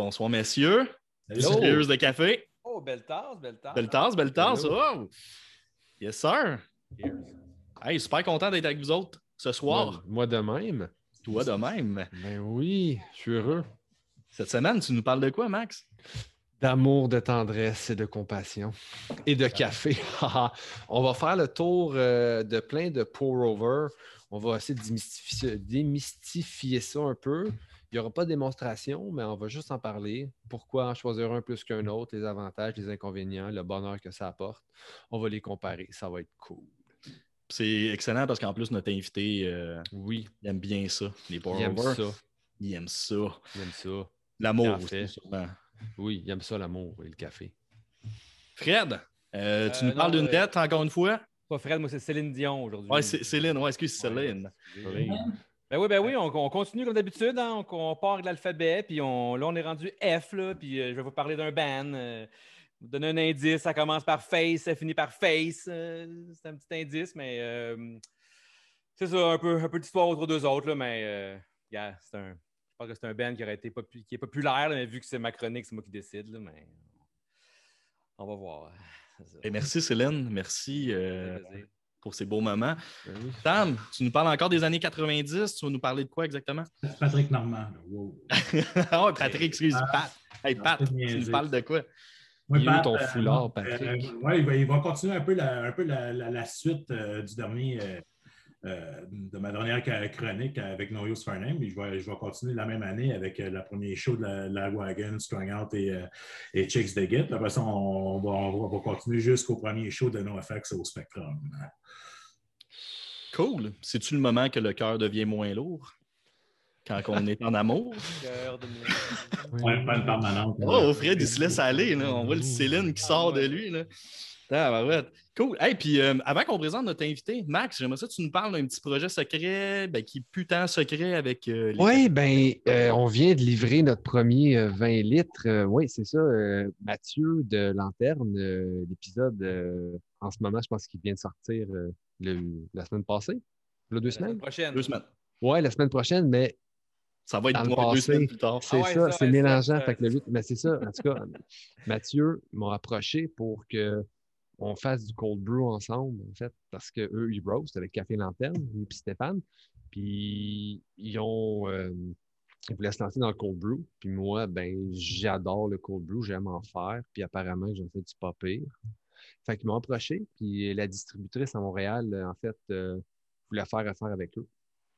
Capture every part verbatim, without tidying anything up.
bonsoir, messieurs. Hello. Cheers de café. Oh, belle tasse, belle tasse. Belle tasse, belle tasse. Hello. Oh. Yes, sir. Cheers. Hey, super content d'être avec vous autres ce soir. Moi, moi de même. Toi de même. Ben oui, je suis heureux. Cette semaine, tu nous parles de quoi, Max? D'amour, de tendresse et de compassion. Et de café. On va faire le tour euh, de plein de pour-over. On va essayer de démystifier, démystifier ça un peu. Il n'y aura pas de démonstration, mais on va juste en parler. Pourquoi en choisir un plus qu'un autre, les avantages, les inconvénients, le bonheur que ça apporte. On va les comparer. Ça va être cool. C'est excellent parce qu'en plus, notre invité, euh, oui, il aime bien ça, les il pour-over. aime ça. Il aime ça. Il aime ça. L'amour En fait. aussi, sûrement. Oui, il aime ça, l'amour et le café. Fred, euh, tu Euh, nous parles non, d'une euh, dette, encore une fois? Pas Fred, moi c'est Céline Dion aujourd'hui. Ouais, c'est Céline. Ouais, excuse, Céline. Ouais, Ben oui, ben oui, on, on continue comme d'habitude. Hein, on, on part de l'alphabet, puis on, là, on est rendu F, là, puis euh, je vais vous parler d'un band. Euh, vous donner un indice, ça commence par Face, ça finit par Face. Euh, c'est un petit indice, mais euh, c'est ça, un peu, un peu d'histoire autour d'eux autres, là, mais euh, yeah, c'est un, je pense que c'est un band qui aurait été popu- qui est populaire, là, mais vu que c'est ma chronique, c'est moi qui décide, là, mais on va voir. Et merci, Céline. Merci euh, Ça fait plaisir. pour ces beaux moments. Ben oui. Sam, tu nous parles encore des années quatre-vingt-dix. Tu vas nous parler de quoi exactement? C'est Patrick Normand. Là. Wow. Ah ouais, Patrick, excuse, Ah, Pat. Hey, Pat, c'est tu nous niaisé. parles de quoi? Oui, Il est où Pat, ton euh, foulard, euh, Patrick? euh, ouais, il, va, il va continuer un peu la, un peu la, la, la suite euh, du dernier, euh, euh, de ma dernière chronique avec No Use for a Name. Je vais, je vais continuer la même année avec euh, le premier show de la, la Wagon, Strung Out et, euh, et Chicks de Git. Après ça, on, on, va, on, va, on va continuer jusqu'au premier show de NoFX au Spectrum. Cool. C'est-tu le moment que le cœur devient moins lourd? Quand on est en amour? Cœur de moi. Ouais, pas une permanente. Oh, Fred, il se laisse aller. Là. On voit le Céline qui sort de lui. Là. Ah, ouais. Cool. Hey, puis euh, avant qu'on présente notre invité, Max, j'aimerais ça que tu nous parles d'un petit projet secret ben, qui est putain secret avec euh, les... Oui, bien, euh, on vient de livrer notre premier euh, vingt litres. Euh, oui, c'est ça. euh, Mathieu de Lanterne, euh, l'épisode euh, en ce moment, je pense qu'il vient de sortir euh, le- la semaine passée. Là, deux La semaine semaines? prochaine. Deux semaines. Oui, la semaine prochaine, mais Ça va être dans le ouais, deux passé, semaines plus tard. c'est Ah ouais, ça, ça, c'est ouais, mélangeant. ça, Fait que le ça. huit, mais c'est ça. En tout cas, Mathieu m'a approché pour qu'on fasse du cold brew ensemble, en fait, parce qu'eux, ils roast avec Café Lanterne, lui et Stéphane. Puis ils ont euh, ils voulaient se lancer dans le cold brew. Puis moi, ben, j'adore le cold brew, j'aime en faire. Puis apparemment, j'en fais du pas pire. Fait qu'ils m'ont approché. Puis la distributrice à Montréal, en fait, euh, voulait faire affaire avec eux.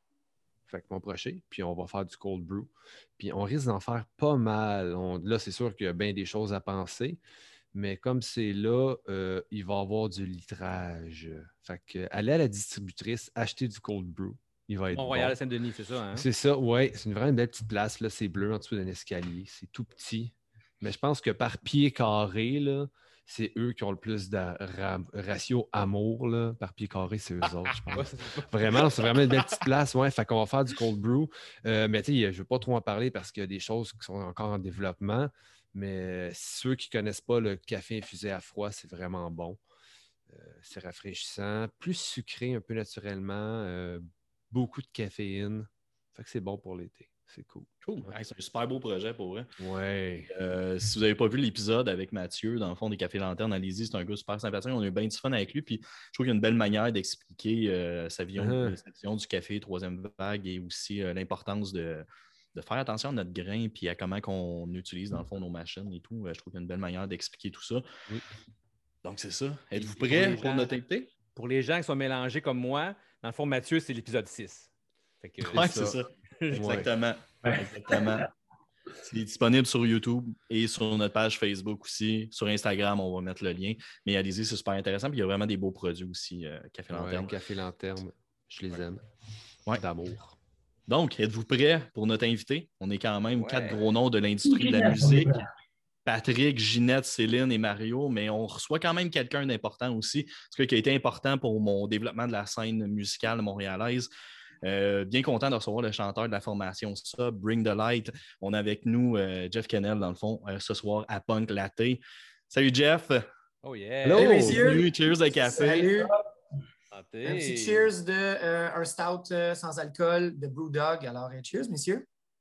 Fait qu'ils m'ont approché, puis on va faire du cold brew. Puis on risque d'en faire pas mal. On- là, c'est sûr qu'il y a bien des choses à penser, mais comme c'est là, euh, il va y avoir du litrage. Fait que allez à la distributrice, acheter du cold brew. Il va être Mont-Royal, bon. Saint-Denis, c'est ça, hein? C'est ça, oui. C'est une vraiment belle petite place. Là. C'est bleu en dessous d'un escalier. C'est tout petit. Mais je pense que par pied carré, là, c'est eux qui ont le plus de ra- ratio amour. Là. Par pied carré, c'est eux autres, je Ouais, pense. c'est ça. Vraiment, c'est vraiment une belle petite place. Ouais. Fait qu'on va faire du cold brew. Euh, mais tu sais, je ne veux pas trop en parler parce qu'il y a des choses qui sont encore en développement. Mais ceux qui ne connaissent pas le café infusé à froid, c'est vraiment bon. Euh, c'est rafraîchissant, plus sucré un peu naturellement, euh, beaucoup de caféine. Fait que c'est bon pour l'été. C'est cool. Cool. Hey, c'est un super beau projet pour vrai. Ouais. Euh, si vous n'avez pas vu l'épisode avec Mathieu, dans le fond des Cafés Lanternes, allez-y, c'est un gars super sympathique. On a eu bien du fun avec lui. Puis je trouve qu'il y a une belle manière d'expliquer euh, sa vision, Uh-huh. sa vision du café, troisième vague, et aussi euh, l'importance de, de faire attention à notre grain puis à comment on utilise dans le fond nos machines et tout. Euh, je trouve qu'il y a une belle manière d'expliquer tout ça. Oui. Donc c'est ça. Êtes-vous Pour prêts les pour gens- notre invité? Pour les gens qui sont mélangés comme moi, dans le fond, Mathieu, c'est l'épisode six. Fait que, Oui, ça. c'est ça. Ouais. Exactement. Exactement. C'est disponible sur YouTube et sur notre page Facebook aussi. Sur Instagram, on va mettre le lien. Mais allez-y, c'est super intéressant. Puis il y a vraiment des beaux produits aussi, euh, Café Lanterne. Ouais, café lanterne, je les aime. Ouais. D'amour. Donc, êtes-vous prêts pour notre invité? On est quand même Ouais. quatre gros noms de l'industrie de la musique. Patrick, Ginette, Céline et Mario, mais on reçoit quand même quelqu'un d'important aussi, ce qui a été important pour mon développement de la scène musicale montréalaise. Euh, bien content de recevoir le chanteur de la formation ça, Bring the Light. On a avec nous euh, Jeff Kennel, dans le fond, euh, ce soir à Punk Latte. Salut Jeff! Oh yeah! Hello! Salut, messieurs. Salut, cheers de café! Salut. Santé. Un petit cheers de euh, un stout euh, sans alcool de Brewdog. Alors, euh, cheers, messieurs.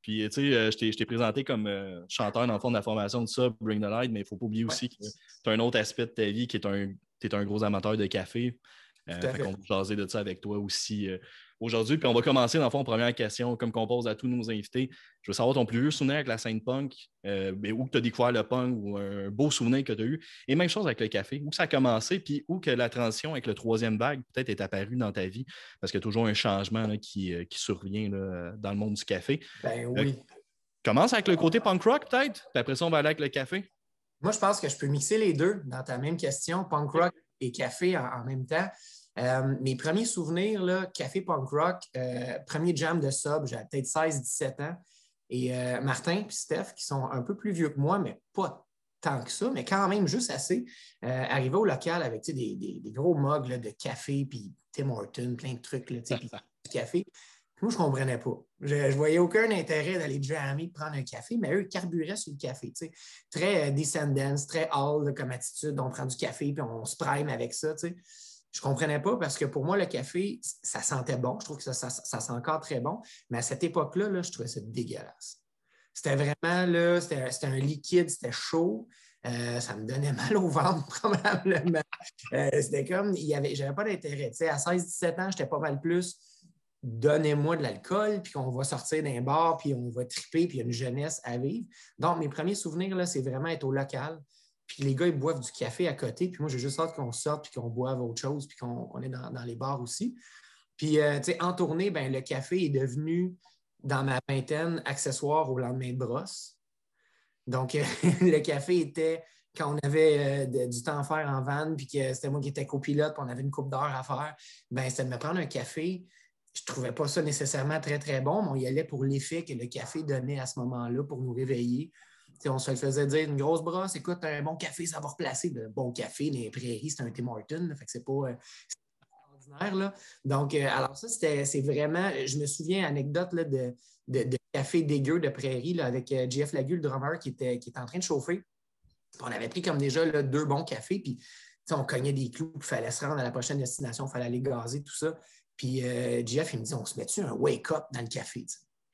Puis, tu sais, euh, je t'ai présenté comme euh, chanteur dans le fond de la formation de ça, Bring the Light, mais il ne faut pas oublier aussi ouais. que tu as un autre aspect de ta vie qui est un, tu es un gros amateur de café. Euh, fait fait. qu'on va jaser de ça avec toi aussi euh, aujourd'hui. Puis on va commencer, dans le fond, première question, comme qu'on pose à tous nos invités. Je veux savoir ton plus vieux souvenir avec la scène punk, euh, où tu as découvert le punk ou un beau souvenir que tu as eu. Et même chose avec le café, où ça a commencé, puis où que la transition avec le troisième vague peut-être est apparue dans ta vie, parce qu'il y a toujours un changement là, qui, euh, qui survient là, dans le monde du café. Ben oui. Euh, commence avec le côté punk rock, peut-être, puis après ça, on va aller avec le café. Moi, je pense que je peux mixer les deux dans ta même question, punk rock et café en, en même temps. Euh, mes premiers souvenirs, là, café punk rock, euh, premier jam de sub, j'avais peut-être seize dix-sept ans. Et euh, Martin et Steph, qui sont un peu plus vieux que moi, mais pas tant que ça, mais quand même juste assez, euh, arrivaient au local avec des, des, des gros mugs là, de café, puis Tim Hortons, plein de trucs, là, puis du café. Puis moi, je ne comprenais pas. Je ne voyais aucun intérêt d'aller jammer, de prendre un café, mais eux, ils carburaient sur le café. T'sais. Très euh, Descendants, très Hall là, comme attitude. On prend du café, puis on se prime avec ça. T'sais. Je ne comprenais pas parce que pour moi, le café, ça sentait bon. Je trouve que ça, ça, ça sent encore très bon. Mais à cette époque-là, là, je trouvais ça dégueulasse. C'était vraiment, là, c'était, c'était un liquide, c'était chaud. Euh, ça me donnait mal au ventre, probablement. Euh, c'était comme, il y avait, j'avais pas d'intérêt. T'sais, à seize dix-sept ans, j'étais pas mal plus. Donnez-moi de l'alcool, puis qu'on va sortir d'un bar, puis on va triper, puis il y a une jeunesse à vivre. Donc, mes premiers souvenirs, là, c'est vraiment être au local. Puis les gars, ils boivent du café à côté. Puis moi, j'ai juste hâte qu'on sorte, puis qu'on boive autre chose, puis qu'on, qu'on est dans, dans les bars aussi. Puis, euh, tu sais, en tournée, ben, le café est devenu, dans ma vingtaine, accessoire au lendemain de brosse. Donc, euh, le café était, quand on avait euh, de, du temps à faire en van, puis que c'était moi qui étais copilote, puis on avait une couple d'heures à faire, ben c'était de me prendre un café. Je ne trouvais pas ça nécessairement très, très bon, mais on y allait pour l'effet que le café donnait à ce moment-là pour nous réveiller. T'sais, on se le faisait dire une grosse brosse, écoute, un bon café, ça va replacer. Le bon café, les prairies, c'est un Tim Hortons, là, fait que c'est pas euh, c'est ordinaire. Là. Donc, euh, alors ça, c'était, c'est vraiment, je me souviens, anecdote là, de, de, de café dégueu de prairie là, avec euh, Jeff Lagu, le drummer, qui était, qui était en train de chauffer. Puis on avait pris comme déjà là, deux bons cafés, puis on cognait des clous, il fallait se rendre à la prochaine destination, il fallait aller gazer, tout ça. Puis euh, Jeff, il me dit, on se met-tu un wake-up dans le café?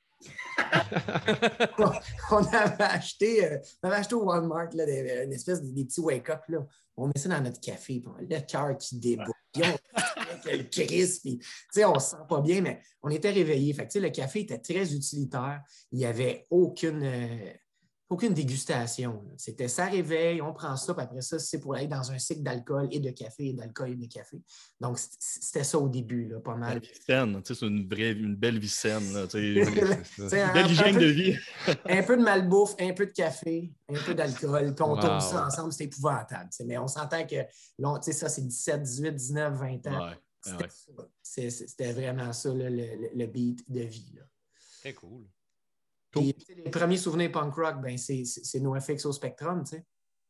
on, avait acheté, euh, on avait acheté au Walmart là, des, une espèce de des petits wake-up. Là. On met ça dans notre café, puis on a le cœur qui déboule. Puis on le crisp, puis on ne se sent pas bien, mais on était réveillés. Fait que, le café était très utilitaire. Il n'y avait aucune... Euh, Aucune dégustation. Là. C'était ça réveille, on prend ça, puis après ça, c'est pour aller dans un cycle d'alcool et de café, et d'alcool et de café. Donc, c'était ça au début, là, pas mal. La vie saine, c'est une, vraie, une belle vie saine. Là, une belle hygiène de vie. Un peu de malbouffe, un peu de café, un peu d'alcool, puis on wow. tourne ça ensemble, c'est épouvantable. T'sais. Mais on s'entend que là, ça, c'est dix-sept, dix-huit, dix-neuf, vingt ans. Ouais. C'était, ouais. ça. C'est, c'était vraiment ça, là, le, le beat de vie. Là. Très cool. Puis, les premiers souvenirs punk rock, ben, c'est, c'est, c'est NoFX au Spectrum, tu sais.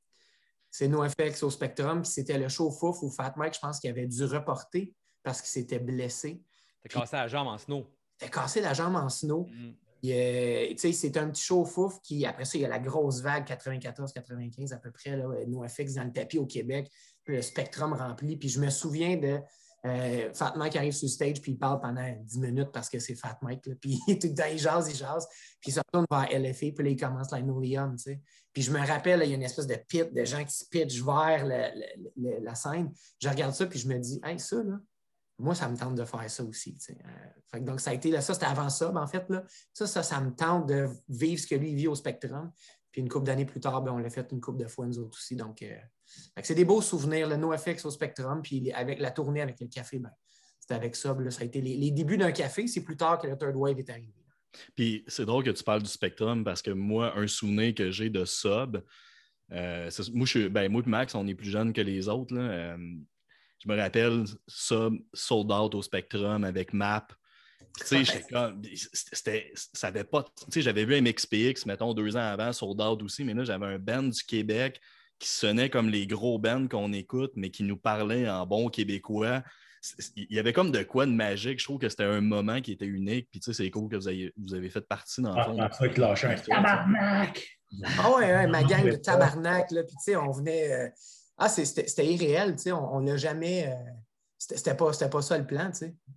C'est NoFX au Spectrum, puis c'était le show Fouf où Fat Mike, je pense qu'il avait dû reporter parce qu'il s'était blessé. T'as cassé la jambe en snow. T'as cassé la jambe en snow. Mm. Euh, tu sais, c'est un petit show Fouf qui, après ça, il y a la grosse vague quatre-vingt-quatorze quatre-vingt-quinze à peu près, là, NoFX dans le tapis au Québec, puis le Spectrum rempli. Puis je me souviens de Euh, Fat Mike arrive sur le stage, puis il parle pendant dix minutes parce que c'est Fat Mike. Là, puis tout le temps, il jase, il jase. Puis il se retourne vers L F A, puis là, il commence like No Leon, tu sais. Puis je me rappelle, là, il y a une espèce de pit de gens qui se pitchent vers le, le, le, la scène. Je regarde ça, puis je me dis, hey, ça, là, moi, ça me tente de faire ça aussi. Tu sais. Euh, fait que donc, ça a été, là, ça, c'était avant ça, ben, en fait. Là, ça, ça, ça me tente de vivre ce que lui vit au Spectrum. Puis une couple d'années plus tard, ben, on l'a fait une couple de fois, nous autres aussi. Donc, euh, c'est des beaux souvenirs, le NoFX au Spectrum, puis avec la tournée avec le café, ben, c'était avec ça. Là, ça a été les, les débuts d'un café, c'est plus tard que le Third Wave est arrivé. Puis c'est drôle que tu parles du Spectrum parce que moi, un souvenir que j'ai de Sub, euh, c'est, moi, je, ben, moi et Max, on est plus jeunes que les autres. Là, euh, je me rappelle Sub sold out au Spectrum avec Map. Tu sais, comme, c'était, ça avait pas. Tu sais, j'avais vu M X P X, mettons, deux ans avant, sold out aussi, mais là, j'avais un band du Québec qui sonnait comme les gros bands qu'on écoute, mais qui nous parlait en bon québécois. Il y avait comme de quoi de magique. Je trouve que c'était un moment qui était unique. Puis, tu sais, c'est cool que vous avez, vous avez fait partie dans le fond. Ah, ça qui lâchait un tabarnak! Ah ouais, ouais, ma gang de tabarnak, là. Puis, tu sais, on venait. Euh... Ah, c'était, c'était irréel, tu sais. On n'a jamais. Euh... C'était, c'était, pas, c'était pas ça le plan, tu sais.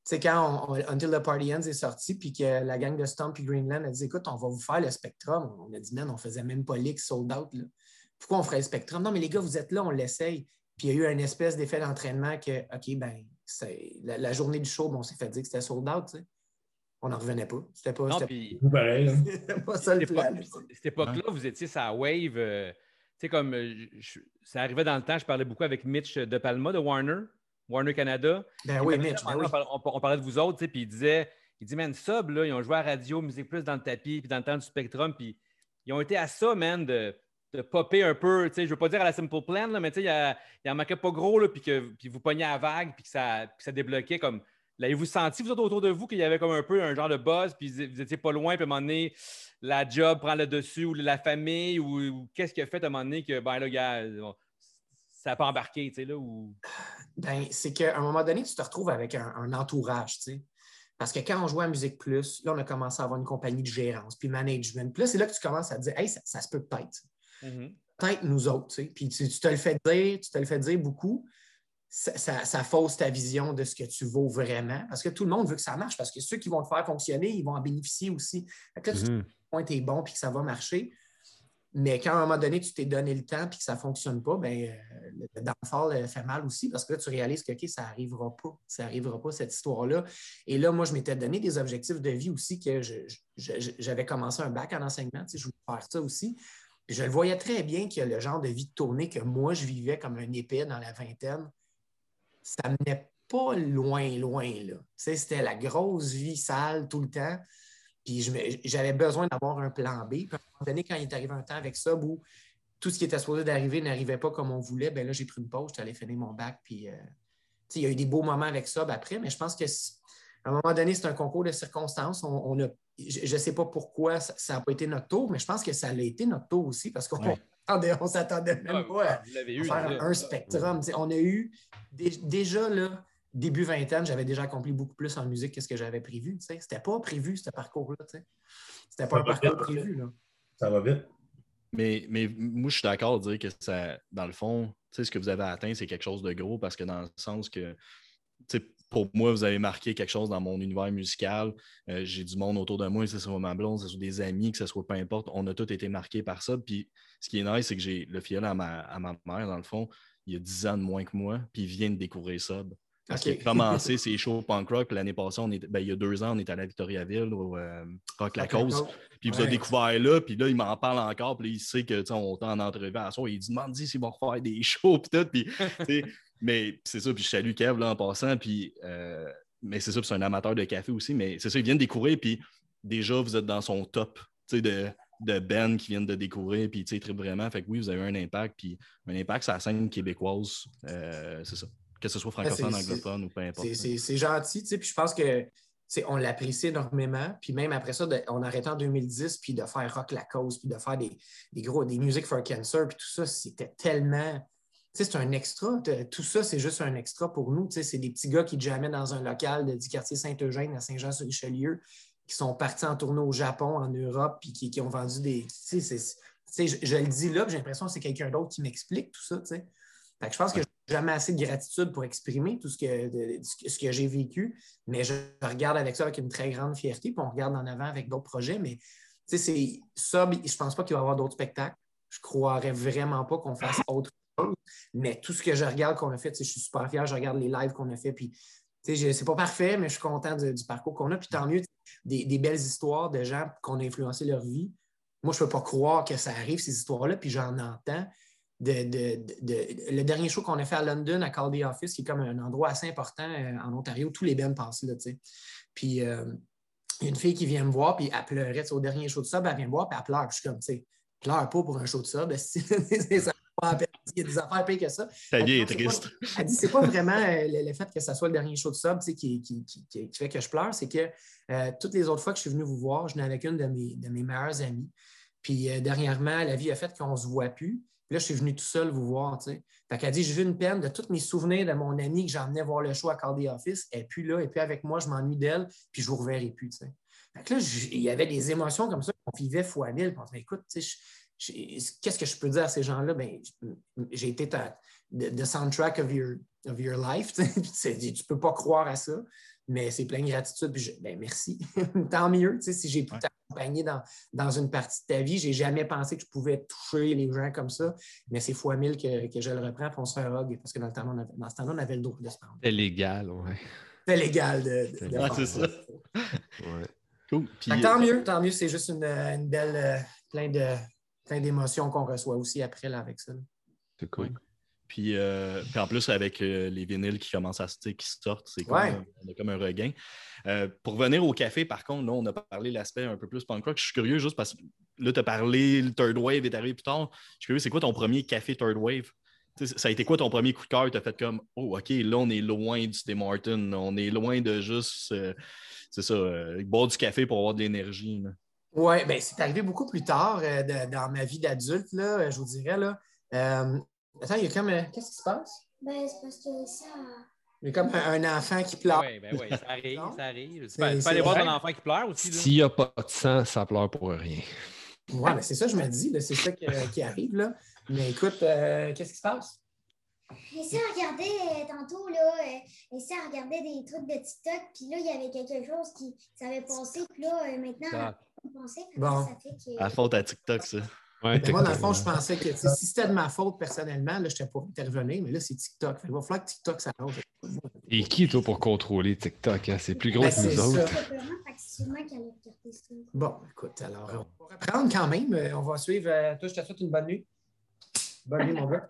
sais, quand on, on, Until the Party Ends est sorti, puis que la gang de Stomp et Greenland a dit, écoute, on va vous faire le Spectrum. On a dit, man, on faisait même pas l'X sold out. Là. Pourquoi on ferait le Spectrum? Non, mais les gars, vous êtes là, on l'essaye. Puis il y a eu une espèce d'effet d'entraînement que, OK, ben, c'est, la, la journée du show, ben, on s'est fait dire que c'était sold out, tu sais. On n'en revenait pas. C'était pas, non, c'était puis, pareil. c'était pas ça le plan. Cette époque-là, vous étiez sur la Wave. Euh, tu sais, comme je, ça arrivait dans le temps, je parlais beaucoup avec Mitch De Palma de Warner, Warner Canada. Ben oui, Mitch, ben oui. On parlait, on parlait de vous autres, puis il disait, il dit, man, Sub, là, ils ont joué à Radio, Musique Plus dans le tapis, puis dans le temps du Spectrum, puis ils ont été à ça, man, de, de popper un peu, tu sais, je veux pas dire à la Simple Plan, là, mais tu sais, il en manquait pas gros, là, puis que puis vous pognez à la vague, puis que ça, puis ça débloquait comme... L'avez-vous senti, vous autres, autour de vous, qu'il y avait comme un peu un genre de buzz, puis vous étiez pas loin, puis à un moment donné, la job prend le dessus, ou la famille, ou, ou qu'est-ce qui a fait à un moment donné que, ben là, gars, ça n'a pas embarqué, tu sais, là, ou... Ben, c'est qu'à un moment donné, tu te retrouves avec un, un entourage, tu sais. Parce que quand on jouait à Musique Plus, là, on a commencé à avoir une compagnie de gérance, puis management. Puis là, c'est là que tu commences à te dire, hey, ça, ça se peut peut-être. Mm-hmm. Peut-être nous autres, tu sais. Puis tu, tu te le fais dire, tu te le fais dire beaucoup. Ça, ça, ça fausse ta vision de ce que tu vaux vraiment. Parce que tout le monde veut que ça marche, parce que ceux qui vont te faire fonctionner, ils vont en bénéficier aussi. Fait que là, mm-hmm. tu te dis que bon puis que ça va marcher. Mais quand à un moment donné, tu t'es donné le temps et que ça ne fonctionne pas, bien, euh, le downfall fait mal aussi parce que là, tu réalises que, OK, ça n'arrivera pas. Ça n'arrivera pas, cette histoire-là. Et là, moi, je m'étais donné des objectifs de vie aussi que je, je, je, j'avais commencé un bac en enseignement. Tu sais, je voulais faire ça aussi. Puis je le voyais très bien que le genre de vie de tournée que moi, je vivais comme un épée dans la vingtaine, ça ne menait pas loin, loin, là. Tu sais, c'était la grosse vie sale tout le temps. Puis je me, j'avais besoin d'avoir un plan B. Puis à un moment donné, quand il est arrivé un temps avec ça où tout ce qui était supposé d'arriver n'arrivait pas comme on voulait, bien là, j'ai pris une pause, j'étais allé finir mon bac. Puis, euh, il y a eu des beaux moments avec ça après, mais je pense qu'à un moment donné, c'est un concours de circonstances. On, on a, je ne sais pas pourquoi ça n'a pas été notre tour, mais je pense que ça a été notre tour aussi parce qu'on ouais. ne s'attendait même ah, pas à, eu, à faire un, un spectrum. T'sais, on a eu dé, déjà là. Début vingtaine, j'avais déjà accompli beaucoup plus en musique que ce que j'avais prévu. Ce n'était pas prévu, ce parcours-là. Ce n'était pas ça un parcours vite, prévu. Là. Ça va vite. Mais, mais moi, je suis d'accord de dire que ça, dans le fond, ce que vous avez atteint, c'est quelque chose de gros parce que dans le sens que, pour moi, vous avez marqué quelque chose dans mon univers musical. Euh, j'ai du monde autour de moi, que ce soit ma blonde, que ce soit des amis, que ce soit peu importe. On a tous été marqués par ça. Puis ce qui est nice, c'est que j'ai le filleul à ma, à ma mère, dans le fond, il y a dix ans de moins que moi, puis il vient de découvrir ça. Parce okay. qu'il a commencé ses shows punk rock, puis l'année passée, on est, ben, il y a deux ans, on était à la Victoriaville, au euh, Rock La Cause. Puis il vous a découvert là, puis là, il m'en parle encore, puis là, il sait que, tu sais, on est en entrevue à soir, il dit, demande s'il va refaire des shows, puis tout, puis, mais c'est ça, puis je salue Kev, là, en passant, puis, euh, mais c'est ça, puis c'est un amateur de café aussi, mais c'est ça, il vient de découvrir, puis déjà, vous êtes dans son top, tu sais, de, de Ben qui viennent de découvrir, puis, tu sais, très vraiment, fait que oui, vous avez eu un impact, puis un impact sur la scène québécoise, euh, c'est ça. Que ce soit francophone, c'est, anglophone c'est, ou peu importe. C'est, c'est, c'est gentil, tu sais, puis je pense que on l'apprécie énormément. Puis même après ça, de, on a arrêté en deux mille dix, puis de faire Rock La Cause, puis de faire des, des gros, des Music for Cancer, puis tout ça, c'était tellement... Tu sais, c'est un extra. Tout ça, c'est juste un extra pour nous. Tu sais, c'est des petits gars qui jammaient dans un local de, du quartier Saint-Eugène à Saint-Jean-sur-Richelieu, qui sont partis en tournée au Japon, en Europe, puis qui, qui ont vendu des... Tu sais, c'est, tu sais je, je le dis là, puis j'ai l'impression que c'est quelqu'un d'autre qui m'explique tout ça, tu sais. Fait que je pense que je n'ai jamais assez de gratitude pour exprimer tout ce que, de, ce que j'ai vécu, mais je regarde avec ça avec une très grande fierté, puis on regarde en avant avec d'autres projets, mais c'est ça, je ne pense pas qu'il va y avoir d'autres spectacles. Je ne croirais vraiment pas qu'on fasse autre chose, mais tout ce que je regarde qu'on a fait, je suis super fier, je regarde les lives qu'on a fait, puis c'est pas parfait, mais je suis content de, du parcours qu'on a, puis tant mieux, des, des belles histoires de gens qu'on a influencé leur vie. Moi, je ne peux pas croire que ça arrive, ces histoires-là, puis j'en entends. De, de, de, de, le dernier show qu'on a fait à London, à Call the Office, qui est comme un endroit assez important euh, en Ontario, tous les bands passent là, tu sais. Puis, euh, il y a une fille qui vient me voir, puis elle pleurait, tu sais, au dernier show de sub, elle vient me voir, puis elle pleure. Puis je suis comme, tu sais, pleure pas pour un show de sub, il y a des affaires pires que ça. Ta vie est triste. Pas, elle dit, c'est pas vraiment euh, le, le fait que ça soit le dernier show de sub, tu sais, qui, qui, qui, qui, qui fait que je pleure, c'est que euh, toutes les autres fois que je suis venu vous voir, je venais avec une de mes, de mes meilleures amies. Puis, euh, dernièrement, la vie a fait qu'on ne se voit plus. Puis là, je suis venu tout seul vous voir, tu sais. Fait qu'elle dit, j'ai vu une peine de tous mes souvenirs de mon ami que j'emmenais voir le show à Call the Office. Et puis là, et puis avec moi, je m'ennuie d'elle, puis je ne vous reverrai plus, tu sais. Fait que là, il y avait des émotions comme ça qu'on vivait fois mille. Puis on se dit, écoute, tu sais, qu'est-ce que je peux dire à ces gens-là? Ben, j'ai été ta, the, the soundtrack of your, of your life, tu sais. Tu ne peux pas croire à ça. mais c'est plein de gratitude. Puis je, ben merci, tant mieux. Tu sais, si j'ai pu Ouais. t'accompagner dans, dans une partie de ta vie, j'ai jamais pensé que je pouvais toucher les gens comme ça, mais c'est fois mille que, que je le reprends, puis on se fait un hug, parce que dans, le temps, on avait, dans ce temps-là, on avait le droit de se prendre. C'est légal, ouais. C'était légal de, de, C'est de Ah, faire c'est ça. Ouais. Cool. Fait que Puis, tant mieux, tant mieux, c'est juste une, une belle, euh, plein de, plein d'émotions qu'on reçoit aussi après là, avec ça. Là. C'est cool. Ouais. Puis, euh, puis en plus, avec euh, les vinyles qui commencent à se qui sortent, c'est comme, Ouais. un, on a comme un regain. Euh, pour revenir au café, par contre, là, on a parlé de l'aspect un peu plus punk rock. Je suis curieux juste parce que là, tu as parlé, le Third Wave est arrivé plus tard. Je suis curieux, c'est quoi ton premier café Third Wave? Tu sais, ça a été quoi ton premier coup de cœur? Tu as fait comme, oh, OK, là, on est loin du Tim Hortons. On est loin de juste, euh, c'est ça, euh, boire du café pour avoir de l'énergie. Là. Oui, bien, c'est arrivé beaucoup plus tard euh, de- dans ma vie d'adulte, là, euh, je vous dirais. Là. Euh, attends, il y a comme. euh, Qu'est-ce qui se passe? Ben, c'est parce que ça. Il y a comme un, un enfant qui pleure. Oui, ben oui, ça arrive, Non? ça arrive. Tu C'est- peux, tu peux c'est aller voir ton vrai. enfant qui pleure aussi. Là. S'il n'y a pas de sang, ça pleure pour rien. Oui, mais c'est ça que je me dis, là, c'est ça que- qui arrive. Là. Mais écoute, euh, qu'est-ce qui se passe? Et ça regardait euh, tantôt, là, euh, et ça regardait des trucs de TikTok, puis là, il y avait quelque chose qui s'avait passé, puis là, euh, maintenant, Ah. on pensait que Bon. ça fait que. À la faute à TikTok, ça. Ouais, Ben, moi, dans le fond, TikTok, je pensais que tu sais, si c'était de ma faute personnellement, là, je n'étais pas intervenu, mais là, c'est TikTok. Fait, il va falloir que TikTok s'arrange. Et qui, toi, pour contrôler TikTok? Hein? C'est plus gros Ben, que c'est nous autres. ça. C'est vraiment, fait que c'est sûrement qu'elle a regardé ça. Bon, écoute, alors, on va reprendre quand même. Euh, On va suivre. euh, toi, je te souhaite une bonne nuit. Bonne nuit, mon gars.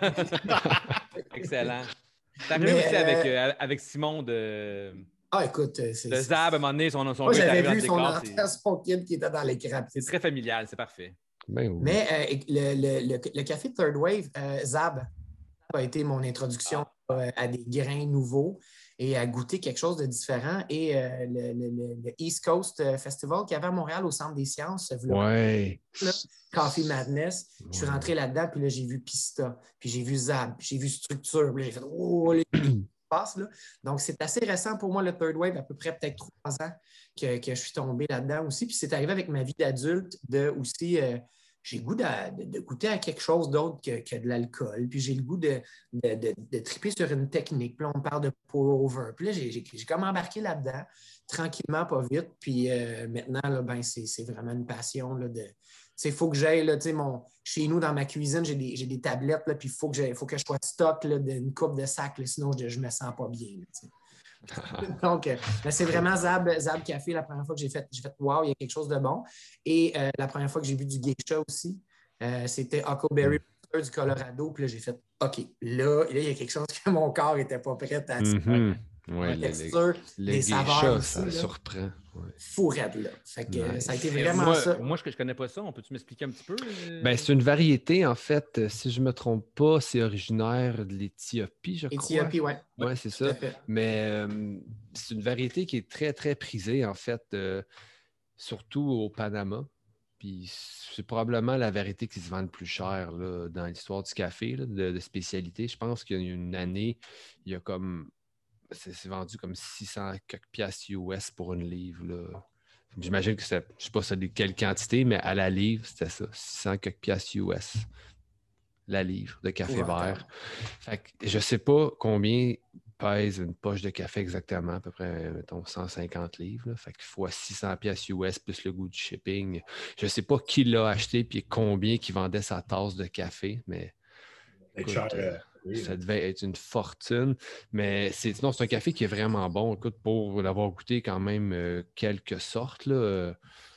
Excellent. C'est arrivé Mais, aussi euh, avec, euh, avec Simon de, Ah, écoute, euh, c'est. de Zab, à un moment donné, son, son Moi, gars est j'avais arrivé dans vu le son décor. enfant, C'est son kid qui était dans l'écran. c'est très familial, c'est parfait. Ben oui. Mais euh, le, le, le, le café Third Wave, euh, Zab, a été mon introduction euh, à des grains nouveaux et à goûter quelque chose de différent. Et euh, le, le- le East Coast Festival qu'il y avait à Montréal au Centre des Sciences, voilà, Ouais. là, Coffee Madness, je suis Ouais. rentré là-dedans, puis là, j'ai vu Pista, puis j'ai vu Zab, puis j'ai vu Structure, puis là, j'ai fait « Oh, les passe là. » Donc, c'est assez récent pour moi, le Third Wave, à peu près peut-être trois ans que, que je suis tombé là-dedans aussi. Puis c'est arrivé avec ma vie d'adulte de aussi... euh, j'ai le goût de, de- de goûter à quelque chose d'autre que, que de l'alcool. Puis j'ai le goût de, de, de, de triper sur une technique. Puis là, on parle de pour-over. Puis là, j'ai, j'ai, j'ai comme embarqué là-dedans, tranquillement, pas vite. Puis euh, maintenant, là, ben, c'est, c'est vraiment une passion là, de... Il faut que j'aille, là, mon... chez nous, dans ma cuisine, j'ai des, j'ai des tablettes, là, puis il faut que, j'ai- faut que je sois stock là, d'une coupe de sac, là, sinon je ne me sens pas bien. Là, donc, euh, ben, c'est vraiment Zab, Zab Café la première fois que j'ai fait, j'ai fait « Wow, il y a quelque chose de bon ». Et euh, la première fois que j'ai bu du geisha aussi, euh, c'était Huckleberry du Colorado. Puis là, j'ai fait « OK, là, là, il y a quelque chose que mon corps n'était pas prêt à Mhm. Ouais, la le, texture, le les geisha, saveurs ça aussi, là. surprend. Ouais. Fou raide, là. Fait que euh, Nice. ça a été Mais vraiment moi, ça. moi, je ne connais pas ça. On peut-tu m'expliquer un petit peu? euh? Ben, c'est une variété, en fait. euh, Si je ne me trompe pas, c'est originaire de l'Éthiopie, je crois. Éthiopie, ouais. Oui, c'est Tout à ça. fait. Mais euh, c'est une variété qui est très, très prisée, en fait, euh, surtout au Panama. Puis c'est probablement la variété qui se vend le plus cher là, dans l'histoire du café, là, de, de spécialité. Je pense qu'il y a une année, il y a comme. C'est c'est vendu comme six cents quelques piastres U S pour une livre. Là. J'imagine que c'est, je ne sais pas ça de quelle quantité, mais à la livre, c'était ça, six cents quelques piastres U S. La livre de café Ouais, vert. Fait que je ne sais pas combien pèse une poche de café exactement, à peu près, mettons, cent cinquante livres. Là. Fait qu'il faut six cents piastres U S plus le goût du shipping. Je ne sais pas qui l'a acheté et combien qui vendait sa tasse de café, mais Être écoute, cher, euh, euh, oui, ça devait être une fortune. Mais c'est, non, c'est un café qui est vraiment bon. Écoute, pour l'avoir goûté quand même euh, quelques sortes, là, euh,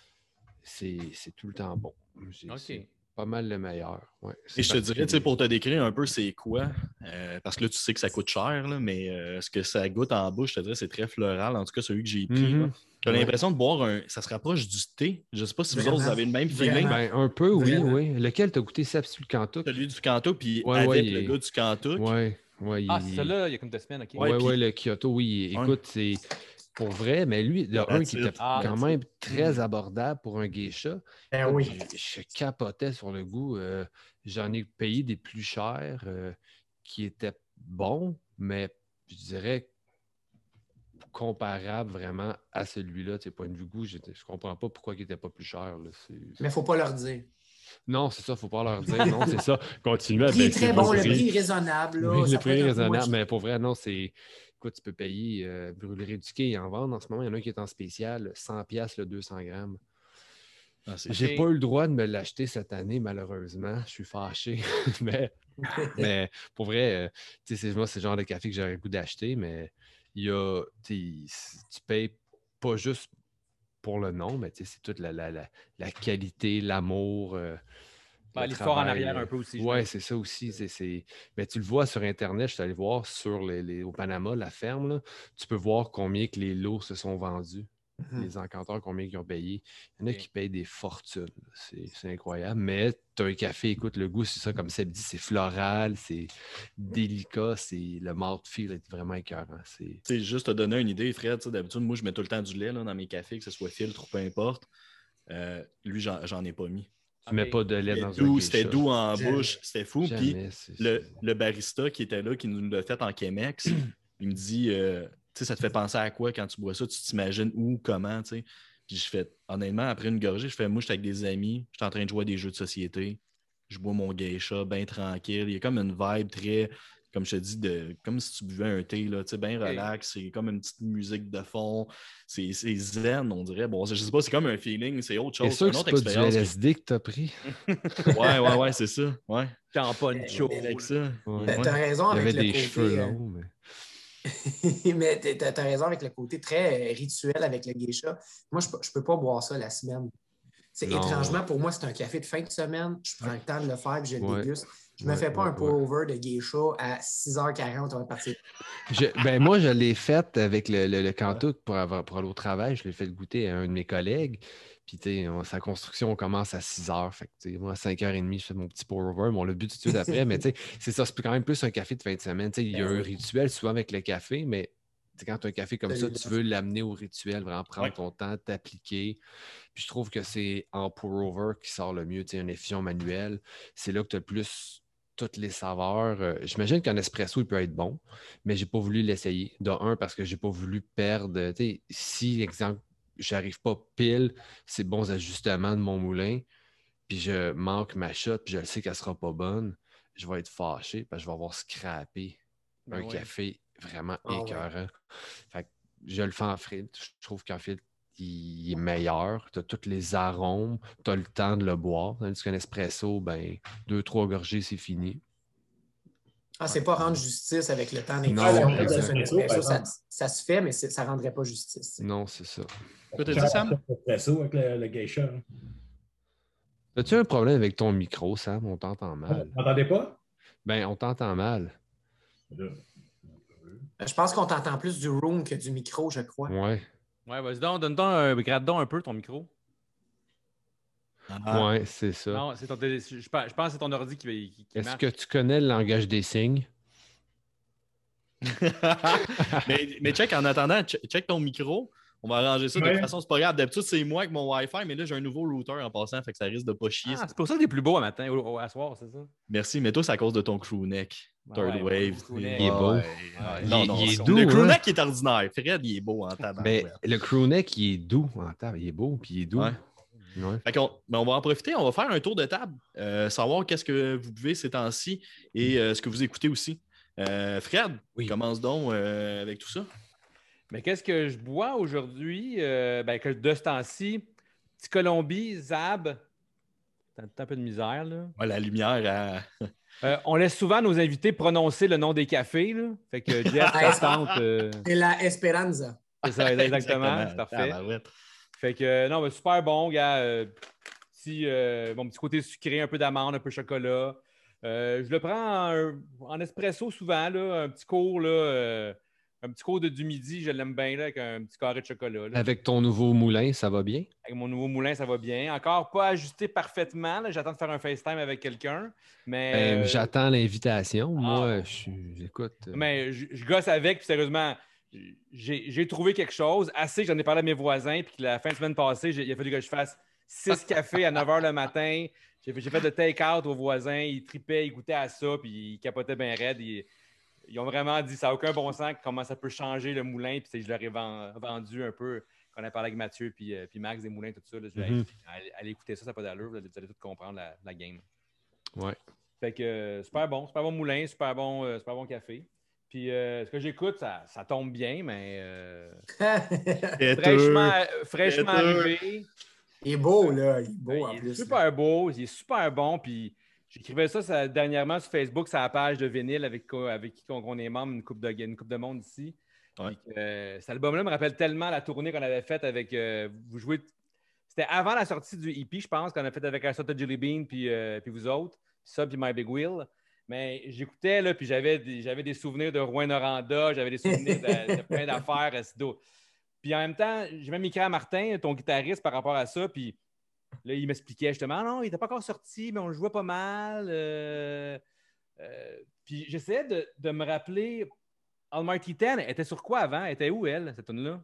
c'est, c'est tout le temps bon. C'est, OK. c'est pas mal le meilleur. Ouais, c'est Et je te dirais, tu sais, particulier. pour te décrire un peu c'est quoi, euh, parce que là, tu sais que ça coûte cher, là, mais euh, ce que ça goûte en bouche, je te dirais, c'est très floral. En tout cas, celui que j'ai pris. Mhm. là. J'ai Ouais. l'impression de boire un. Ça se rapproche du thé. Je ne sais pas si vous Vraiment. autres vous avez le même feeling. Vraiment. Ben, un peu, oui, Vraiment. oui. Lequel t'as goûté, Seb, sur le Kantuk? Celui du Kanto, puis Ouais, avec ouais, le il est- gars du Kanto. Oui, oui. Ah, c'est ça-là, il y a comme deux semaines, OK. Oui, Ouais, oui, puis- le Kyoto, oui. Ouais. Écoute, c'est pour vrai, mais lui, de un That's qui it. était Ah, quand that's même très abordable pour un geisha. Ben Écoute, oui. je, je capotais sur le goût. Euh, j'en ai payé des plus chers euh, qui étaient bons, mais je dirais comparable vraiment à celui-là. Tu sais, point de vue goût, je ne comprends pas pourquoi il n'était pas plus cher. Là. C'est- Mais il ne faut pas leur dire. Non, c'est ça, il ne faut pas leur dire. Non, c'est ça. Continuez à Le prix est baisser très vos bon, le prix. prix est raisonnable. Là, Oui, ça le prix peut est être un peu moins raisonnable, cher. mais pour vrai, non, c'est. Écoute, tu peux payer euh, Brûlerie du Quai, ils en vendent en ce moment. Il y en a un qui est en spécial, cent piastres le deux cents grammes. Ah, c'est- J'ai Ok. pas eu le droit de me l'acheter cette année, malheureusement. Je suis fâché. mais, mais pour vrai, euh, tu sais, c'est- moi, c'est le genre de café que j'aurais le goût d'acheter, mais il y a. Tu sais, tu payes pas juste pour le nom, mais tu sais, c'est toute la, la, la, la qualité, l'amour. euh, Ben, le l'histoire en travail, arrière euh, un peu aussi. Ouais, j'imagine. c'est ça aussi. c'est- c'est- Mais tu le vois sur Internet, je suis allé voir sur les, les- au Panama, la ferme, là, tu peux voir combien que les lots se sont vendus. Mhm. Les encanteurs, combien ils ont payé. Il y en a Ok. qui payent des fortunes. C'est c'est incroyable. Mais tu as un café, écoute, le goût, c'est ça, comme Seb dit, c'est floral, c'est délicat, c'est le mouthfeel est vraiment écœurant. C'est Tu sais, juste te donner une idée, Fred, tu sais, d'habitude, moi, je mets tout le temps du lait là, dans mes cafés, que ce soit filtre ou peu importe. Euh, lui, j'en j'en ai pas mis. Tu mets Ok. pas de lait C'était dans un doux, c'était geisha. doux en Jamais. bouche, c'était fou. Puis Jamais. c'est- le, c'est- le barista qui était là, qui nous l'a fait en Chemex, il me dit euh, tu sais, ça te fait penser à quoi quand tu bois ça? Tu t'imagines où, comment, tu sais? Puis je fais, honnêtement, après une gorgée, je fais, moi, j'étais avec des amis, j'étais en train de jouer à des jeux de société, je bois mon geisha, bien tranquille. Il y a comme une vibe très, comme je te dis, de, comme si tu buvais un thé, là, tu sais, bien Ok. relax. C'est comme une petite musique de fond. C'est c'est zen, on dirait. Bon, je sais pas, c'est comme un feeling, c'est autre T'es chose. sûr C'est que une c'est autre pas du expérience. que- L S D que t'as pris? Ouais, ouais, ouais, c'est ça. Ouais. J'en poncho. Avec ça. Ouais. T'as Ouais. t'as raison Il y avec avait le des côté. cheveux euh, longs, mais... mais t'as t'as raison avec le côté très euh, rituel avec le geisha. Moi, je ne peux pas boire ça la semaine. C'est Non. étrangement, pour moi, c'est un café de fin de semaine. Je prends le temps de le faire et je le Ouais. déguste. Je ne me Ouais, fais pas ouais, un pour-over de geisha à six heures quarante avant de partir. Je- ben moi, je l'ai fait avec le, le, le Cantuk pour, avoir- pour aller au travail. Je l'ai fait goûter à un de mes collègues. Puis, tu sais, on- sa construction, on commence à six heures. Fait que, tu sais, moi, à cinq heures trente, je fais mon petit pour-over. Bon, le but tout de suite après. Mais, tu sais, c'est ça. C'est quand même plus un café de fin de semaine. Tu sais, il y a Ben un oui. rituel souvent avec le café, mais tu sais, quand tu as un café comme ça, Absolument. tu veux l'amener au rituel, vraiment prendre Ouais. ton temps, t'appliquer. Puis, je trouve que c'est en pour-over qui sort le mieux. Tu sais, une effusion manuelle. C'est là que tu as le plus toutes les saveurs. Euh, J'imagine qu'un espresso, il peut être bon, mais j'ai pas voulu l'essayer. De un, parce que j'ai pas voulu perdre. Tu sais, si, exemple, j'arrive pas pile ces bons ajustements de mon moulin, puis je manque ma shot, puis je le sais qu'elle sera pas bonne, je vais être fâché parce que je vais avoir scrappé Ben un ouais. café vraiment Ah ouais. écœurant. Fait que je le fais en filtre. Je trouve qu'en filtre, il est meilleur. Tu as tous les arômes, tu as le temps de le boire. Tandis qu'un espresso, ben, deux, trois gorgées, c'est fini. Ah, c'est pas rendre justice avec le temps Non, d'infusion. exact. Versus un Espresso, par espresso, ça, exemple. ça se fait, mais c'est- ça ne rendrait pas justice. tu sais. Non, c'est ça. Toi, t'as dit, Sam? Espresso avec le, le geisha. hein. As-tu un problème avec ton micro, Sam? On t'entend Vous mal. m'entendez pas? Ben, on t'entend mal. Là. Je pense qu'on t'entend plus du room que du micro, je crois. Ouais. Ouais, vas-y donc, donne-donc un, gratte donc un peu ton micro. Ah. Ouais, c'est ça. Non, c'est ton télé- je, pense, je pense que c'est ton ordi qui, qui, qui Est-ce marche. que tu connais le langage des signes? mais, mais check, en attendant, che- check ton micro. On va arranger ça. De Ouais. toute façon, c'est pas grave. D'habitude, c'est moi avec mon Wi-Fi, mais là, j'ai un nouveau router en passant, fait que ça risque de pas chier. Ah, c'est pour ça que t'es plus beau à matin, au, au- à soir, c'est ça? Merci, mais toi, c'est à cause de ton crew neck. Ah Third ouais, wave. mon crew neck. Il est beau. Ouais, Ah, ouais. il non, est- non, il est c'est- doux, Le crew hein? neck est ordinaire. Fred, il est beau en tabac. Ben, le crewneck, il est doux en table. Il est beau, puis il est doux. Ouais. Ouais. Fait qu'on- ben, on va en profiter, on va faire un tour de table, euh, savoir qu'est-ce que vous buvez ces temps-ci et euh, ce que vous écoutez aussi. Euh, Fred, Oui. commence donc euh, avec tout ça. Mais qu'est-ce que je bois aujourd'hui? Euh, ben, que de ce temps-ci, petit Colombie, Zab. T'as t'as un peu de misère, là. Ouais, la lumière à... Euh, on laisse souvent nos invités prononcer le nom des cafés, là. Fait que Jeff, Ah, ça tente. euh, C'est la Esperanza. c'est ça, exactement. C'est parfait. Tabarouette. Fait que, euh, non, mais super bon, gars. Euh, petit, euh, mon petit côté sucré, un peu d'amande, un peu de chocolat. Euh, je le prends en, en espresso souvent, là, un petit cours, là, euh, un petit cours de, du midi, je l'aime bien, là, avec un petit carré de chocolat. Là. Avec ton nouveau moulin, ça va bien? Avec mon nouveau moulin, ça va bien. Encore pas ajusté parfaitement. là. J'attends de faire un FaceTime avec quelqu'un. Mais, Ben, euh, J'attends l'invitation. Moi, bon. je suis. Écoute. euh, mais je, je gosse avec, puis sérieusement, j'ai j'ai trouvé quelque chose. Assez que j'en ai parlé à mes voisins, puis que la fin de semaine passée, j'ai- il a fallu que je fasse six cafés à neuf heures le matin. J'ai fait, j'ai fait de take-out aux voisins. Ils tripaient, ils goûtaient à ça, puis ils capotaient bien raide. Ils, ils ont vraiment dit ça n'a aucun bon sens comment ça peut changer le moulin. Puis je leur ai ven- vendu un peu on a parlé avec Mathieu, puis, euh, puis Max Desmoulins, tout ça. Là, je vais Mm-hmm. allez, allez écouter ça, ça n'a pas d'allure. Vous allez, vous allez tout comprendre la, la game. Ouais. Fait que euh, super bon, super bon moulin, super bon, euh, super bon café. Puis euh, ce que j'écoute, ça, ça tombe bien, mais euh, fraîchement, fraîchement arrivé. Il est beau, là. Il est beau, Ouais, en il est plus. super là. beau, il est super bon. Puis j'écrivais ça, ça dernièrement sur Facebook, sur la page de vinyle avec, avec qui on, on est membre, une coupe de, une coupe de monde ici. Ouais. Puis, euh, cet album-là me rappelle tellement la tournée qu'on avait faite avec. Euh, vous jouez. C'était avant la sortie du E P, je pense, qu'on a fait avec Asota Jelly Bean, puis, euh, puis vous autres, ça, puis My Big Wheel. Mais j'écoutais, là, puis j'avais des, j'avais des souvenirs de Rouen-Noranda, j'avais des souvenirs de, de plein d'affaires. Puis en même temps, j'ai même écrit à Martin, ton guitariste, par rapport à ça, puis là, il m'expliquait justement, non, il n'était pas encore sorti, mais on le jouait pas mal. Euh, euh, puis j'essayais de, de me rappeler, Almighty Ten était sur quoi avant? Elle était où, elle, cette tune-là?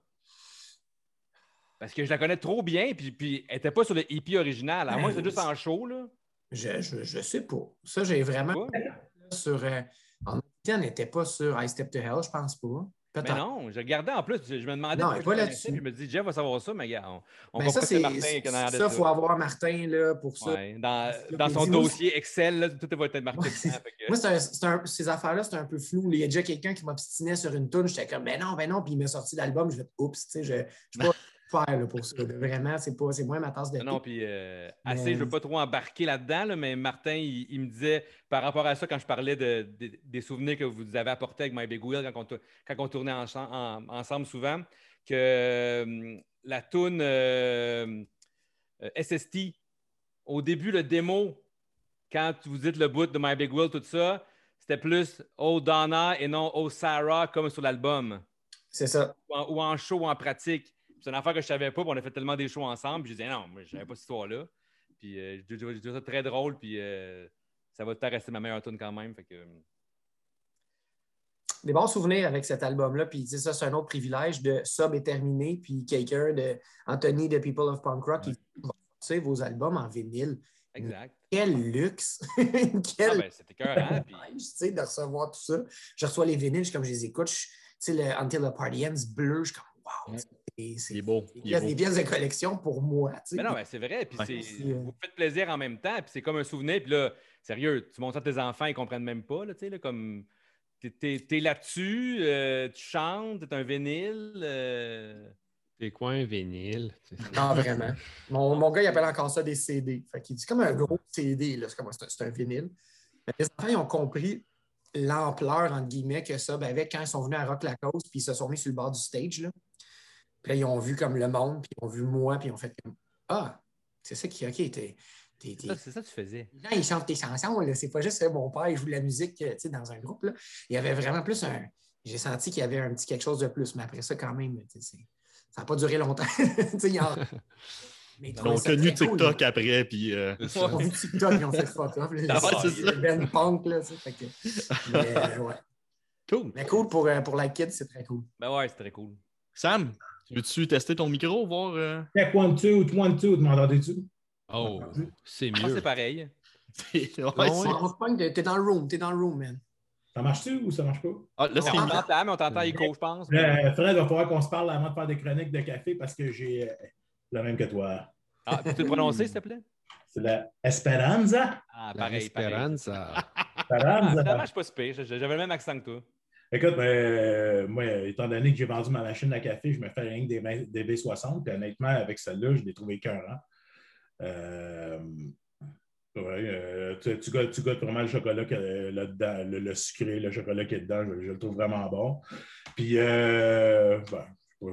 Parce que je la connais trop bien, puis, puis elle n'était pas sur le E P original. À moi, c'était juste en show, là. Je, je, je sais pas. Ça, j'ai vraiment. Sur. Euh, Almighty Ten n'était pas sur I Step to Hell, je pense pas. Mais non, je regardais en plus, je me demandais non, pourquoi pas je là-dessus. Puis je me dis, Jeff va savoir ça, mais gars, on, on ben va ça, passer Martin qui est en arrière de ça. Il faut avoir Martin là, pour ça. Ouais, dans, que, dans son dis, dossier moi, Excel, là, tout va être marqué. Ouais, que... Moi, c'est un, c'est un, ces affaires-là, c'est un peu flou. Il y a déjà quelqu'un qui m'obstinait sur une toune. J'étais comme, ben non, ben non. Puis il m'a sorti l'album. Je vais oups, tu sais, je ne suis pas faire là, pour ça. Vraiment, c'est, pas, c'est moins ma tasse de thé. Non, non, puis euh, mais... assez, je ne veux pas trop embarquer là-dedans, là, mais Martin, il, il me disait, par rapport à ça, quand je parlais de, de, des souvenirs que vous avez apportés avec My Big Wheel quand on, quand on tournait en, en, ensemble souvent, que euh, la toune euh, S S T, au début, le démo, quand vous dites le bout de My Big Wheel, tout ça, c'était plus Oh Donna et non Oh Sarah comme sur l'album. C'est ça. Ou en, ou en show ou en pratique. C'est une affaire que je ne savais pas, puis on a fait tellement des shows ensemble. Puis je disais non, moi, je ne savais pas cette histoire-là. Puis euh, je trouve ça très drôle, puis euh, ça va tout rester ma meilleure tune quand même. Fait que... Des bons souvenirs avec cet album-là. Puis ça, c'est un autre privilège de Sub est terminé, puis quelqu'un de Anthony de People of Punk Rock ouais. qui va sortir vos albums en vinyle. Exact. Quel luxe! Quel... Ah ben, c'était écœurant. Puis... tu sais, de recevoir tout ça. Je reçois les vinyles, comme je les écoute. Tu sais, le Until the Party Ends bleu, je suis comme wow! C'est, c'est beau. Des pièces, des pièces de collection pour moi. Mais non, ben, c'est vrai. Puis ouais. c'est, c'est, euh... vous faites plaisir en même temps. Puis c'est comme un souvenir. Puis là, sérieux, tu montres ça à tes enfants, ils ne comprennent même pas. Là, tu sais, là, comme t'es, t'es, t'es là-dessus, euh, tu chantes, t'es un vinyle. Euh... C'est quoi un vinyle? Non, vraiment. Mon, mon gars, il appelle encore ça des C D. Fait qu'il dit comme un gros C D, là. C'est, comme, c'est, un, c'est un vinyle. Mais les enfants, ils ont compris l'ampleur, entre guillemets, que ça avait quand ils sont venus à Rock La Cause, puis ils se sont mis sur le bord du stage. Là. Puis là, ils ont vu comme le monde, puis ils ont vu moi, puis ils ont fait comme ah, c'est ça qui, OK, t'es. t'es, t'es... C'est, ça, c'est ça que tu faisais. Là, ils chantent tes chansons, là. C'est pas juste euh, mon père, il joue de la musique dans un groupe. Là. Il y avait vraiment plus un. J'ai senti qu'il y avait un petit quelque chose de plus, mais après ça, quand même, c'est... ça n'a pas duré longtemps. ils ont... Mais ils ont connu TikTok cool, après, puis... Euh... Ils ont vu TikTok, ils ont fait fuck off. Ah ouais, c'est ça. Ben Punk, là, fait que... Mais, euh, ouais. Cool. Mais cool pour, euh, pour la kid, c'est très cool. Ben ouais, c'est très cool. Sam, veux-tu tester ton micro, voir... Euh... Check one, two, one, two, tu m'entendais-tu? Oh, c'est mieux. Ah, c'est pareil. c'est... Ouais, non, c'est... T'es dans le room, t'es dans le room, man. Ça marche-tu ou ça marche pas? Ah, là, on t'entend, mais on t'entend écho, je pense. Euh, Fred, il va falloir qu'on se parle avant de faire des chroniques de café parce que j'ai euh, le même que toi. Ah, peux-tu le prononcer, s'il te plaît? C'est la Esperanza. Ah, pareil, Esperanza. pareil. Ah, finalement, je suis pas super. J'avais le même accent que toi. Écoute, euh, moi, étant donné que j'ai vendu ma machine à café, je me fais rien que des, des V soixante. Puis honnêtement, avec celle-là, je l'ai trouvé écœurant. Euh, ouais, euh, tu, tu, goûtes, tu goûtes vraiment le chocolat que, là-dedans, le, le sucré, le chocolat qui est dedans, je, je le trouve vraiment bon. Puis, euh, ben,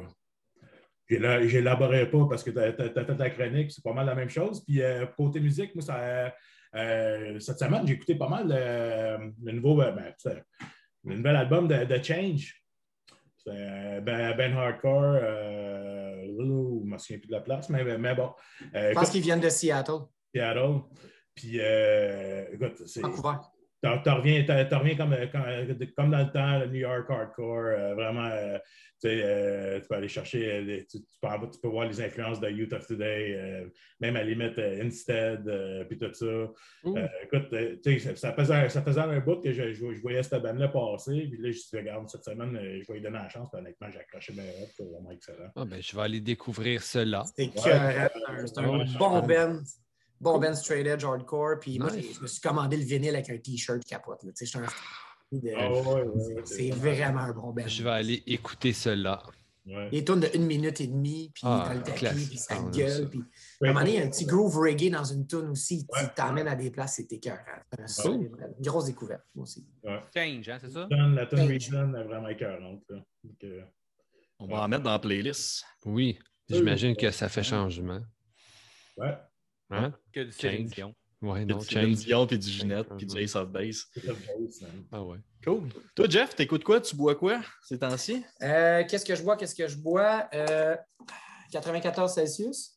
je ne j'élaborerai pas parce que tu as, as fait la chronique, c'est pas mal la même chose. Puis, euh, côté musique, moi, ça, euh, cette semaine, j'ai écouté pas mal le, le nouveau, ben, le nouvel album de, de Change. C'est Ben, ben Hardcore. Euh, je ne me souviens plus de la place, mais, mais bon. Euh, je pense qu'ils viennent de Seattle. Seattle. Puis, euh, écoute, c'est. Vancouver. tu reviens, t'en- t'en reviens comme, comme, comme dans le temps, le New York Hardcore, euh, vraiment, euh, tu sais, euh, tu peux aller chercher, euh, les- tu, tu peux, avoir- tu peux voir les influences de Youth of Today, euh, même à la limite euh, Instead, euh, puis tout ça. Euh, écoute, euh, tu sais, ça, ça faisait, ça faisait un bout que je, je, je voyais cette bande-là passer, puis là, je me suis dit, regarde, cette semaine, euh, je vais lui donner la chance, puis honnêtement, j'ai accroché bien hop, c'est vraiment excellent. Ah, ben, je vais aller découvrir cela. C'est Ouais, écœurant. euh, C'est un ouais, bon je- Ben. Bon Ben straight edge hardcore. Puis moi, Nice. je me suis commandé le vinyle avec un t-shirt capote. Là. Tu sais, je suis un fan de- Ah ouais, ouais, ouais, C'est vraiment un bon Ben. Je vais aller écouter cela. Ouais. Il tourne de une minute et demie, puis Ah, dans le tapis, classique. puis ça Ah, on aime gueule. ça. Puis à un moment donné, il y a un petit groove reggae dans une tune aussi qui Ouais. t'emmène à des places, c'est écœurant. C'est un solide Ben. Une grosse découverte, moi aussi. Ouais. Change, hein, c'est ça? La tune Change. Reason est vraiment écœurante. là. Donc, euh, On va en mettre dans la playlist. Oui, j'imagine que ça fait changement. ouais. Hein? Que du Céline Change. Dion. Ouais, non, Du Céline change. Dion, puis du Ginette, puis du Ouais. Ace of Base. C'est ça, c'est man. Ah ouais. Cool. Toi, Jeff, t'écoutes quoi? Tu bois quoi ces temps-ci? Euh, qu'est-ce que je bois? Qu'est-ce que je bois? Euh, quatre-vingt-quatorze Celsius.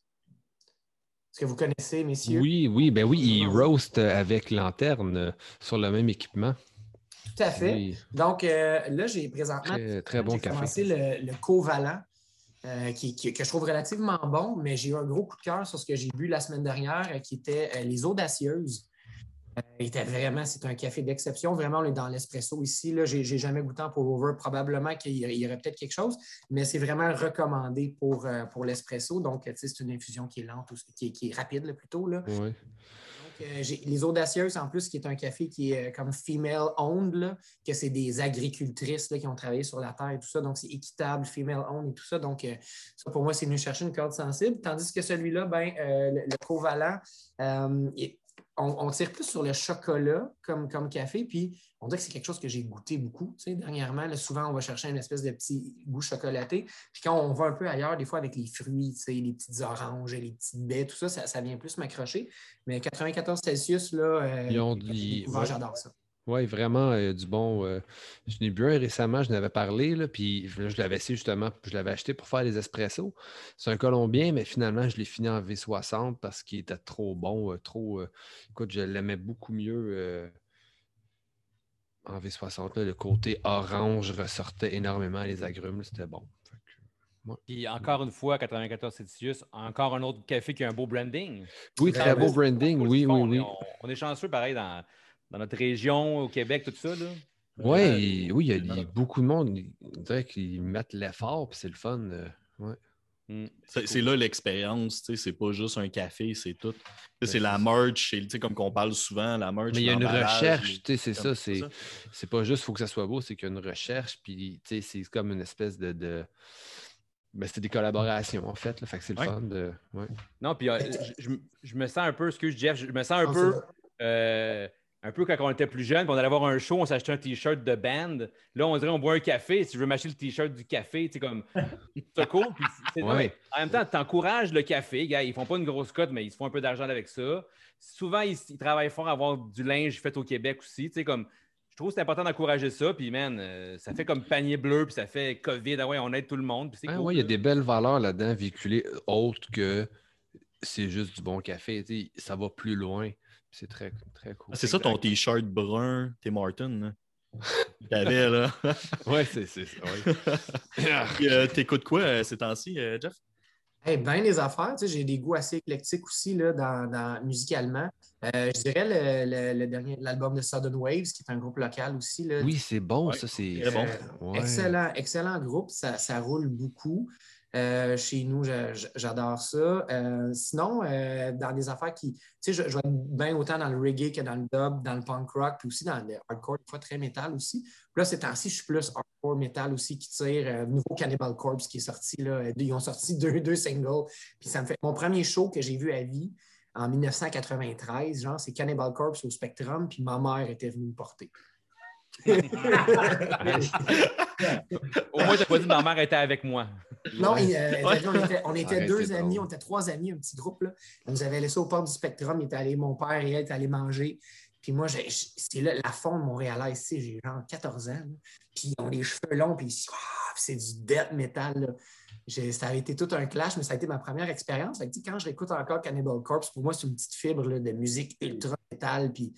Est-ce que vous connaissez, messieurs? Oui, oui, ben oui, il roast avec lanterne euh, sur le même équipement. Tout à fait. Oui, Donc, euh, là, j'ai présentement très, très bon j'ai café. commencé le, le Covalent, euh, qui, qui- que je trouve relativement bon, mais j'ai eu un gros coup de cœur sur ce que j'ai bu la semaine dernière, euh, qui était euh, les Audacieuses. Euh, il était vraiment, c'est un café d'exception. Vraiment, on est dans l'espresso ici. Là, j'ai, j'ai jamais goûté en pour-over. Probablement qu'il y aurait, il y aurait peut-être quelque chose, mais c'est vraiment recommandé pour, euh, pour l'espresso. Donc, tu sais, c'est une infusion qui est lente, ou qui est, qui est rapide là, plutôt. Là. Ouais. Donc, euh, j'ai les Audacieuses, en plus, qui est un café qui est euh, comme female-owned, là, que c'est des agricultrices là, qui ont travaillé sur la terre et tout ça. Donc, c'est équitable, female-owned et tout ça. Donc, euh, ça, pour moi, c'est venu chercher une corde sensible. Tandis que celui-là, ben, euh, le, le Covalent, euh, il- on, on tire plus sur le chocolat comme, comme café. Puis, on dirait que c'est quelque chose que j'ai goûté beaucoup. Tu sais, dernièrement, là, souvent, on va chercher une espèce de petit goût chocolaté. Puis quand on va un peu ailleurs, des fois avec les fruits, tu sais, les petites oranges, les petites baies, tout ça, ça, ça vient plus m'accrocher. Mais quatre-vingt-quatorze Celsius, là, euh, Ils ont quand j'ai dit- découvert, ouais. j'adore ça. Oui, vraiment euh, du bon. euh, je n'ai bu un récemment, je n'avais parlé, là, puis je, je l'avais essayé justement, je l'avais acheté pour faire les espressos. C'est un Colombien, mais finalement, je l'ai fini en V soixante parce qu'il était trop bon, euh, trop. euh, écoute, je l'aimais beaucoup mieux euh, en V soixante. Là, le côté orange ressortait énormément, les agrumes, là, c'était bon. Fait que, ouais. Puis encore une fois, quatre-vingt-quatorze Celsius, encore un autre café qui a un beau branding. Oui, très beau branding, Faut le oui, dire, oui, on, est- oui. on- on est chanceux, pareil, dans, dans notre région, au Québec, tout ça. Là. Ouais, oui, il y a, il y a beaucoup de monde, on dirait qu'ils mettent l'effort, puis c'est le fun. euh, ouais. Mm. C'est c'est là l'expérience, tu sais, c'est pas juste un café, c'est tout. Tu sais, Ben, c'est la c'est- merch, c'est, tu sais, comme qu'on parle souvent, la merch. Mais il y a une l'emballage, recherche, les- tu sais, c'est comme- ça, c'est ça. c'est pas juste il faut que ça soit beau, c'est qu'il y a une recherche, puis tu sais, c'est comme une espèce de. de... Ben, c'est des collaborations, en fait, là, fait que c'est le Ouais. fun de. Ouais. Non, puis euh, je, je- je me sens un peu, excuse Jeff, je me sens un Non, peu, c'est euh, un peu quand on était plus jeune, puis on allait voir un show, on s'achetait un t-shirt de band. Là, on dirait on boit un café. Si tu veux m'acheter le t-shirt du café, tu sais, comme c'est cool. Puis c'est- non, Ouais. mais en même temps, tu encourages le café, gars. Ils font pas une grosse cote, mais ils se font un peu d'argent avec ça. Souvent, ils, ils travaillent fort à avoir du linge fait au Québec aussi. Tu sais, comme je trouve que c'est important d'encourager ça. Puis, man, euh, ça fait comme panier bleu, puis ça fait COVID. Ah ouais, on aide tout le monde. Puis c'est Ah cool. ouais, il y a là. des belles valeurs là-dedans véhiculées, euh, autres que c'est juste du bon café. Tu sais, ça va plus loin. C'est très, très cool. Ah, c'est ça ton t-shirt brun, Tim Martin, là. T'avais, là. Ouais, c'est c'est ça. Ouais. Puis, euh, t'écoutes quoi euh, ces temps-ci, euh, Jeff? Eh bien, les affaires, tu sais, j'ai des goûts assez éclectiques aussi là, dans, dans- musicalement. Euh, je dirais le, le- le dernier, l'album de Sudden Waves, qui est un groupe local aussi. Là. Oui, c'est bon, Ouais, ça. C'est très bon. Euh, Ouais. Excellent, excellent groupe, ça, ça roule beaucoup. Euh, chez nous, je- je- j'adore ça. Euh, sinon, euh, dans des affaires qui. Tu sais, je, je vais être bien autant dans le reggae que dans le dub, dans le punk rock, puis aussi dans le hardcore, des fois très métal aussi. Puis là, ces temps-ci, je suis plus hardcore métal aussi qui tire. Euh, nouveau Cannibal Corpse qui est sorti. Là, ils ont sorti deux, deux singles. Puis ça me fait. Mon premier show que j'ai vu à vie en dix-neuf cent quatre-vingt-treize, genre, c'est Cannibal Corpse au Spectrum, puis ma mère était venue me porter. Au moins, t'as pas dit que ma mère était avec moi. Non, et, euh, on était, on était Arrête, deux c'est amis, drôle. on était trois amis, un petit groupe. Là. On nous avait laissé au port du Spectrum. Il était allé, mon père et elle étaient allés manger. Puis moi, j'ai- j'ai- c'est là, la fonte montréalaise, tu sais, j'ai genre quatorze ans. Là. Puis ils ont les cheveux longs, puis ah, c'est du death metal. Là. J'ai- ça a été tout un clash, mais ça a été ma première expérience. Fait que, tu sais, quand je réécoute encore Cannibal Corpse, pour moi, c'est une petite fibre là, de musique ultra métal. Puis tu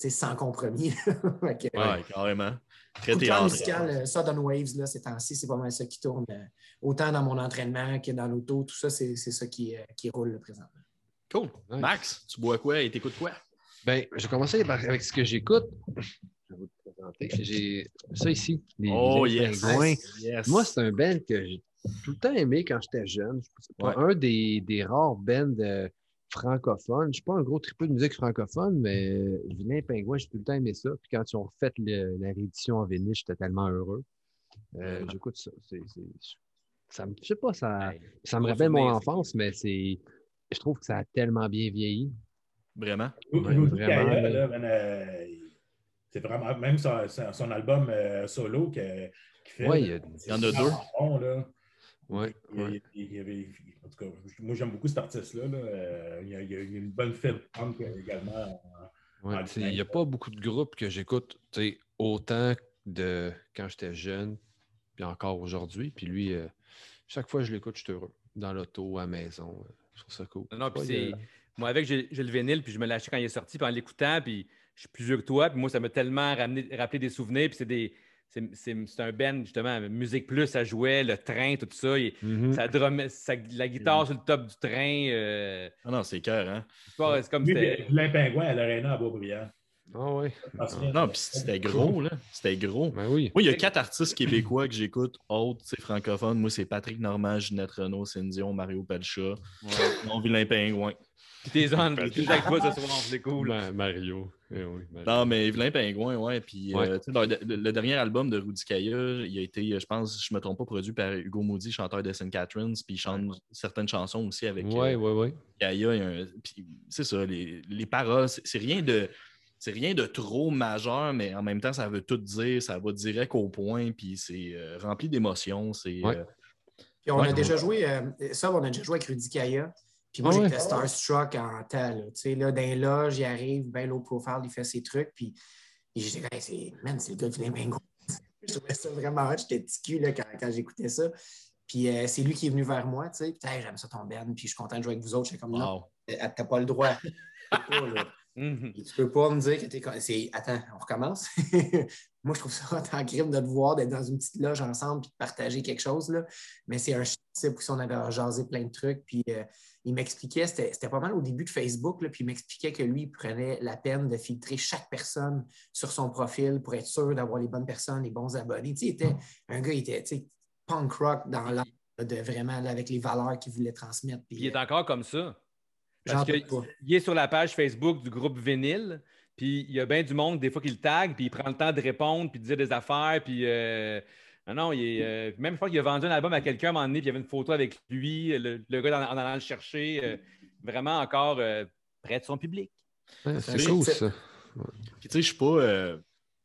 sans compromis. Okay. Ouais, carrément. Très Coup de cœur théâtral. musical, euh, Southern Waves, là, ces temps-ci, c'est pas mal ça qui tourne. euh, autant dans mon entraînement que dans l'auto, tout ça, c'est c'est ça qui, euh, qui roule là, présentement. Cool. Nice. Max, tu bois quoi et t'écoutes quoi? Ben, je vais commencer par- avec ce que j'écoute. Je vais vous le présenter. J'ai ça ici, les, Oh, les yes. Pingouins. Yes. Moi, c'est un band que j'ai tout le temps aimé quand j'étais jeune. C'est pas Ouais. un des, des rares bands euh, francophones. Je ne suis pas un gros triple de musique francophone, mais Vilain Pingouin, j'ai tout le temps aimé ça. Puis quand ils ont refait le- la réédition en vinyle, j'étais tellement heureux. Euh, J'écoute ça. C'est, c'est- ça me, je sais pas, ça, Hey, ça me gros rappelle mon souvenir, enfance, mais c'est, je trouve que ça a tellement bien vieilli. Vraiment? Ouais, Rudy vraiment, Kaya, là. là, man, euh, c'est vraiment, même son, son- son album euh, solo que- qu'il fait. Ouais, là, il y a- c'est il y en a vraiment deux. bon, là. Ouais, Il y a- ouais. il y avait- en tout cas, moi, j'aime beaucoup cet artiste-là. Là. Euh, il, y a, il y a une bonne fête punk également. en- Ouais, en tu sais, il n'y a pas beaucoup de groupes que j'écoute tu sais, autant de quand j'étais jeune, puis encore aujourd'hui. Puis lui, euh, chaque fois que je l'écoute, je suis heureux. Dans l'auto, à la maison. euh, je trouve ça cool. Non, non, puis Ouais, c'est. il y a- Moi, avec, j'ai j'ai le vinyle, puis je me l'ai acheté quand il est sorti, puis en l'écoutant, puis je suis plus vieux que toi, puis moi, ça m'a tellement ramené, rappelé des souvenirs, puis c'est des. C'est c'est- c'est un band, justement, Musique Plus, ça jouait, le train, tout ça. il- Mhm. ça drum- ça- la guitare sur le top du train. euh, Ah non, c'est cœur, hein? c'est pas- c'est comme Lui, c'était. Vilain Pingouin à l'Arena à Beaubriand. Ah ouais. Parce Ah. que- Non, puis c'était gros, là. C'était gros. Ben oui. Moi, il y a quatre artistes québécois que j'écoute, autres, c'est francophones. Moi, c'est Patrick Normand, Ginette Renault, Céline Dion, Mario Pelcha, mon Vilain Pingouin. Puis tes on, t'es avec toi ce soir, c'est cool. Ma- Mario. Eh oui, Mario. Non, mais Vilain Pingouin, ouais. Puis, Ouais. euh, tu sais, le, le- le dernier album de Rudy Kaya, il a été, je pense, je ne me trompe pas, produit par Hugo Moody, chanteur de Saint Catharines, puis il chante certaines chansons aussi avec Ouais, euh, ouais, ouais. Kaya. Il y a un- puis c'est ça, les, les paroles, c'est c'est rien de. C'est rien de trop majeur, mais en même temps, ça veut tout dire, ça va direct au point, puis c'est euh, rempli d'émotions. C'est, Ouais. euh, Puis on Ouais. a déjà joué, euh, ça, on a déjà joué avec Rudy Kaya. Puis moi, Ah ouais. j'étais starstruck en temps. Là. Tu sais, là, dans les loges, il arrive, bien low profile, il fait ses trucs. Puis et j'étais, hey, c'est, man, c'est le gars de Vilain Pingouin. Je trouvais ça vraiment hot. J'étais petit cul là, quand, quand j'écoutais ça. Puis euh, c'est lui qui est venu vers moi. Tu sais, puis hey, j'aime ça ton band. Puis je suis content de jouer avec vous autres. J'étais comme, non, wow. euh, t'as pas le droit. Tu peux pas, là. Mhm. Et tu peux pas me dire que t'es. con- c'est... Attends, on recommence. Moi, je trouve ça hot en crime de te voir, d'être dans une petite loge ensemble puis de partager quelque chose. Là. Mais c'est un type où on avait jasé plein de trucs. Puis euh, il m'expliquait, c'était, c'était pas mal au début de Facebook, là, puis il m'expliquait que lui, il prenait la peine de filtrer chaque personne sur son profil pour être sûr d'avoir les bonnes personnes, les bons abonnés. Tu sais, il était un gars, il était tu sais, punk rock dans l'âme, là, de vraiment là, avec les valeurs qu'il voulait transmettre. Puis, Puis il est euh, encore comme ça. j'en Parce doute qu'il pas. est sur la page Facebook du groupe Vinyle, puis il y a bien du monde, des fois, qui le tag, puis il prend le temps de répondre, puis de dire des affaires, puis... euh, Non, non, il est, euh, même je crois qu'il a vendu un album à quelqu'un à un moment donné, puis il y avait une photo avec lui, le, le gars en, en allant le chercher, euh, vraiment encore euh, près de son public. Ouais, C'est c'est un cool, chic ça. Puis, tu sais, je suis pas. euh,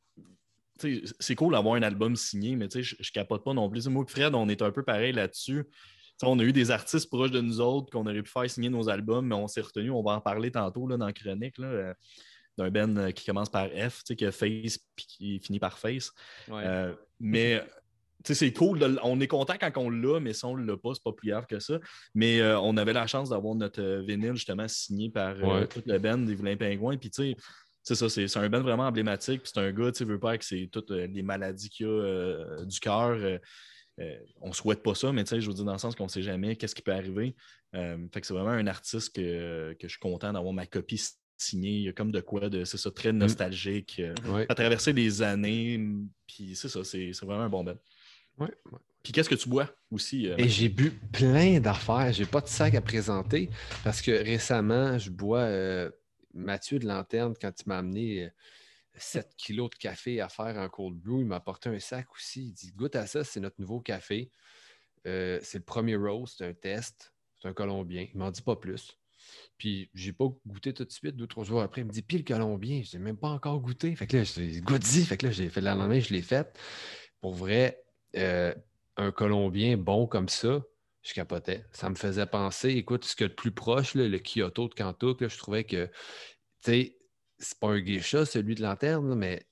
tu sais, c'est cool d'avoir un album signé, mais tu sais, je, je capote pas non plus. Moi et Fred, on est un peu pareil là-dessus. Tu sais, on a eu des artistes proches de nous autres qu'on aurait pu faire signer nos albums, mais on s'est retenu. On va en parler tantôt là, dans la chronique là, euh, d'un band euh, qui commence par F, tu sais, qui a Face puis qui finit par Face. Ouais. Euh, mais tu sais, c'est cool. De, on est content quand on l'a, mais si on ne l'a pas, c'est pas plus grave que ça. Mais euh, on avait la chance d'avoir notre euh, vinyle justement signé par euh, Ouais. toute le band des Vilains Pingouins. Puis tu sais, c'est ça, c'est, c'est un band vraiment emblématique. Puis c'est un gars, tu sais, veut pas que c'est toutes euh, les maladies qu'il y a euh, du cœur. Euh, euh, on souhaite pas ça, mais tu sais, je veux dire, dans le sens qu'on sait jamais qu'est-ce qui peut arriver. Euh, fait que c'est vraiment un artiste que, que je suis content d'avoir ma copie signée. Il y a comme de quoi, de, c'est ça, très nostalgique. Euh, Ouais. à traverser des années. Puis c'est ça, c'est, c'est vraiment un bon band. Ouais, ouais. Puis qu'est-ce que tu bois aussi? euh, Et j'ai bu plein d'affaires. J'ai pas de sac à présenter parce que récemment, je bois euh, Mathieu de Lanterne, quand il m'a amené euh, sept kilos de café à faire en cold brew, il m'a apporté un sac aussi. Il dit goûte à ça, c'est notre nouveau café. Euh, c'est le premier roast, c'est un test. C'est un Colombien. Il m'en dit pas plus. Puis, j'ai pas goûté tout de suite. Deux, trois jours après, il me dit, puis le Colombien, je n'ai même pas encore goûté. Fait que là, je dis, goûte-y. Fait que là, j'ai fait le lendemain, je l'ai fait. Pour vrai, euh, un Colombien bon comme ça, je capotais. Ça me faisait penser, écoute, ce que le plus proche, là, le Kyoto de Kantuk, là, je trouvais que, tu sais, c'est pas un geisha, celui de Lanterne, là, mais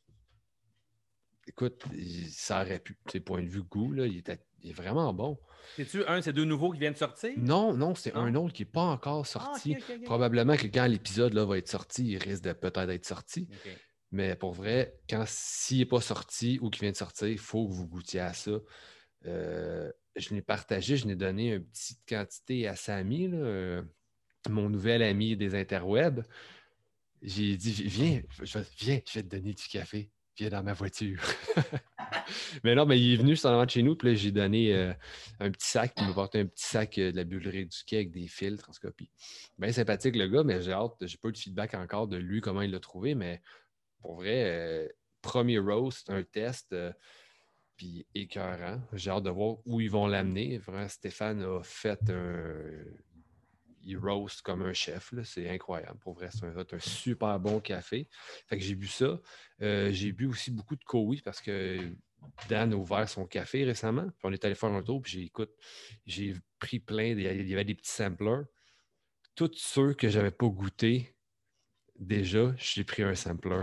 écoute, il- ça aurait pu. Tu sais, point de vue goût, là, il, était, il est vraiment bon. C'est-tu un de ces deux nouveaux qui viennent de sortir? Non, non, c'est Non? un autre qui n'est pas encore Ah, sorti. ok, ok, ok. Probablement que quand l'épisode là, va être sorti, il risque de peut-être être sorti. Ok. Mais pour vrai, quand s'il n'est pas sorti ou qu'il vient de sortir, il faut que vous goûtiez à ça. Euh, je l'ai partagé, je l'ai donné une petite quantité à Samy, là, euh, mon nouvel ami des interwebs. J'ai dit, viens, je, viens, je vais te donner du café. Viens dans ma voiture. Mais non, mais il est venu justement de chez nous, puis là, j'ai donné euh, un petit sac, puis il m'a porté un petit sac euh, de la buverie du quai avec des filtres, en tout cas. Puis, bien sympathique le gars, mais j'ai hâte, j'ai pas eu de feedback encore de lui, comment il l'a trouvé, mais pour vrai, euh, premier roast, un test, euh, puis écœurant. J'ai hâte de voir où ils vont l'amener. Vraiment, Stéphane a fait un... Il roast comme un chef, là. C'est incroyable. Pour vrai, c'est un, un super bon café. Fait que j'ai bu ça. Euh, j'ai bu aussi beaucoup de Kowi parce que Dan a ouvert son café récemment. Puis on est allé faire un tour, puis j'ai, écoute, j'ai pris plein, de, il y avait des petits samplers. Tous ceux que j'avais pas goûté, déjà, j'ai pris un sampler.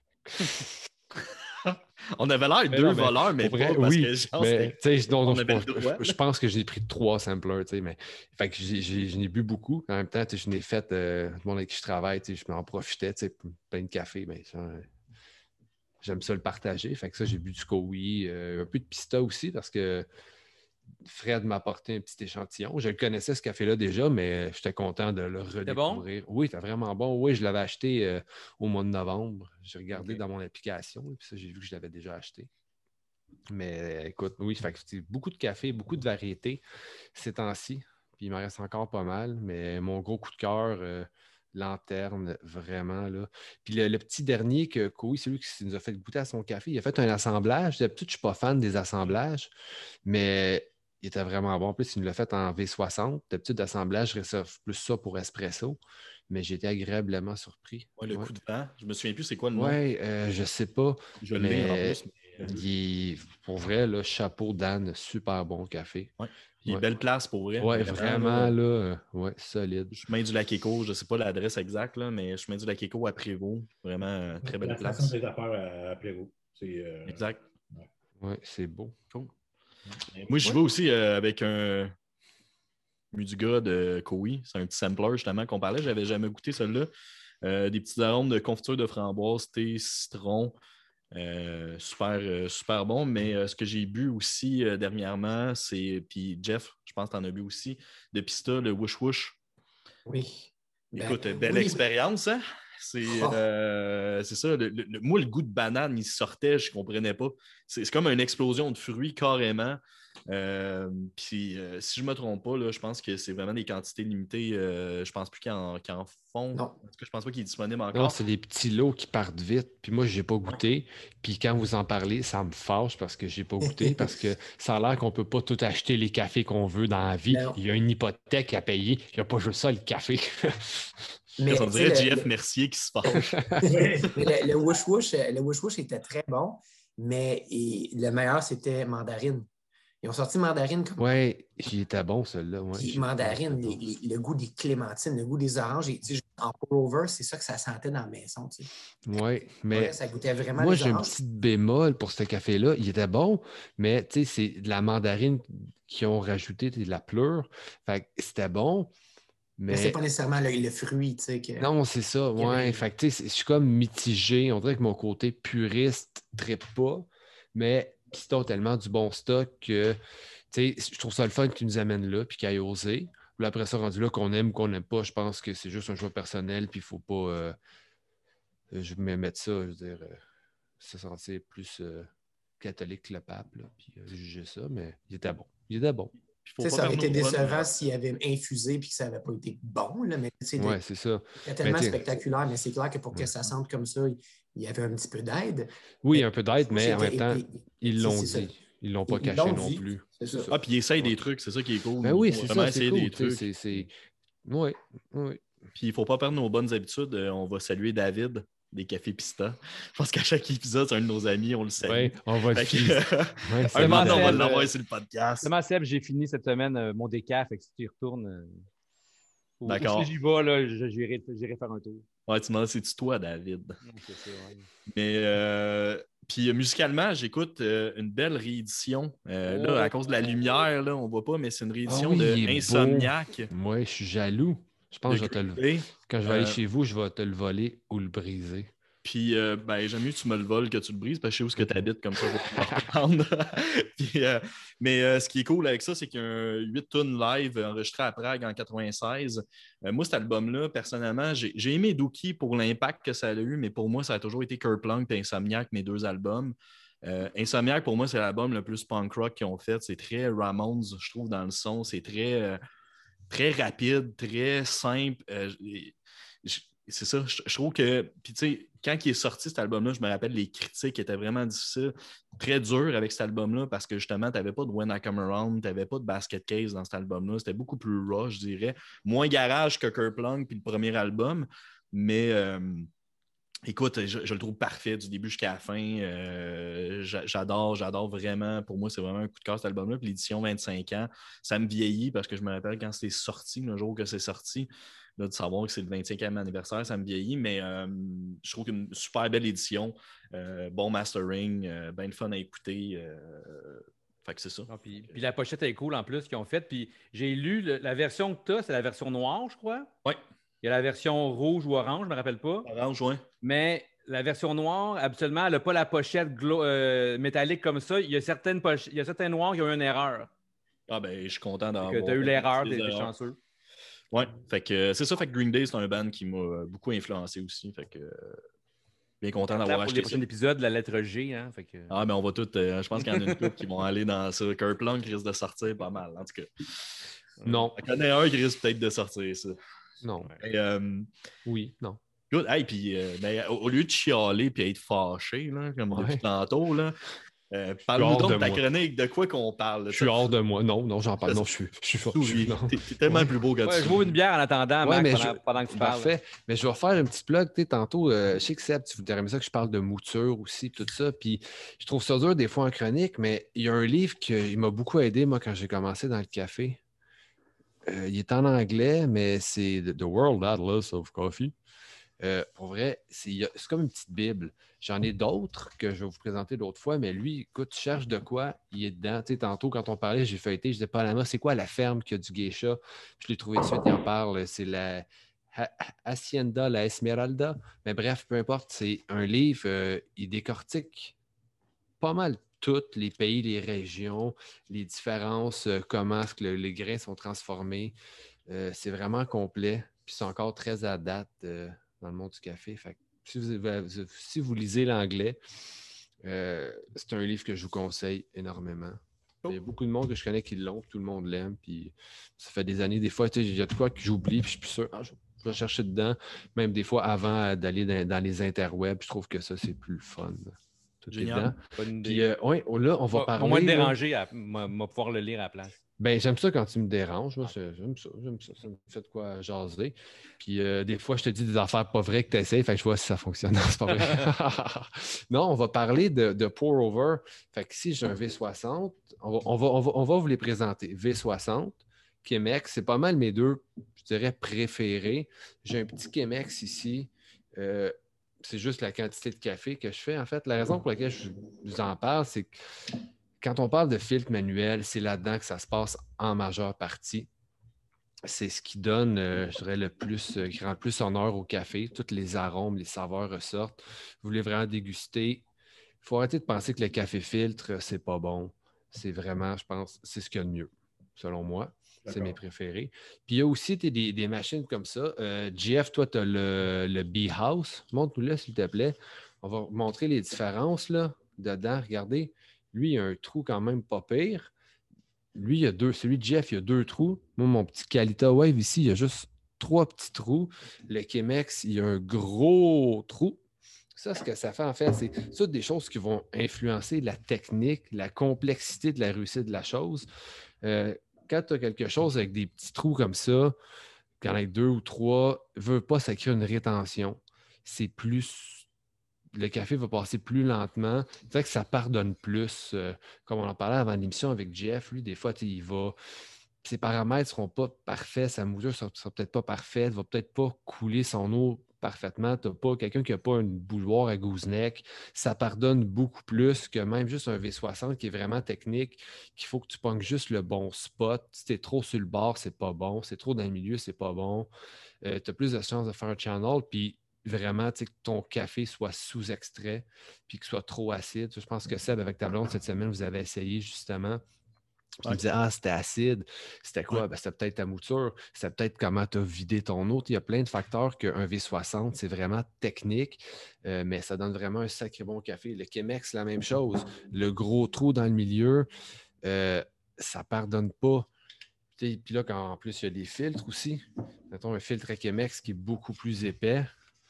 On avait l'air deux non, mais voleurs, mais vrai, pas parce oui, que genre, mais, je, non, non, je, pense, je, je pense que j'ai pris trois samplers, mais fait que j'ai, j'ai, je n'ai bu beaucoup. En même temps, je n'ai fait, euh, le monde avec qui je travaille, je m'en profitais, plein de café, mais genre, j'aime ça le partager. Fait que ça, j'ai bu du Kowi, euh, un peu de Pista aussi, parce que Fred m'a apporté un petit échantillon. Je le connaissais, ce café-là, déjà, mais j'étais content de le redécouvrir. Bon? Oui, c'était vraiment bon. Oui, je l'avais acheté euh, au mois de novembre. J'ai regardé okay. dans mon application, et puis ça, j'ai vu que je l'avais déjà acheté. Mais écoute, oui, fait que c'est beaucoup de café, beaucoup de variétés ces temps-ci. Puis il m'en reste encore pas mal, mais mon gros coup de cœur, euh, Lanterne, vraiment, là. Puis le, le petit dernier que Kowi, celui qui nous a fait goûter à son café, il a fait un assemblage. D'habitude, je ne suis pas fan des assemblages, mais il était vraiment bon. En plus, il nous l'a fait en V soixante. D'habitude, d'assemblage, je réserve plus ça pour espresso, mais j'ai été agréablement surpris. Ouais, le ouais. coup de vent. Je me souviens plus c'est quoi le nom. Oui, euh, je sais pas. Je mais l'ai en plus. Mais... Il est, pour vrai, là, chapeau Dan, super bon café. Ouais. Il est ouais. belle place pour vrai. Oui, vraiment, là, là ouais, solide. Chemin du Lac-Éco, je ne sais pas l'adresse exacte, là, mais chemin du Lac-Éco à Prévost. Vraiment, euh, très belle la place. La station des affaires à Prévost. C'est, euh... Exact. Oui, ouais, c'est beau. Cool. Moi, je ouais. vais aussi euh, avec un Mudiga de Kowi. C'est un petit sampler, justement, qu'on parlait. Je n'avais jamais goûté celui-là. Euh, des petits arômes de confiture de framboise, thé, citron. Euh, super, euh, super bon. Mais euh, ce que j'ai bu aussi euh, dernièrement, c'est. Puis Jeff, je pense que tu en as bu aussi, de Pista, le Woosh Woosh. Oui. Écoute, ben, belle oui. expérience, hein? C'est, oh. euh, c'est ça. Le, le, moi, le goût de banane, il sortait, je ne comprenais pas. C'est, c'est comme une explosion de fruits, carrément. Euh, puis, euh, si je ne me trompe pas, là, je pense que c'est vraiment des quantités limitées. Euh, je ne pense plus qu'ils en, qu'ils en font. Non. En tout cas, je ne pense pas qu'il est disponible encore. Non, c'est des petits lots qui partent vite. Puis moi, je n'ai pas goûté. Puis quand vous en parlez, ça me fâche parce que je n'ai pas goûté. Parce que ça a l'air qu'on ne peut pas tout acheter les cafés qu'on veut dans la vie. Non. Il y a une hypothèque à payer. Il n'y a pas juste ça, le café. Mais, on dirait J F Mercier qui se fâche. le, le Woosh Woosh, le Woosh Woosh était très bon, mais et, le meilleur, c'était Mandarine. Ils ont sorti Mandarine comme... Oui, il était bon, celui-là. Ouais, Puis Mandarine, les, les, le goût des clémentines, le goût des oranges. Et, en pour-over, c'est ça que ça sentait dans la maison. Oui, mais ouais, ça goûtait vraiment moi, les j'ai oranges. un petit bémol pour ce café-là. Il était bon, mais c'est de la mandarine qu'ils ont rajouté de la pleure. Fait que c'était bon. Mais, mais c'est pas nécessairement le, le fruit, tu sais. Que... Non, c'est ça, ouais. Avait... Fait que, tu sais, je suis comme mitigé. On dirait que mon côté puriste ne trippe pas, mais Pista ont tellement du bon stock que, tu sais, je trouve ça le fun qu'ils nous amènent là, puis qu'ils aillent oser. Puis après ça, rendu là, qu'on aime ou qu'on n'aime pas, je pense que c'est juste un choix personnel, puis il ne faut pas... Euh... Je vais me mettre ça, je veux dire, euh, se sentir plus euh, catholique que le pape, là, puis euh, juger ça, mais il était bon. Il était bon. Ça aurait été décevant s'il avait infusé et que ça n'avait pas été bon. Là, mais ouais, c'est ça. C'était tellement mais spectaculaire, mais c'est clair que pour que ça sente comme ça, il y avait un petit peu d'aide. Oui, mais, un peu d'aide, mais en même temps, et, ils l'ont dit. Ça. Ils ne l'ont pas ils caché l'ont non dit. plus. C'est ça. Ah, puis ils essayent ouais. des trucs, c'est ça qui est cool. Ben oui, c'est ça, essayer cool. des trucs. C'est, c'est... Oui, oui. Puis il ne faut pas perdre nos bonnes habitudes. On va saluer David des Cafés Pista. Je pense qu'à chaque épisode, c'est un de nos amis, on le salue. Oui, on va le ouais, un moment, on va l'envoyer sur le podcast. Demain, Seb, j'ai fini cette semaine euh, mon décaf, fait que si tu y retournes, euh, d'accord. Si j'y vais, là, j'irai, j'irai faire un tour. Ouais, tu demandes, c'est-tu toi, David? Non, c'est ça, ouais. Mais, euh, puis musicalement, j'écoute euh, une belle réédition. Euh, oh, là, à cause de la lumière, là, on ne voit pas, mais c'est une réédition oh oui, de Insomniac. Moi, je suis jaloux. Je pense que je vais te le... quand je vais ouais. aller chez vous, je vais te le voler ou le briser. Puis, euh, ben, j'aime mieux que tu me le voles que tu le brises, parce que je sais où ce que tu habites, comme ça, je vais pouvoir reprendre. Puis, euh, mais euh, ce qui est cool avec ça, c'est qu'il y a un huit tonnes live enregistré à Prague en quatre-vingt-seize. Euh, moi, cet album-là, personnellement, j'ai, j'ai aimé Dookie pour l'impact que ça a eu, mais pour moi, ça a toujours été Kerplunk et Insomniac, mes deux albums. Euh, Insomniac, pour moi, c'est l'album le plus punk rock qu'ils ont fait. C'est très Ramones, je trouve, dans le son. C'est très, euh, très rapide, très simple. Euh, je, c'est ça, je, je trouve que, puis tu sais, quand il est sorti cet album-là, je me rappelle les critiques étaient vraiment difficiles, très dures avec cet album-là parce que justement, tu n'avais pas de When I Come Around, tu n'avais pas de Basket Case dans cet album-là. C'était beaucoup plus raw, je dirais. Moins garage que Kerplunk puis le premier album, mais euh, écoute, je, je le trouve parfait du début jusqu'à la fin. Euh, j'adore, j'adore vraiment. Pour moi, c'est vraiment un coup de cœur cet album-là. Puis l'édition vingt-cinq ans, ça me vieillit parce que je me rappelle quand c'était sorti, le jour que c'est sorti. Là, de savoir que c'est le vingt-cinquième anniversaire, ça me vieillit, mais euh, je trouve qu'une super belle édition, euh, bon mastering, euh, bien de fun à écouter. Euh, fait que c'est ça. Ah, puis, puis la pochette est cool en plus qu'ils ont faite. Puis j'ai lu le- la version que tu as, c'est la version noire, je crois. Oui. Il y a la version rouge ou orange, je ne me rappelle pas. Orange, oui. Mais la version noire, absolument, elle n'a pas la pochette glo- euh, métallique comme ça. Il y a certaines poche- il y a certains noirs qui ont eu une erreur. Ah ben, je suis content d'avoir. Tu as eu l'erreur, tu es chanceux. Oui, fait que c'est ça. Fait que Green Day, c'est un band qui m'a beaucoup influencé aussi. Fait que bien content d'avoir acheté. Pour les prochains épisodes, la lettre G. Hein, fait que... Ah, mais on va tout. Euh, je pense qu'il y en a une couple qui vont aller dans ça. Kerplunk risque de sortir pas mal, en tout cas. Non. Il y en a un qui risque peut-être de sortir, ça. Non. Et, euh, oui, non. Good. Hey, puis, euh, ben, au, au lieu de chialer et être fâché, là, comme ouais. depuis tantôt, là. Euh, Parle-nous donc de ta moi. chronique, de quoi qu'on parle? Je suis hors de moi. Non, non, j'en parle. Non, je suis, je suis fort. T'es, t'es tellement ouais. plus beau que ouais, tu. Je bois une bière en attendant, ouais, Mac, mais pendant, je... pendant que tu parles. Parfait. Mais je vais faire une petite plug. Tantôt, euh, je sais que Seb, tu voudrais ça que je parle de mouture aussi, tout ça. Puis je trouve ça dur des fois en chronique, mais il y a un livre qui m'a beaucoup aidé, moi, quand j'ai commencé dans le café. Euh, il est en anglais, mais c'est The World Atlas of Coffee. Euh, pour vrai, c'est, c'est comme une petite Bible. J'en ai d'autres que je vais vous présenter d'autres fois, mais lui, écoute, tu cherches de quoi, il est dedans. Tu sais, tantôt, quand on parlait, j'ai feuilleté, je disais pas à la main, c'est quoi la ferme qui a du geisha? Je l'ai trouvé de suite, il en parle. C'est la Hacienda, la Esmeralda. Mais bref, peu importe, c'est un livre, euh, il décortique pas mal tous les pays, les régions, les différences, euh, comment est-ce que le, les grains sont transformés. Euh, c'est vraiment complet, puis c'est encore très à date. Euh, dans le monde du café. Fait que si, vous, si vous lisez l'anglais, euh, c'est un livre que je vous conseille énormément. Oh. Il y a beaucoup de monde que je connais qui l'ont, tout le monde l'aime, puis ça fait des années, des fois, il y a de quoi que j'oublie, puis je suis plus sûr, ah, je vais chercher dedans, même des fois avant d'aller dans, dans les interwebs, je trouve que ça, c'est plus fun. Tout Génial. Est dedans. Puis, euh, ouais, là, on va Au parler... Au moins de déranger, à, à, à pouvoir le lire à la place. Ben, j'aime ça quand tu me déranges. Moi, j'aime ça, j'aime ça. Ça me fait de quoi jaser. Puis euh, des fois, je te dis des affaires pas vraies que tu essaies. Fait que je vois si ça fonctionne. C'est pas vrai. Non, on va parler de, de pour over. Fait que ici, j'ai un V soixante. On va, on va, on va, on va vous les présenter. V soixante, Chemex, c'est pas mal mes deux, je dirais, préférés. J'ai un petit Chemex ici. Euh, c'est juste la quantité de café que je fais. En fait, la raison pour laquelle je vous en parle, c'est que quand on parle de filtre manuel, c'est là-dedans que ça se passe en majeure partie. C'est ce qui donne, euh, je dirais, le plus, euh, qui rend le plus honneur au café. Tous les arômes, les saveurs ressortent. Vous voulez vraiment déguster. Il faut arrêter de penser que le café filtre, c'est pas bon. C'est vraiment, je pense, c'est ce qu'il y a de mieux, selon moi. D'accord. C'est mes préférés. Puis il y a aussi des, des machines comme ça. Euh, G F, toi, tu as le, le Bee House. Montre-nous-le, s'il te plaît. On va vous montrer les différences là, dedans. Regardez. Lui, il a un trou quand même pas pire. Lui, il y a deux. Celui de Jeff, il y a deux trous. Moi, mon petit Kalita Wave ici, il y a juste trois petits trous. Le Chemex, il y a un gros trou. Ça, ce que ça fait, en fait, c'est ça des choses qui vont influencer la technique, la complexité de la réussite de la chose. Euh, quand tu as quelque chose avec des petits trous comme ça, quand il y en a deux ou trois, ne veut pas, ça crée une rétention. C'est plus... Le café va passer plus lentement. C'est vrai que ça pardonne plus. Euh, comme on en parlait avant l'émission avec Jeff, lui, des fois, il va. Ses paramètres ne seront pas parfaits, sa mouture ne sera, sera peut-être pas parfaite, ne va peut-être pas couler son eau parfaitement. Tu n'as pas quelqu'un qui n'a pas une bouilloire à gooseneck. Ça pardonne beaucoup plus que même juste un V soixante qui est vraiment technique, qu'il faut que tu pognes juste le bon spot. Si tu es trop sur le bord, c'est pas bon. Si tu es trop dans le milieu, c'est pas bon. Euh, tu as plus de chances de faire un channel. Puis vraiment que ton café soit sous-extrait puis qu'il soit trop acide. Je pense que Seb, avec ta blonde, cette semaine, vous avez essayé justement. Puis il me disait, ah, c'était acide. C'était quoi? Ouais. Ben, c'était peut-être ta mouture. C'était peut-être comment tu as vidé ton eau. Il y a plein de facteurs qu'un V soixante, c'est vraiment technique, euh, mais ça donne vraiment un sacré bon café. Le Chemex, c'est la même chose. Le gros trou dans le milieu, euh, ça ne pardonne pas. Puis là, quand en plus, il y a des filtres aussi. Mettons un filtre à Chemex qui est beaucoup plus épais,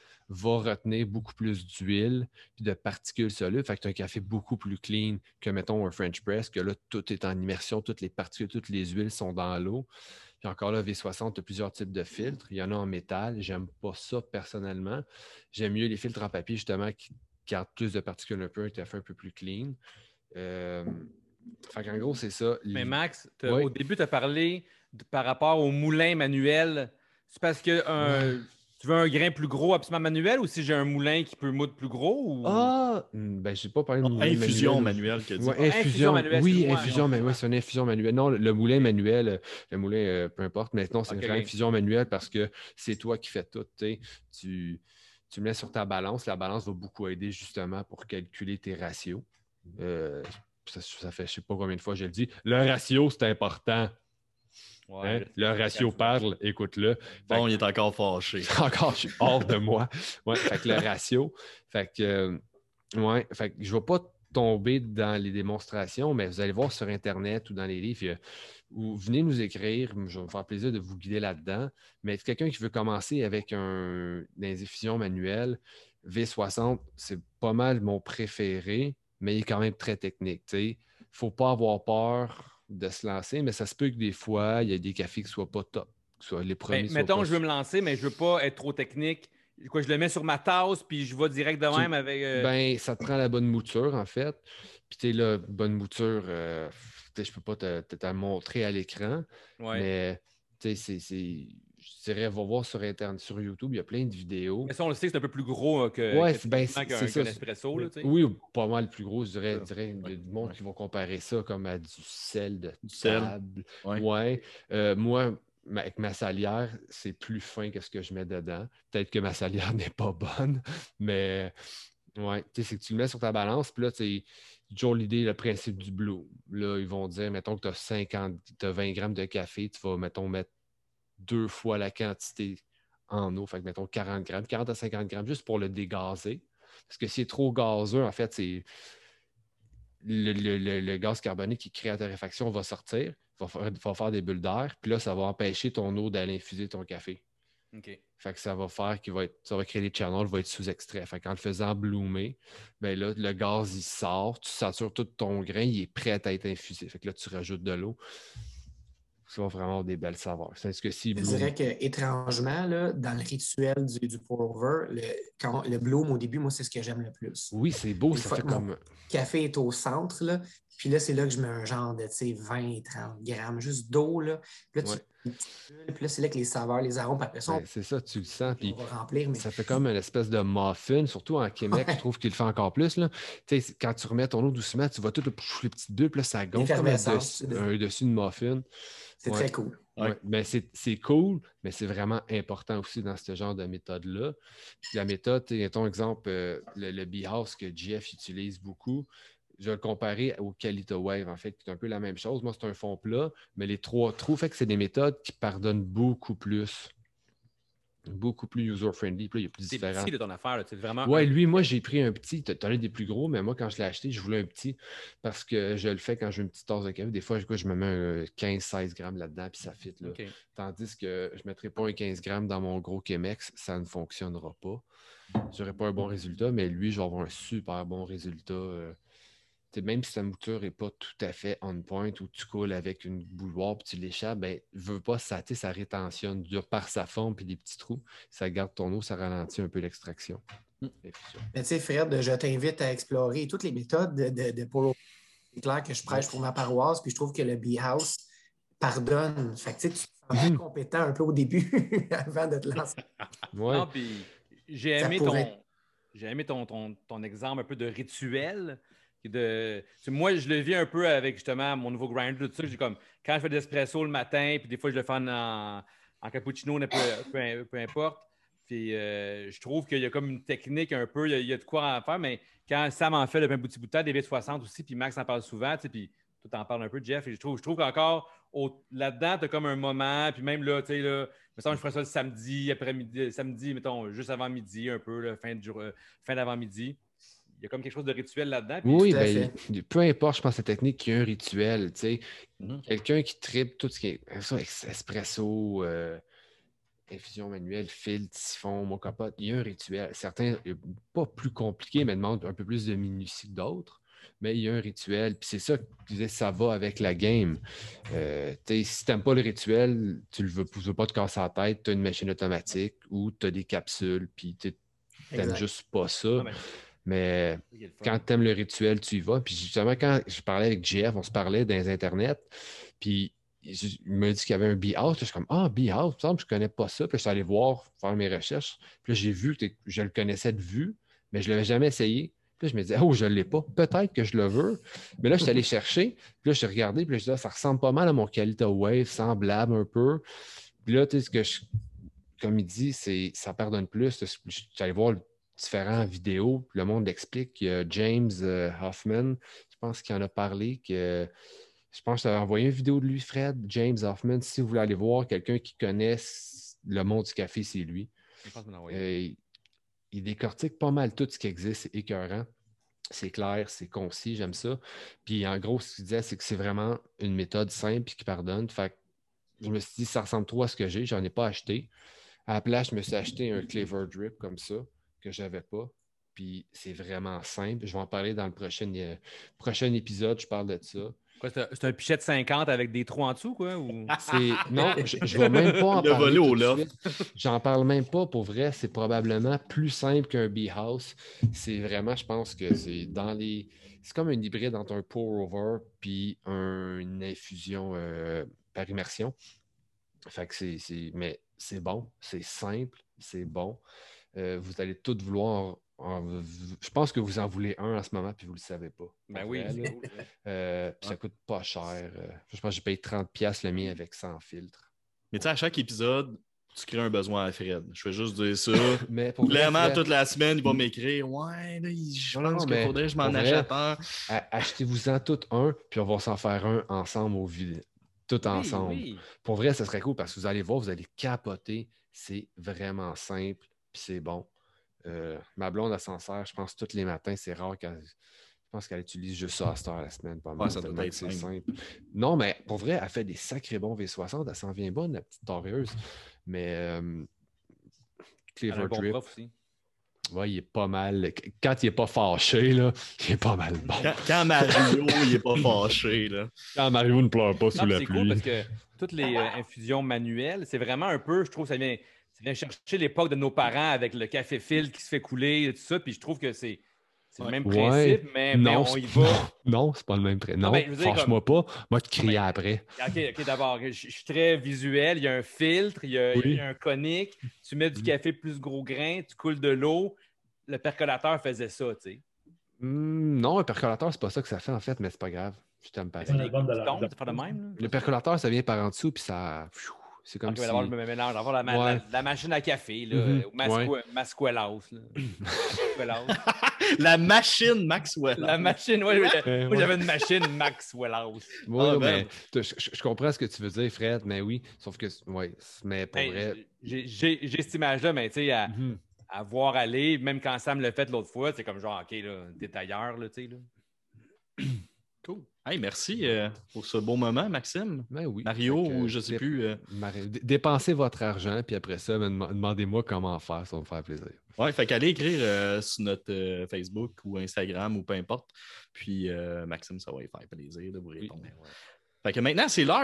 va retenir beaucoup plus d'huile et de particules solides. Fait que tu as un café beaucoup plus clean que, mettons, un French press, que là, tout est en immersion, toutes les particules, toutes les huiles sont dans l'eau. Puis encore là, V soixante, tu as plusieurs types de filtres. Il y en a en métal. J'aime pas ça personnellement. J'aime mieux les filtres en papier, justement, qui gardent plus de particules un peu, un café un peu plus clean. Euh... Fait qu'en gros, c'est ça. Mais Max, oui. Au début, tu as parlé de, par rapport au moulin manuel. C'est parce que un, ouais. Tu veux un grain plus gros absolument manuel ou si j'ai un moulin qui peut moudre plus gros? Ou... Ah! Ben, je n'ai pas parlé de moulin infusion manuel. manuelle. Ouais, infusion, infusion manuelle. Oui, moi, infusion manuelle. Oui, c'est une infusion manuelle. Non, le, le moulin manuel, le moulin, euh, peu importe. Maintenant, c'est okay, une okay. infusion manuelle parce que c'est toi qui fais tout. Tu, tu me mets sur ta balance. La balance va beaucoup aider justement pour calculer tes ratios. Euh, ça, ça fait je ne sais pas combien de fois je le dis. Le ratio, c'est important. Ouais, hein? Le ratio parle, écoute-le. Bon, que, il est encore fâché. Encore, je suis hors de moi. Ouais, fait que le ratio. Fait que, euh, ouais, fait que je ne vais pas tomber dans les démonstrations, mais vous allez voir sur Internet ou dans les livres, ou venez nous écrire. Je vais me faire plaisir de vous guider là-dedans. Mais quelqu'un qui veut commencer avec un, des effusions manuelles, V soixante, c'est pas mal mon préféré, mais il est quand même très technique. Il ne faut pas avoir peur de se lancer, mais ça se peut que des fois, il y a des cafés qui ne soient pas top. Que soit les premiers ben, mettons, pas... je veux me lancer, mais je ne veux pas être trop technique. Quoi, je le mets sur ma tasse, puis je vais direct de tu... même avec... Euh... Ben, ça te prend la bonne mouture, en fait. Puis, tu sais, la bonne mouture, euh, je ne peux pas te, te, te la montrer à l'écran, ouais. mais, tu sais, c'est... Je dirais, va voir sur Internet, sur YouTube, il y a plein de vidéos. Mais ça, on le sait que c'est un peu plus gros que, ouais, que, ben, qu'un, c'est qu'un espresso. Là, oui, pas mal plus gros, je dirais. Je dirais ouais. Du monde ouais. qui vont comparer ça comme à du sel de du table. Sel. Ouais. ouais. Euh, moi, avec ma salière, c'est plus fin que ce que je mets dedans. Peut-être que ma salière n'est pas bonne, mais ouais, tu sais, c'est que tu le mets sur ta balance, puis là, tu sais, toujours l'idée, le principe du blue. Là, ils vont dire, mettons que tu as cinquante, tu as vingt grammes de café, tu vas, mettons, mettre deux fois la quantité en eau. Fait que, mettons, quarante grammes, quarante à cinquante grammes, juste pour le dégazer. Parce que si c'est trop gazeux, en fait, c'est le, le, le, le gaz carbonique qui crée la torréfaction va sortir, va faire, va faire des bulles d'air, puis là, ça va empêcher ton eau d'aller infuser ton café. Okay. Fait que ça va faire qu'il va être, ça va créer des channels, va être sous-extrait. Fait qu'en le faisant bloomer, ben là, le gaz, il sort, tu satures tout ton grain, il est prêt à être infusé. Fait que là, tu rajoutes de l'eau. Ça va vraiment avoir des belles saveurs. C'est ce que si Je dirais qu'étrangement, là, dans le rituel du, du pour-over, le, quand, le bloom, au début, moi, c'est ce que j'aime le plus. Oui, c'est beau, ça fait comme... Le café est au centre, là, puis là, c'est là que je mets un genre de vingt trente grammes juste d'eau. Là. Puis là, tu... ouais. Puis là, c'est là que les saveurs, les arômes, après ça, on... ben, c'est ça, tu le sens. Puis on va remplir, mais... ça fait comme une espèce de muffin, surtout en Québec, ouais. Je trouve qu'il le fait encore plus. Là. Quand tu remets ton eau doucement, tu vois toutes les petites bulles, puis là, ça gonfle comme un dessus, un dessus de muffin. C'est ouais. très cool. Ouais. Ben, c'est, c'est cool, mais c'est vraiment important aussi dans ce genre de méthode-là. Puis la méthode, ton exemple, euh, le, le B-House que Jeff utilise beaucoup, je vais le comparer au Kalita Wave, en fait, qui est un peu la même chose. Moi, c'est un fond plat, mais les trois trous, fait que c'est des méthodes qui pardonnent beaucoup plus. Beaucoup plus user-friendly. Puis là, il y a plus c'est différents. C'est petit de ton affaire. Là. C'est vraiment ouais, un... lui, moi, j'ai pris un petit. Tu as des plus gros, mais moi, quand je l'ai acheté, je voulais un petit parce que je le fais quand j'ai une petite tasse de café. Des fois, je, je me mets un quinze seize grammes là-dedans, puis ça fit. Là. Okay. Tandis que je ne mettrai pas un quinze grammes dans mon gros Chemex, ça ne fonctionnera pas. Je n'aurai pas un bon résultat, mais lui, je vais avoir un super bon résultat. Euh, même si ta mouture n'est pas tout à fait on point ou tu coules avec une bouilloire puis tu l'échappes, ben, veut pas ça, ça rétentionne par sa forme puis des petits trous. Ça garde ton eau, ça ralentit un peu l'extraction. Mm. Mais tu sais, Fred, je t'invite à explorer toutes les méthodes de, de, de pour... C'est clair que je prêche pour ma paroisse, puis je trouve que le B-House pardonne. Fait que tu te sens mm. compétent un peu au début avant de te lancer. Ouais. Non, puis j'ai aimé, pourrait... ton, j'ai aimé ton, ton, ton exemple un peu de rituel. De... Moi, je le vis un peu avec justement mon nouveau grinder, tout ça. J'ai comme, quand je fais de l'espresso le matin, puis des fois, je le fais en, en cappuccino, peu, peu, peu importe. Puis euh, je trouve qu'il y a comme une technique un peu, il y a, il y a de quoi en faire, mais quand Sam en fait depuis un petit bout de temps, des V soixante aussi, puis Max en parle souvent, tu sais, puis toi t'en parles un peu, Jeff, et je trouve, je trouve qu'encore au- là-dedans, tu as comme un moment, puis même là, tu sais, là, il me semble que je ferais ça le samedi, après-midi, samedi, mettons, juste avant midi, un peu, là, fin, de jour, euh, fin d'avant-midi. Il y a comme quelque chose de rituel là-dedans. Puis Oui, Tout à ben, fait. il- peu importe, je pense, la technique qui a un rituel. Tu sais. Mhm. Quelqu'un qui tripe tout ce qui est ça, ex- espresso, euh, infusion manuelle, filtre, siphon, moka-pot, il y a un rituel. Certains, euh, pas plus compliqués, mais demandent un peu plus de minutie que d'autres. Mais il y a un rituel. Puis c'est ça que je disais, ça va avec la game. Euh, tu sais, si tu n'aimes pas le rituel, tu ne veux, tu veux pas te casser la tête, tu as une machine automatique ou tu as des capsules, puis tu n'aimes Exact. juste pas ça. Non, mais- Mais il y a le fun. quand tu aimes le rituel, tu y vas. Puis justement, quand je parlais avec Jeff, on se parlait dans les internets, puis il m'a dit qu'il y avait un Beehouse. Je suis comme, ah, Beehouse, il me semble que je ne connais pas ça. Puis je suis allé voir, faire mes recherches. Puis là, j'ai vu que je le connaissais de vue, mais je ne l'avais jamais essayé. Puis là, je me disais, oh, je ne l'ai pas. Peut-être que je le veux. Mais là, je suis allé chercher. Puis là, j'ai regardé. Puis là, je dis, ah, ça ressemble pas mal à mon Qualita Wave, semblable un peu. Puis là, tu sais, ce que je, comme il dit, c'est ça pardonne plus. Je suis allé voir différentes vidéos. Puis le monde explique. Il y a James euh, Hoffman, je pense qu'il en a parlé, que je pense que tu as envoyé une vidéo de lui, Fred, James Hoffman. Si vous voulez aller voir quelqu'un qui connaît le monde du café, c'est lui. Je pense qu'on a envoyé. Euh, il, il décortique pas mal tout ce qui existe. C'est écœurant. C'est clair, c'est concis, j'aime ça. Puis en gros, ce qu'il disait, c'est que c'est vraiment une méthode simple et qui pardonne. Fait que je me suis dit, ça ressemble trop à ce que j'ai. J'en ai pas acheté. À la place, je me suis acheté un Clever Drip comme ça, que je n'avais pas. Puis c'est vraiment simple. Je vais en parler dans le prochain, euh, prochain épisode. Je parle de ça. Quoi, c'est un, c'est un pichet de cinquante avec des trous en dessous, quoi? Ou... C'est... Non, je ne vais même pas en Le parler volet au tout de loft. suite. J'en parle même pas. Pour vrai, c'est probablement plus simple qu'un Beehouse. C'est vraiment, je pense que c'est dans les... C'est comme un hybride entre un pour-over puis un- une infusion euh, par immersion. Fait que c'est... c'est... Mais c'est bon, c'est simple, c'est bon. Euh, vous allez tous vouloir... en- Je pense que vous en voulez un en ce moment puis vous ne le savez pas. Ben Pour oui, vrai, c'est là. cool. ça. Euh, puis ça coûte pas cher. Euh, je pense que j'ai payé trente dollars le mien avec sans filtre. Mais tu sais, à chaque épisode, tu crées un besoin à Fred. Je vais juste dire ça. Mais pour vrai, Clairement, Fred, toute la semaine, il va m'écrire. Ouais, là, il- je Non, non, pense non, qu'il mais faudrait que je m'en pour vrai, achète un. a- achetez-vous-en tout un, puis on va s'en faire un ensemble au vide. Tout Oui, ensemble. oui. Pour vrai, ça serait cool parce que vous allez voir, vous allez capoter. C'est vraiment simple, puis c'est bon. Euh, ma blonde, elle s'en sert, je pense, tous les matins. C'est rare qu'elle. Je pense qu'elle utilise juste ça à cette heure à la semaine. Pas mal, Ouais, ça doit tellement être que c'est simple. simple. Non, mais pour vrai, elle fait des sacrés bons V soixante. Elle s'en vient bonne, la petite torreuse. Mais euh, Elle a Clever un bon Drip, prof aussi. ouais, il est pas mal. Quand il est pas fâché, là, il est pas mal bon. Quand, quand Mario, il est pas fâché, là. Quand Mario ne pleure pas sous Non, puis la c'est pluie. cool parce que toutes les euh, infusions manuelles, c'est vraiment un peu, je trouve, ça vient, ça vient chercher l'époque de nos parents avec le café filtre qui se fait couler et tout ça. Puis je trouve que c'est c'est le même Ouais. principe, mais, mais non, on y c'est- va. non, c'est pas le même trait. Non, Non, ben, je veux dire, fâche-moi pas. Moi, te crier mais- après. OK, OK, d'abord, je, je suis très visuel. Il y a un filtre, il y a, Oui. il y a un conique. Tu mets du Mm. café plus gros grain, tu coules de l'eau. Le percolateur faisait ça, tu sais. Hmm, non, un percolateur, c'est pas ça que ça fait, en fait, mais c'est pas grave. Je t'aime pas. C'est un album de Tu la- tombes, de- tu fais de même. Là. Le percolateur, ça vient par en dessous, puis ça. pfiou, C'est comme Ok, si. mais d'abord, je me mélange. D'abord, la, ma- Ouais. la- la machine à café, là, Mhm, au Masque- Masquelas, là. Masquelas. La machine Maxwell. La machine, ouais, ouais, Ouais, moi ouais. j'avais une machine Maxwellas. Oui, Ah, mais ben. je, je- je comprends ce que tu veux dire, Fred, mais oui. Sauf que, ouais, mais pour Ben, vrai. j'ai j'ai- j'ai cette image-là, mais tu sais, à, Mhm. à voir aller, même quand Sam l'a fait l'autre fois, c'est comme genre, OK, là, détailleur, là, tu sais. Là. Cool. Hey, merci euh, pour ce beau moment, Maxime. Ben oui. Mario, Fait que, ou je sais dé- plus. euh, Mario, d- Dépensez votre argent, puis après ça, me dem- demandez-moi comment faire, ça va me faire plaisir. Ouais, fait qu'allez écrire euh, sur notre euh, Facebook ou Instagram ou peu importe. Puis euh, Maxime, ça va lui faire plaisir de vous répondre. Fait que maintenant, c'est l'heure.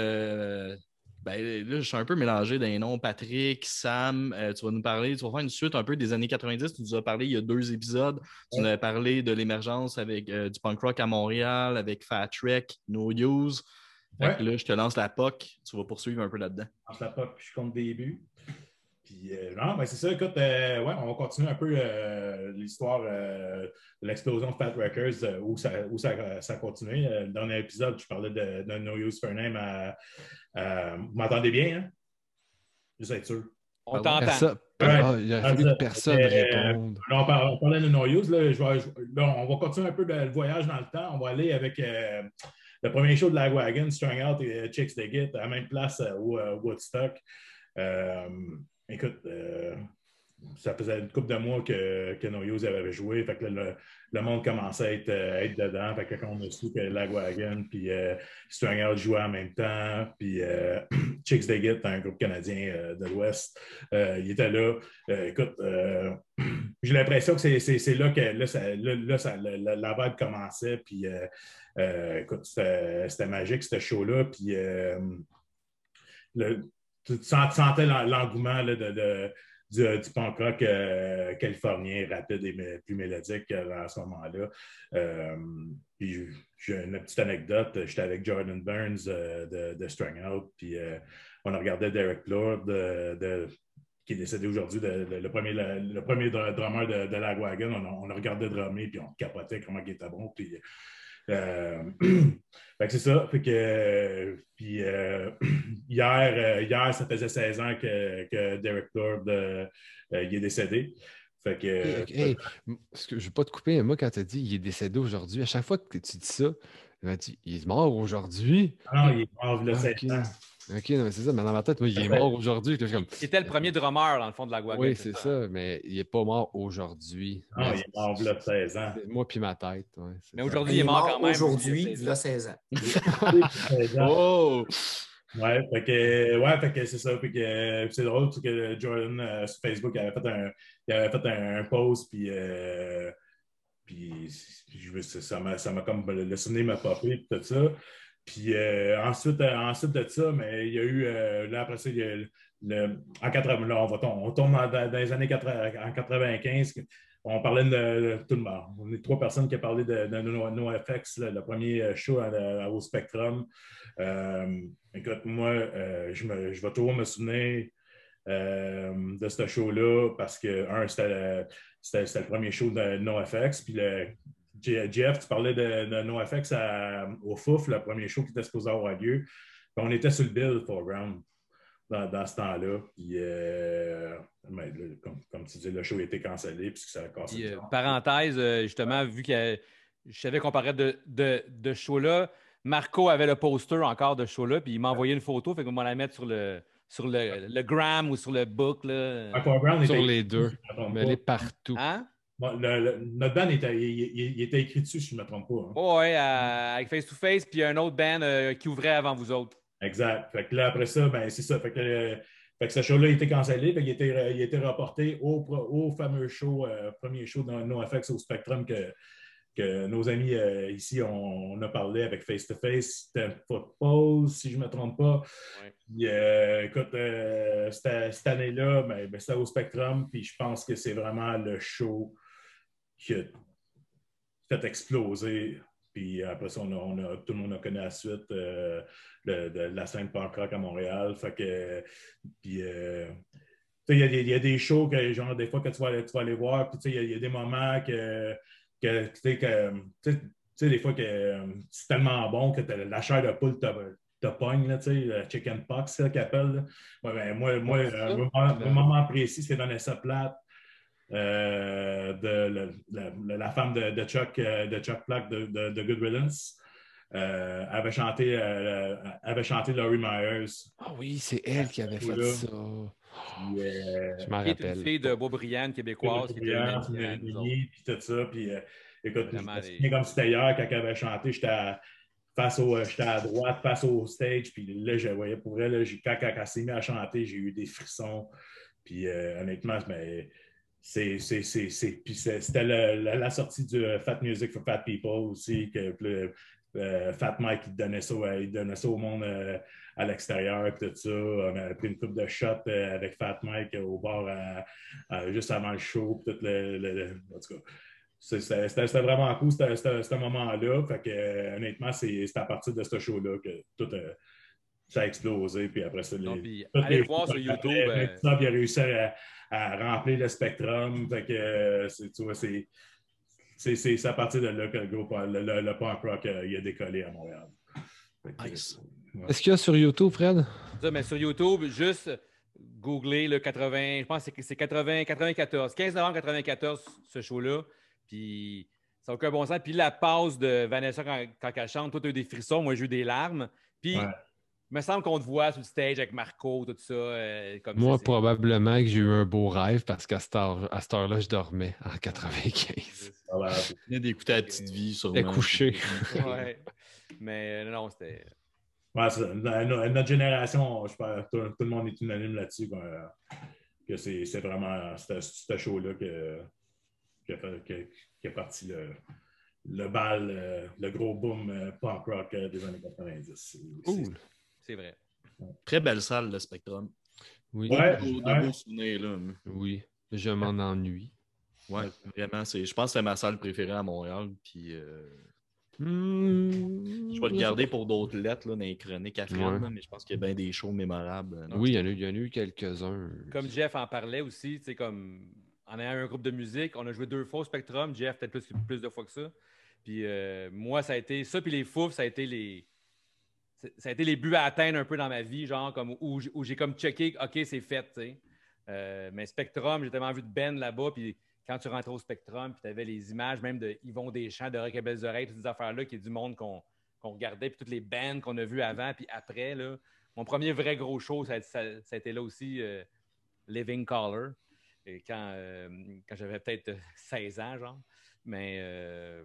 euh, ben, là, je suis un peu mélangé d'un nom. Patrick, Sam, euh, tu vas nous parler, tu vas faire une suite un peu des années quatre-vingt-dix. Tu nous as parlé il y a deux épisodes. Tu nous as parlé de l'émergence avec euh, du punk rock à Montréal, avec Fat Wreck, No Use. Fait Ouais. que là, je te lance la P O C. Tu vas poursuivre un peu là-dedans. Je tape pas, puis je compte des buts. Puis, euh, non, ben c'est ça. Écoute, euh, ouais, on va continuer un peu euh, l'histoire euh, de l'explosion de Fat Wreckers, euh, où, ça, où ça, ça a continué. Euh, le dernier épisode, je parlais de, de No Use for Name. À, à- vous m'entendez bien, hein? Juste être sûr. On Pardon? t'entend. Personne, Oui, Alright. Ah, il aurait Ah, fallu ça. que personne Euh, réponde. Là, on, parle, on parlait de No Use. Là, je vais- je- là, on va continuer un peu le, le voyage dans le temps. On va aller avec euh, le premier show de Lagwagon, Strung Out et Chicks de Git, à la même place euh, au euh, Woodstock. Euh, écoute, euh, ça faisait une couple de mois que, que No Use avait joué. Fait que le, le monde commençait à être, à être dedans. Fait que quand on a su que Lagwagon puis euh, Strung Out jouaient en même temps, puis euh, Chicks de Git, un groupe canadien euh, de l'Ouest, euh, il était là. Euh, écoute, euh, j'ai l'impression que c'est, c'est, c'est là que là, ça, là, là, ça, la, la vague commençait. Puis, euh, euh, écoute, c'était, c'était magique, ce show-là. Puis, euh, le, tu sentais l'engouement là, de, de, du, du punk rock euh, californien, rapide et plus mélodique euh, à ce moment-là. Euh, puis, j'ai une petite anecdote. J'étais avec Jordan Burns euh, de, de Strung Out. Puis, euh, on a regardé Derek Lord de, de qui est décédé aujourd'hui, le, le, le, premier, le, le premier drummer de, de Lagwagon. On a, on a regardé drummer, puis on capotait comment il était bon. Puis, euh, fait que c'est ça. Fait que, puis, euh, hier, hier, ça faisait seize ans que, que Derek Lord euh, il est décédé. Fait que, hey, hey, je ne veux pas te couper, mais moi, quand tu as dit qu'il est décédé aujourd'hui, à chaque fois que tu dis ça, il m'a dit il est mort aujourd'hui. Ah non, il est mort il y a okay. seize ans. OK, non, mais c'est ça, mais dans ma tête, moi, il est mort aujourd'hui. Comme... Il était le premier drummer, dans le fond, de Lagwagon. Oui, c'est ça. ça, mais il n'est pas mort aujourd'hui. Non, mais il est mort il y a seize ans. Moi puis ma tête. Ouais, mais aujourd'hui, il est mort quand même. Aujourd'hui, il y a seize ans. Oh! Ouais, fait que, ouais, fait que c'est ça. Fait que, c'est drôle que Jordan euh, sur Facebook il avait fait un, il avait fait un, un post, puis, euh, puis ça m'a, ça m'a comme le souvenir m'a popé, puis tout ça. Puis euh, ensuite, euh, ensuite de ça, mais il y a eu, euh, là après ça, il y a le, en quatre-vingts, là, on, va, on tombe dans, dans les années quatre-vingts, en quatre-vingt-quinze, on parlait de, de tout le monde. On est trois personnes qui ont parlé de, de NoFX, là, le premier show à, à, au Spectrum. Euh, écoute, moi, euh, je, me, je vais toujours me souvenir euh, de ce show-là parce que, un, c'était, c'était, c'était le premier show de NoFX, puis le Jeff, tu parlais de, de NoFX à, au Fouf, le premier show qui était supposé avoir lieu. Puis on était sur le bill foreground dans, dans ce temps-là. Puis, euh, mais, le, comme, comme tu dis, le show a été cancellé puisque ça a cassé. Puis, euh, parenthèse, justement, ouais. vu que je savais qu'on parlait de, de, de show-là, Marco avait le poster encore de show-là, puis il m'a envoyé une photo, fait qu'on va la mettre sur le, sur le, le gram ou sur le book. Là. Sur les deux. Mais elle est partout. Hein? Bon, le, le, notre band était, il, il, il était écrit dessus, si je ne me trompe pas. Hein. Oh, oui, euh, avec Face to Face, puis un autre band euh, qui ouvrait avant vous autres. Exact. Fait que là, après ça, ben, c'est ça. Fait que, euh, fait que ce show-là a été cancellé. Fait qu'il a été, il a été reporté au, au fameux show, euh, premier show de NoFX au Spectrum que, que nos amis euh, ici, on, on a parlé avec Face to Face. C'était Football, si je ne me trompe pas. Ouais. Puis, euh, écoute, euh, cette, cette année-là, ben, ben, c'était au Spectrum. Puis je pense que c'est vraiment le show qui a fait exploser. Puis après ça, on a, on a, tout le monde a connu la suite euh, de, de la scène punk rock à Montréal. Fait que, puis, euh, il y, y a des shows que, genre, des fois que tu vas, tu vas aller voir, puis il y, y a des moments que, que tu sais, que, tu sais, des fois que c'est tellement bon que la chair de poule te, te pogne, là, tu sais, le chicken pox, c'est ça qu'ils appellent. Ouais, ben, moi, moi un moment, un moment précis, c'est Vanessa Platt. Euh, de la, la, la femme de, de Chuck de Chuck Black de, de, de Good Riddance euh, avait chanté euh, avait chanté Laurie Myers. Ah oh oui, c'est elle qui avait fait ça. Puis, euh, je m'en rappelle. Une fille de Beaubriand québécoise qui était puis tout ça. Puis euh, écoute, je me souviens comme c'était hier quand elle avait chanté, j'étais à, face au, j'étais à droite, face au stage. Puis là, je voyais pour elle, là, quand, quand elle s'est mise à chanter, j'ai eu des frissons. Puis euh, honnêtement, mais C'est, c'est, c'est, c'est, puis c'était la, la, la sortie du Fat Music for Fat People aussi, que le, euh, Fat Mike il donnait, ça, il donnait ça au monde euh, à l'extérieur, puis tout ça. On a pris une coupe de shots euh, avec Fat Mike au bar à, à, juste avant le show, puis tout le, le, le, en tout cas. C'était, c'était, c'était vraiment cool, c'était, c'était, ce moment-là. Fait que, euh, honnêtement, c'est, c'est à partir de ce show-là que tout euh, ça a explosé. Puis après ça, les, non, puis, allez les voir sur YouTube. Après, euh... ça, il a réussi à, à remplir le Spectrum. Fait que, euh, c'est, tu vois, c'est, c'est, c'est, c'est à partir de là que le, groupe, le, le, le punk rock euh, il a décollé à Montréal. Que, nice. Ouais. Est-ce qu'il y a sur YouTube, Fred? Ça, mais sur YouTube, juste googlez le quatre-vingts, je pense que c'est quatre-vingts, quatre-vingt-quatorze, quinze novembre quatre-vingt-quatorze, ce show-là. Puis ça n'a aucun bon sens. Puis la pause de Vanessa quand, quand elle chante, toi, tu as eu des frissons, moi, j'ai eu des larmes. Puis Ouais. il me semble qu'on te voit sur le stage avec Marco, tout ça. Euh, comme Moi, ça, c'est- probablement que j'ai eu un beau rêve parce qu'à cette heure- à cette heure-là, je dormais en quatre-vingt-quinze. Ah, ben, Tu venais d'écouter la petite vie sur J'étais couché. Ouais. Mais euh, non, c'était. ouais, c'est- dans no- notre génération, je pense que tout, tout le monde est unanime là-dessus. ben, que c'est c'est vraiment ce ce show-là que, qui a, fait- qui a- qui a parti le, le bal, euh, le gros boom euh, punk rock euh, des années quatre-vingt-dix. C'est- Cool. C'est vrai. Très belle salle, le Spectrum. Oui. Ouais. De beaux, de ouais. beaux souvenirs, là. Oui. Je m'en ennuie. Ouais, vraiment. c'est- Je pense que c'est ma salle préférée à Montréal. Puis, euh, Hmm, je vais le garder pour d'autres lettres là, dans les chroniques à Fred, Ouais. là, mais je pense qu'il y a bien des shows mémorables. euh, Oui, il y en a, il y en a eu quelques-uns. Comme Jeff en parlait aussi, tu sais, comme en ayant un groupe de musique, on a joué deux fois au Spectrum. Jeff, peut-être plus, plus de fois que ça. Puis euh, moi, ça a été ça, puis les Fouf, ça a été les. Ça a été les buts à atteindre un peu dans ma vie, genre, comme où, j'- où j'ai comme checké, OK, c'est fait, tu sais. Euh, mais Spectrum, j'ai tellement vu de Ben là-bas, puis quand tu rentrais au Spectrum, puis tu avais les images même de Yvon Deschamps, de Rock et Belles Oreilles, toutes ces affaires-là, qui est du monde qu'on qu'on regardait, puis toutes les bands qu'on a vues avant, puis après, là. Mon premier vrai gros show, ça, ça- ça a été là aussi, euh, Living Color, et quand, euh, quand j'avais peut-être euh, seize ans, genre. Mais euh,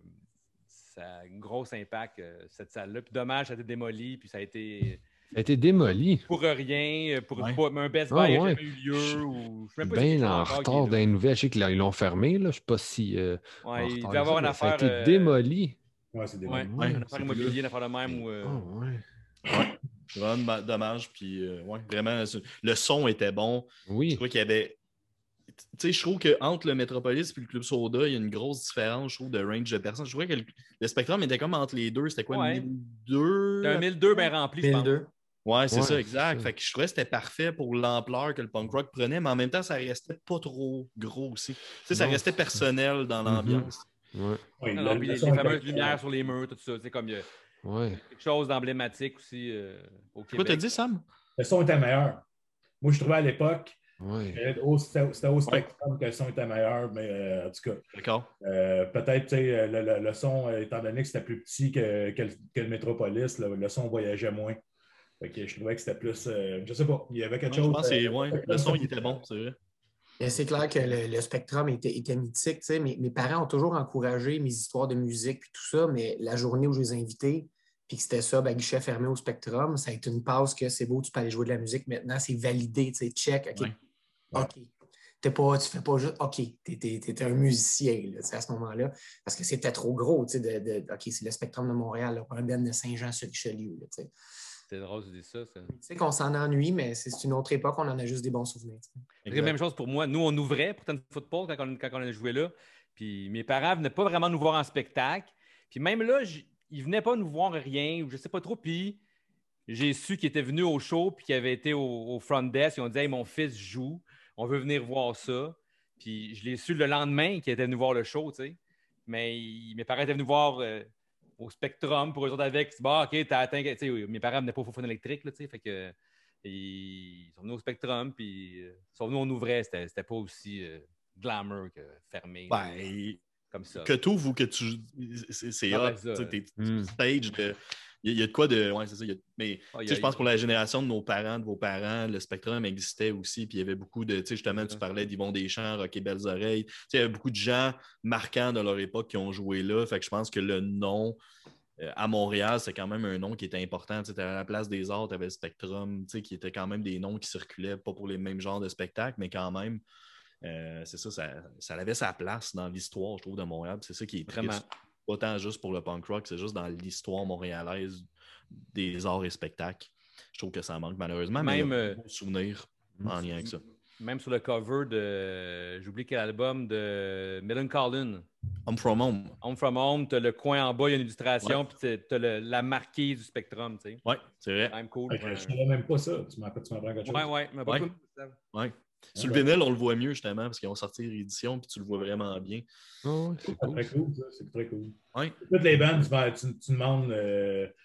ça a un gros impact, euh, cette salle-là. Puis dommage, ça a été démoli, puis ça a été Ça a été démoli. pour rien, euh, pour Ouais. pas, mais un Best Buy Ah, n'a ouais. jamais eu lieu. Ou, je sais même pas si c'est Bien en encore qui est retard là. dans les nouvelles. Je sais qu'ils l'ont fermé. Là. Je ne sais pas si. euh, Ouais, en il retard devait y avoir que une ça, mais Ça a affaire. été euh, démoli. Ouais, c'est des Ouais, bons. Ouais, une affaire c'est immobilière, plus une affaire de même. Où, euh, Ah, ouais. C'est vraiment ma- dommage. Puis, euh, ouais, vraiment, c'est- le son était bon. Je Oui. trouvais qu'il y avait. Tu sais, je trouve qu'entre le Metropolis et le Club Soda, il y a une grosse différence, je trouve, de range de personnes. Je trouvais que le, le Spectrum était comme entre les deux. C'était quoi, Ouais. mille deux? C'est un mille deux bien rempli, je pense. mille deux. Ouais, c'est Ouais, ça, c'est exact. ça. Fait que je trouvais que c'était parfait pour l'ampleur que le punk rock prenait, mais en même temps, ça restait pas trop gros aussi. Tu sais, ça Non, restait c'est ça. personnel dans l'ambiance. Ouais. Oui, Non, le- non, le puis les, son les était fameuses excellent. lumières sur les murs, tout ça. C'est comme il y a Ouais. quelque chose d'emblématique aussi euh, au Quoi t'as Québec. dit, Sam? Le son était meilleur. Moi, je trouvais à l'époque, Ouais. euh, au- c'était c'était au Spectrum que le son était meilleur, mais euh, en tout cas, D'accord. euh, peut-être tu sais, le, le- le son, euh, étant donné que c'était plus petit que, que le, que le Métropolis, le, le son voyageait moins. Fait que je trouvais que c'était plus. Euh, je sais pas, il y avait quelque Ouais, je chose. pense que c'est. euh, Ouais, le son, il était bon, c'est vrai. Mais c'est clair que le, le Spectrum était, était mythique. tu sais. Mes, mes parents ont toujours encouragé mes histoires de musique puis tout ça, mais la journée où je les ai invités, puis que c'était ça, ben, guichet fermé au Spectrum, ça a été une passe que c'est beau, tu peux aller jouer de la musique maintenant, c'est validé, tu sais, check, OK. Ouais. OK. T'es pas, tu fais pas juste OK, t'es, t'es, t'es un musicien là, tu sais, à ce moment-là, parce que c'était trop gros, tu sais, de, de, OK, c'est le Spectrum de Montréal, là, pas un ben de Saint-Jean-sur-Richelieu. Là, tu sais. C'était drôle, tu dis ça. ça. Tu sais qu'on s'en ennuie, mais c'est c'est une autre époque, on en a juste des bons souvenirs. tu sais. C'est la même chose pour moi. Nous, on ouvrait pour Ten Football quand on, quand on a joué là. Puis mes parents ne venaient pas vraiment nous voir en spectacle. Puis même là, j- ils ne venaient pas nous voir rien, ou je ne sais pas trop. Puis j'ai su qu'ils étaient venus au show, puis qu'ils avaient été au, au front desk. Ils ont dit hey, mon fils joue, on veut venir voir ça. Puis je l'ai su le lendemain qu'ils étaient venus voir le show, tu sais. Mais ils- mes parents étaient venus voir euh, au Spectrum pour eux autres avec. C'est bon, OK, t'as atteint. Tu sais, oui, mes parents venaient pas au Faux électrique, là, tu sais. Fait que. Ils sont venus au Spectrum, puis euh, ils sont venus, on ouvrait. C'était, c'était pas aussi euh, glamour que fermé. Ben, comme ça. que tu ou que tu. C'est, c'est Ah, hot. ben, ça. Tu sais, t'es Mm. stage de. Il y, a- il y a de quoi de. Ouais, c'est ça. il y a- mais Ah, il y tu sais, a- je pense pour la génération de nos parents, de vos parents, le Spectrum existait aussi. Puis il y avait beaucoup de. Tu sais, justement, tu parlais d'Yvon Deschamps, Rock et Belles Oreilles. Tu sais, il y avait beaucoup de gens marquants de leur époque qui ont joué là. Fait que je pense que le nom. euh, À Montréal, c'est quand même un nom qui était important. Tu sais, à la place des arts, tu avais le Spectrum, tu sais, qui étaient quand même des noms qui circulaient, pas pour les mêmes genres de spectacles, mais quand même, euh, c'est ça, ça, ça avait sa place dans l'histoire, je trouve, de Montréal. Puis c'est ça qui est triste. Vraiment. Pas tant juste pour le punk rock, c'est juste dans l'histoire montréalaise des arts et spectacles. Je trouve que ça manque malheureusement, mais Même, il y a euh, de beaux souvenirs en lien avec ça. Même sur le cover de. J'oublie quel album de Millen Collin. Home From Home. Home From Home, tu as le coin en bas, il y a une illustration, Ouais. puis tu as la marquise du Spectrum, tu sais. Oui, c'est vrai. C'est quand même cool. Fait que Ouais, je ne savais même pas ça. Tu m'en- tu m'apprends quelque chose. ouais, ouais. Mais Ouais. beaucoup- Ouais. Sur le Ouais. vinyle, on le voit mieux justement parce qu'ils ont sorti une réédition puis tu le vois vraiment bien. Ah, ouais, c'est C'est cool. très cool, ça. C'est très cool. Ouais. Toutes les bandes, tu, vas- tu- tu demandes euh,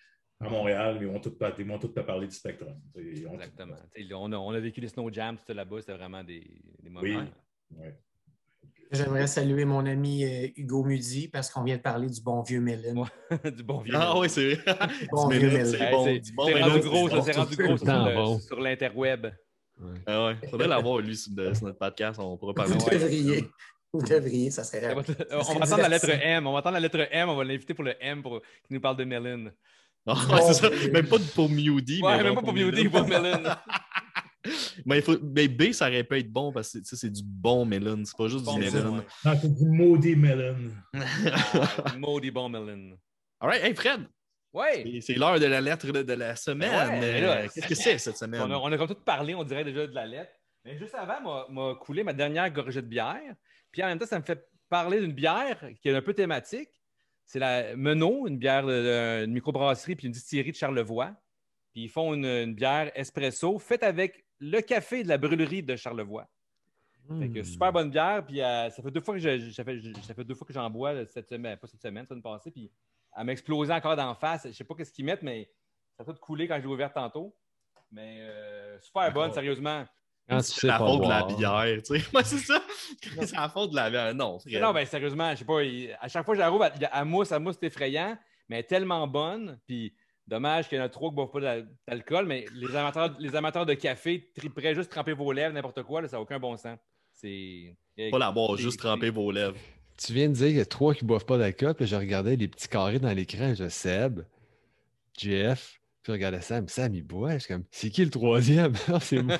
à Montréal, ils vont tous ils vont tous te parler du Spectrum. Ils ont Exactement. Tout... On, a, on a vécu les Snow Jams, tout là-bas, c'était vraiment des, des moments. Oui. Oui. J'aimerais saluer mon ami euh, Hugo Mudi parce qu'on vient de parler du bon vieux Melon. Ouais, du bon vieux. Ah oui, c'est vrai. Bon Du vieux Melon, Melon. c'est Hey, bon. c'est Du bon c'est Melon, rendu c'est gros, bon. ça, c'est rendu gros sur, temps le- bon. sur l'interweb. Ouais. Ah ouais. Faudrait l'avoir, lui, sur, de- sur notre podcast. On pourrait parler. Vous ouais. devriez. Vous devriez, ça serait Ça va rare. t- Ça On serait va attendre la lettre divertissant. M. On va attendre la lettre M. On va l'inviter pour le M pour qu'il nous parle de Melon. Ah, Bon, c'est ça. Melon. Même pas pour Mewdy. Ouais, mais même genre pas pour Beauty, Melon. pour Melon. Mais, il faut... mais B, ça aurait pu être bon parce que tu sais, c'est du bon melon. C'est pas juste Bon du melon, melon. ouais. Non, c'est du maudit Melon. Ah, maudit bon Melon. All right. Hey, Fred. Ouais! C'est- C'est l'heure de la lettre de, de la semaine. Ouais, mais là, Euh, Qu'est-ce que c'est cette semaine? On a, on a comme tout parlé, on dirait déjà de la lettre. Mais juste avant, m'a- m'a coulé ma dernière gorgée de bière. Puis en même temps, ça me fait parler d'une bière qui est un peu thématique. C'est la Menot, une bière de, de- une microbrasserie puis une distillerie de Charlevoix. Puis ils font une, une bière espresso faite avec le café de la brûlerie de Charlevoix. Fait que super bonne bière. Puis euh, ça fait deux fois que je, ça fait, ça fait deux fois que j'en bois là, cette semaine, pas cette semaine, la semaine passée. Puis elle m'a explosé encore d'en face. Je sais pas ce qu'ils mettent, mais ça a tout coulé quand je l'ai ouvert tantôt. Mais euh, super bonne, sérieusement. Quand tu C'est sais la pas faute de la boire. bière, tu sais. Ouais, c'est ça. C'est la faute de la bière. Non, c'est Non, ben sérieusement, je sais pas. il- À chaque fois que je la rouvre, elle, elle mousse, elle mousse, c'est effrayant, mais elle est tellement bonne. Puis dommage qu'il y en a trop qui ne boivent pas d'al- d'alcool, mais les amateurs, les amateurs de café triperaient juste tremper vos lèvres, n'importe quoi, là, ça n'a aucun bon sens. C'est. pas la boire, c'est- juste c'est- tremper vos lèvres. Tu viens de dire qu'il y a trois qui boivent pas d'alcool, puis je regardais les petits carrés dans l'écran, je Seb, Jeff, puis je regardais Sam, Sam il boit, je suis comme, c'est qui le troisième? Ah, c'est moi.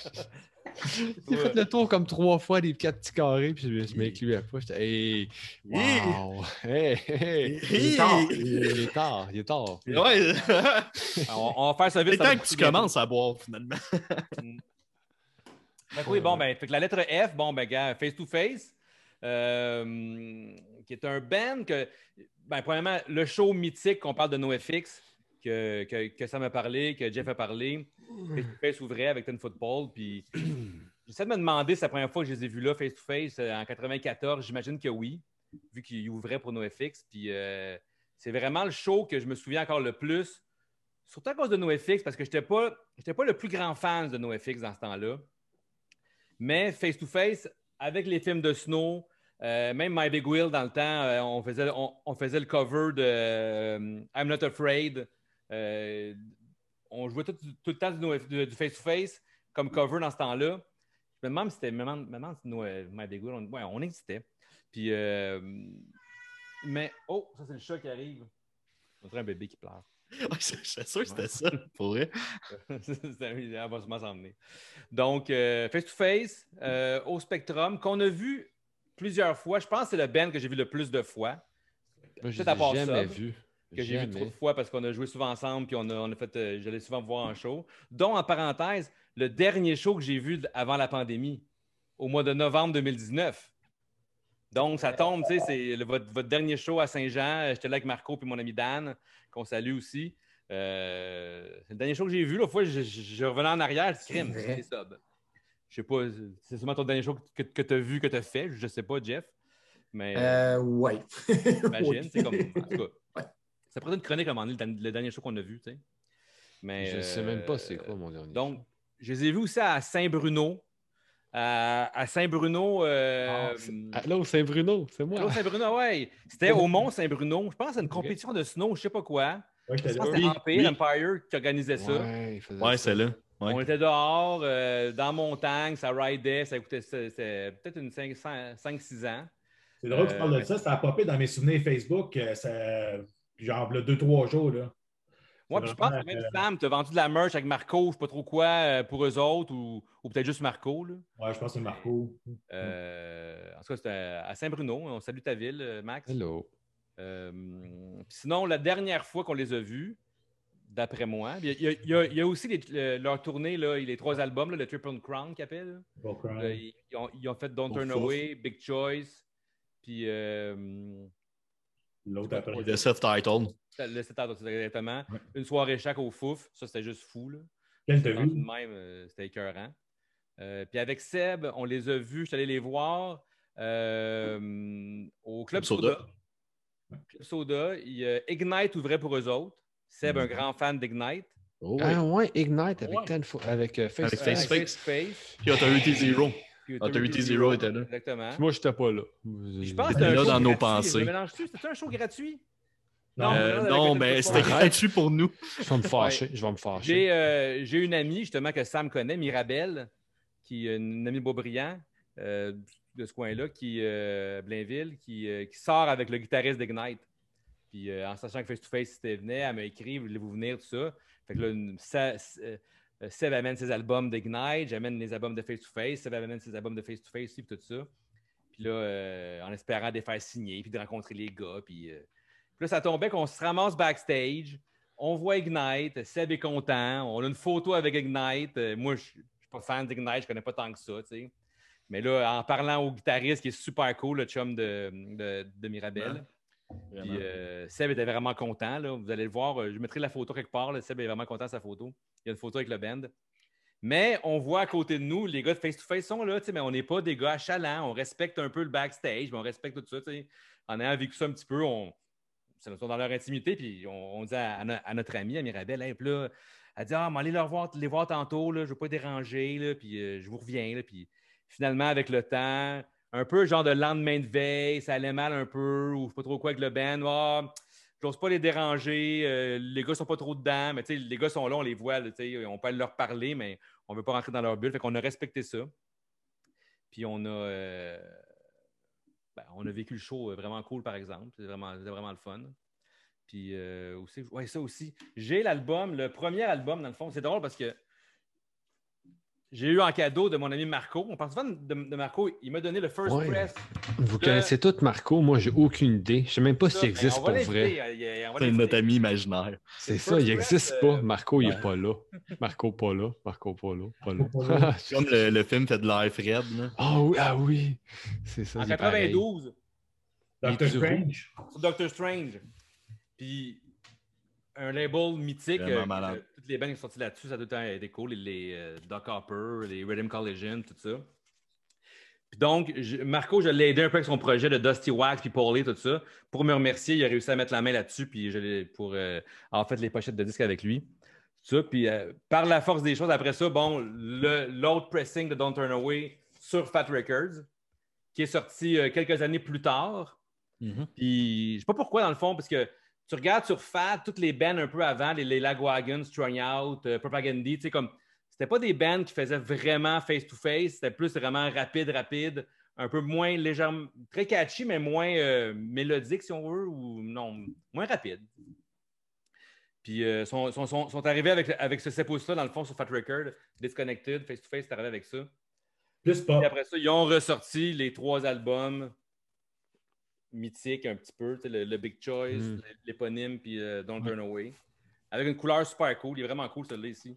J'ai fait le tour comme trois fois des quatre petits carrés, puis je, je m'incluais pas. J'étais, hey, wow, hey, hey. Il est tard. Il est tard, il est tard. Ouais. on, on va faire ça vite. C'est ça va temps que tu coûter bientôt. commences à boire, finalement. Fait que oui, bon, ben, fait que la lettre F, bon, ben, gars, Face to Face, euh, qui est un band que, ben, premièrement, le show mythique qu'on parle de NoFX, que, que, que Sam a parlé, que Jeff a parlé, Face to Face ouvrait avec Ten Football, puis j'essaie de me demander si c'est la première fois que je les ai vus là, Face to Face, euh, en quatre-vingt-quatorze, j'imagine que oui, vu qu'ils ouvraient pour NoFX, puis euh, c'est vraiment le show que je me souviens encore le plus, surtout à cause de NoFX, parce que je n'étais pas, j'étais pas le plus grand fan de NoFX dans ce temps-là. Mais face-to-face, avec les films de Snow, euh, même My Big Wheel, dans le temps, euh, on, faisait, on, on faisait le cover de euh, I'm Not Afraid. Euh, on jouait tout, tout le temps du, du face-to-face comme cover dans ce temps-là. Je me demande si c'était, me demande, me demande si no, euh, My Big Wheel, on, ouais, on existait. Puis, euh, mais, oh, ça c'est le chat qui arrive. On dirait un bébé qui pleure. Ouais, je suis sûr que c'était ça, pour vrai. Elle va sûrement s'en venir. Donc, euh, face-to-face, euh, au Spectrum, qu'on a vu plusieurs fois. Je pense que c'est le band que j'ai vu le plus de fois. Moi, je Peut-être à part l'ai jamais ça, vu. Que j'ai vu Jamais. trop de fois parce qu'on a joué souvent ensemble puis on a, on a fait, euh, j'allais souvent me voir en show. Dont, en parenthèse, le dernier show que j'ai vu avant la pandémie, au mois de novembre deux mille dix-neuf. Donc, ça tombe, tu sais, c'est le- votre, votre dernier show à Saint-Jean. J'étais là avec Marco et mon ami Dan, qu'on salue aussi. Euh, c'est le dernier show que j'ai vu. L'autre fois, je, je- je revenais en arrière, je dis, crime, C'est vrai. c'est sub. Je sais pas, c'est sûrement ton dernier show que, que tu as vu, que tu as fait. Je sais pas, Jeff. Mais Euh, ouais. j'imagine, Oui. c'est comme. En tout cas, Ouais. ça pourrait être une chronique à un moment donné, le, le dernier show qu'on a vu, tu sais. Mais, Je sais euh, même pas c'est quoi mon dernier. Donc, je les ai vus aussi à Saint-Bruno. À, à Saint-Bruno. euh, Ah, c'est- Allô, Saint-Bruno, c'est moi. Allô, Saint-Bruno, ouais. C'était au Mont Saint-Bruno. Je pense que c'est une compétition de snow, je sais pas quoi. Ouais, Je j'étais pense là. que c'était Oui, Empire, oui. Empire qui organisait ça. Ouais, il faisait Ouais, ça. c'est là. Ouais. On était dehors, euh, dans la montagne, ça ridait, ça coûtait c'était peut-être une cinq six ans. C'est drôle que tu Euh, parles de mais- ça. Ça a popé dans mes souvenirs Facebook. euh, Ça, genre, le deux trois jours. Là. Moi, C'est puis je pense vraiment, que même euh, Sam, tu as vendu de la merch avec Marco, je sais pas trop quoi, euh, pour eux autres, ou, ou peut-être juste Marco. Là. Ouais, je pense que c'est Marco. Euh, en tout cas, c'était à Saint-Bruno. On salue ta ville, euh, Max. Hello. Euh, puis sinon, la dernière fois qu'on les a vus, d'après moi, il y a, il y a- il y a- il y a aussi les- le- leur tournée, là, les trois albums, là, le Triple Crown qu'ils appellent. Bon, crime. Là, ils, ils ont, ils ont fait Don't Au Turn fouf. Away, Big Choice, puis euh, L'autre après. Le self-titled. le sept heures, exactement. Ouais. Une soirée chaque au Fouf. Ça, c'était juste fou. Là. Quel t'as Dans une vu? même, euh, c'était écœurant. Euh, puis avec Seb, on les a vus, je suis allé les voir euh, au Club Club Soda. Soda. Club Soda. Il, euh, Ignite ouvrait pour eux autres. Seb, Mm. un grand fan d'Ignite. Oh, oui. Ah ouais, Ignite avec, Ouais. ten fo- avec euh, Face Avec to Face Face. to Face. Puis Authority Zero. Puis Authority Zero était là. Exactement. Moi, j'étais pas là. Je pense que C'était c'était un là show dans nos gratuit. pensées. Je me mélange-tu? C'était un show gratuit? Non, Euh, avec non, une mais coupe c'était de- gratuit pour nous. Je vais me fâcher. Je vais me fâcher. J'ai euh, j'ai une amie, justement, que Sam connaît, Mirabelle, qui est une amie de Beaubriand, euh, de ce coin-là, qui, euh, Blainville, qui, euh, qui sort avec le guitariste d'Ignite. Puis euh, en sachant que Face to Face c'était venait, elle m'a écrit, voulez-vous venir, tout ça. Fait que là, une- ça- euh, Seb amène ses albums d'Ignite, j'amène les albums de Face to Face, Seb amène ses albums de Face to Face aussi, puis tout ça. Puis là, euh, en espérant de les faire signer, puis de rencontrer les gars, puis... euh, Puis là, ça tombait qu'on se ramasse backstage, on voit Ignite, Seb est content, on a une photo avec Ignite. Euh, moi, je ne suis pas fan d'Ignite, je connais pas tant que ça, tu sais. Mais là, en parlant au guitariste qui est super cool, le chum de, de, de Mirabelle, Ouais, puis euh, Seb était vraiment content, là. Vous allez le voir, euh, je mettrai la photo quelque part, là. Seb est vraiment content de sa photo. Il y a une photo avec le band. Mais on voit à côté de nous, les gars de Face to Face sont là, tu sais, mais on n'est pas des gars achalants, on respecte un peu le backstage, mais on respecte tout ça, tu sais. En ayant vécu ça un petit peu, on... ça nous sont dans leur intimité, puis on, on dit à, à, no- à notre amie, à Mirabelle, hey, puis là, elle dit, ah, mais allez leur voir, les voir tantôt, là, je ne veux pas déranger, là, puis euh, je vous reviens, là, puis finalement, avec le temps, un peu genre de lendemain de veille, ça allait mal un peu, ou je sais pas trop quoi avec le band, ah, j'ose pas les déranger, euh, les gars sont pas trop dedans, mais tu sais, les gars sont là, on les voit, là, tu sais, on peut aller leur parler, mais on veut pas rentrer dans leur bulle, fait qu'on a respecté ça. Puis on a... euh, ben, on a vécu le show vraiment cool, par exemple. C'était vraiment, c'était vraiment le fun. Puis euh, aussi, ouais, ça aussi. J'ai l'album, le premier album, dans le fond. C'est drôle parce que j'ai eu en cadeau de mon ami Marco. On parle souvent de, de Marco. Il m'a donné le First Ouais. Press. Vous de- connaissez tous Marco. Moi, j'ai aucune idée. Je sais même pas Ça, s'il ben, existe on va pour l'inviter, vrai. il- il- on va C'est l'inviter. notre ami imaginaire. C'est le ça, First il Press, n'existe euh, pas. Marco, il ouais. n'est pas là. Marco pas là. Marco pas là. Pas là. Marco pas là. C'est comme le, le film fait de l'air Fred. Là. Ah oui, ah oui. C'est ça. En c'est pareil. quatre-vingt-douze, Doctor Il est Strange. sur Doctor Strange. Puis un label mythique. Vraiment euh, malade. euh, toutes les bandes qui sont sorties là-dessus, ça a tout le temps été cool. Les, les euh, Doc Hopper, les Rhythm Collision, tout ça. Puis donc, je- Marco, je l'ai aidé un peu avec son projet de Dusty Wax puis Paulie, tout ça. Pour me remercier, il a réussi à mettre la main là-dessus, puis je l'ai pour euh, en fait les pochettes de disques avec lui. Tout ça. Puis euh, par la force des choses, après ça, bon, le- l'autre pressing de Don't Turn Away sur Fat Records, qui est sorti euh, quelques années plus tard. Mhm. Puis je sais pas pourquoi, dans le fond, parce que tu regardes sur Fat, toutes les bands un peu avant, les, les Lagwagon, Strung Out, euh, Propagandy, tu sais, comme c'était pas des bands qui faisaient vraiment face-to-face, c'était plus vraiment rapide, rapide, un peu moins légèrement, très catchy, mais moins euh, mélodique, si on veut, ou non, moins rapide. Puis euh, sont, sont, sont, sont arrivés avec, avec ce sepouce-là, dans le fond, sur Fat Record, Disconnected, Face-to-Face, c'est arrivé avec ça. Plus Et pas. après ça, ils ont ressorti les trois albums mythiques un petit peu, tu sais, le, le Big Choice, Mm. l'éponyme, puis euh, Don't Turn Away. Avec une couleur super cool. Il est vraiment cool, celui-là ici.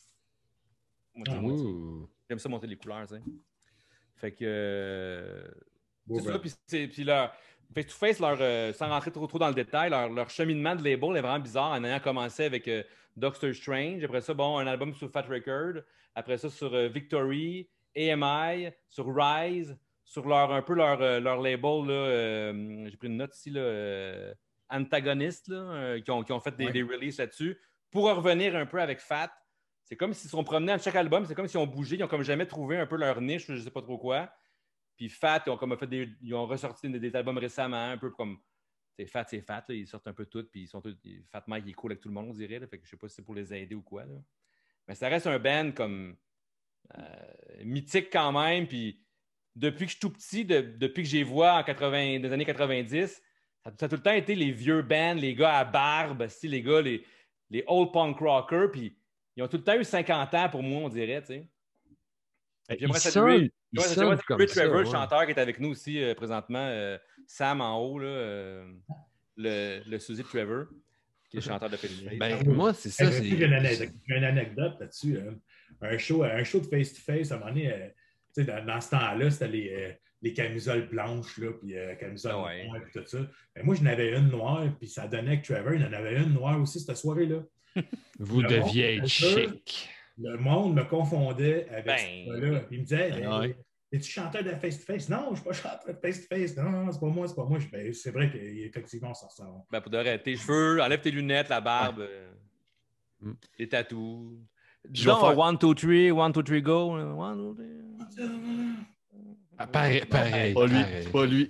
Moi, Ah, moi, Ouh. j'aime ça monter les couleurs, tu sais. Fait que... euh, Beau c'est ça, brand. puis, c'est- puis leur face-to-face, leur, euh, sans rentrer trop, trop dans le détail, leur, leur cheminement de label est vraiment bizarre en ayant commencé avec euh, Doctor Strange. Après ça, bon, un album sur Fat Record. Après ça, sur euh, Victory, A M I, sur Rise, sur leur, un peu leur, euh, leur label, là, euh, j'ai pris une note ici, là, euh, Antagonist, là, euh, qui, ont, qui ont fait des, Ouais. des releases là-dessus. Pour revenir un peu avec Fat, c'est comme s'ils se sont promenés à chaque album, c'est comme s'ils ont bougé, ils n'ont comme jamais trouvé un peu leur niche, je ne sais pas trop quoi. Puis Fat, ils ont, comme fait des, ils ont ressorti des, des albums récemment, un peu comme. C'est Fat, c'est Fat, là, ils sortent un peu tout, puis ils sont tous. Fat Mike il est cool avec tout le monde, on dirait. Là, fait que je sais pas si c'est pour les aider ou quoi. Là. Mais ça reste un band comme euh, mythique quand même. Puis depuis que je suis tout petit, de- depuis que j'ai vois en quatre-vingts, des années quatre-vingt-dix, ça, ça a tout le temps été les vieux bands, les gars à barbe, si, les gars, les, les old punk rockers, puis ils ont tout le temps eu cinquante ans pour moi, on dirait, tu sais. J'aimerais Il saluer- sonne, il Ouais, sonne j'aimerais comme saluer ça. Trevor, le ouais. chanteur qui est avec nous aussi euh, présentement. euh, Sam en haut, là, euh, le, le Suzy de Trevor, qui est chanteur de Face-to-Face. Ben, moi, c'est ça. Hey, c'est... J'ai une, anecdote- j'ai une anecdote là-dessus. hein. Un show, un show de face-to-face, à un moment donné, euh, tu sais, dans, dans ce temps-là, c'était les, euh, les camisoles blanches, là, puis euh, camisoles Ah ouais. noires, puis tout ça. Mais moi, j'en avais une noire, puis ça donnait que Trevor, il en avait une noire aussi cette soirée-là. Vous Le deviez monde, être c'est sûr. chic. Le monde me confondait avec Ben. ce gars-là. Il me disait, Ah ouais. es-tu chanteur de face-to-face? Non, je ne suis pas chanteur de face-to-face. Non, non, c'est pas moi, c'est pas moi. Je, ben, c'est vrai qu'effectivement, on s'en ressort. Ben, pour de vrai, tes cheveux, enlève tes lunettes, la barbe, Ouais. euh, les tatous. Je vais Disons, faire- one, two, three, one, two, three, go. One, two, three. Ah, pareil, pareil. Pas lui, pareil. pas lui.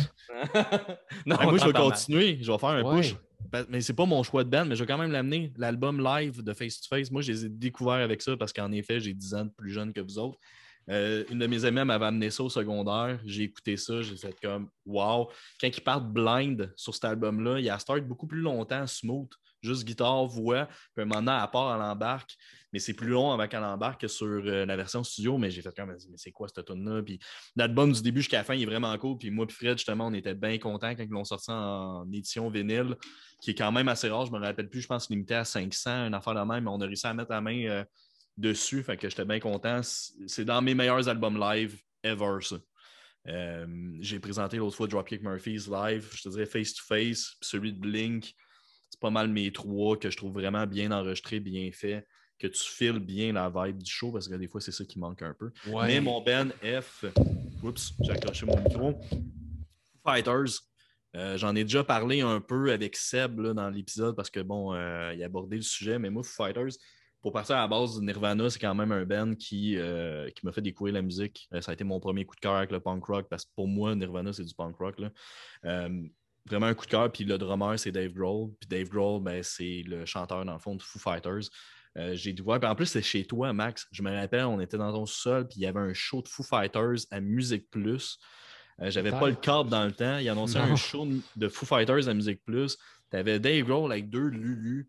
Non, Ben, moi, je vais t'entends mal. continuer. Je vais faire un Ouais. push. Ben, Mais c'est pas mon choix de band, mais je vais quand même l'amener. L'album live de Face to Face, moi, je les ai découverts avec ça parce qu'en effet, j'ai dix ans de plus jeune que vous autres. Euh, une de mes amies m'avait amené ça au secondaire. J'ai écouté ça, j'ai fait comme wow. Quand ils partent blind sur cet album-là, il y a start beaucoup plus longtemps, smooth, juste guitare, voix, puis un moment donné, à part, elle embarque. Mais c'est plus long avant qu'elle embarque que sur euh, la version studio. Mais j'ai fait comme, mais c'est quoi cette tune-là? Puis l'album du début jusqu'à la fin, il est vraiment cool. Puis moi, puis Fred, justement, on était bien contents quand ils l'ont sorti en édition vinyle, qui est quand même assez rare. Je me rappelle plus, je pense limité à cinq cents, une affaire de même, mais on a réussi à mettre la main euh, dessus. Fait que j'étais bien content. C'est dans mes meilleurs albums live ever, ça. Euh, j'ai présenté l'autre fois Dropkick Murphys live, je te dirais Face to Face, puis celui de Blink. C'est pas mal mes trois que je trouve vraiment bien enregistrés, bien faits, que tu files bien la vibe du show, parce que des fois, c'est ça qui manque un peu. Ouais. Mais mon Ben F, oups, j'ai accroché mon micro. Foo Fighters, euh, j'en ai déjà parlé un peu avec Seb là, dans l'épisode, parce que bon, euh, il a abordé le sujet, mais moi, Foo Fighters, pour partir à la base, Nirvana, c'est quand même un band qui, euh, qui m'a fait découvrir la musique. Euh, ça a été mon premier coup de cœur avec le punk rock, parce que pour moi, Nirvana, c'est du punk rock, là. Euh, Vraiment un coup de cœur. Puis le drummer, c'est Dave Grohl. Puis Dave Grohl, ben, c'est le chanteur, dans le fond, de Foo Fighters. Euh, j'ai dû voir. Puis en plus, c'est chez toi, Max. Je me rappelle, on était dans ton sol, puis il y avait un show de Foo Fighters à Musique Plus. Euh, j'avais pas le câble dans le temps. Il annonçait Non. un show de Foo Fighters à Musique Plus. Tu avais Dave Grohl avec deux Lulu.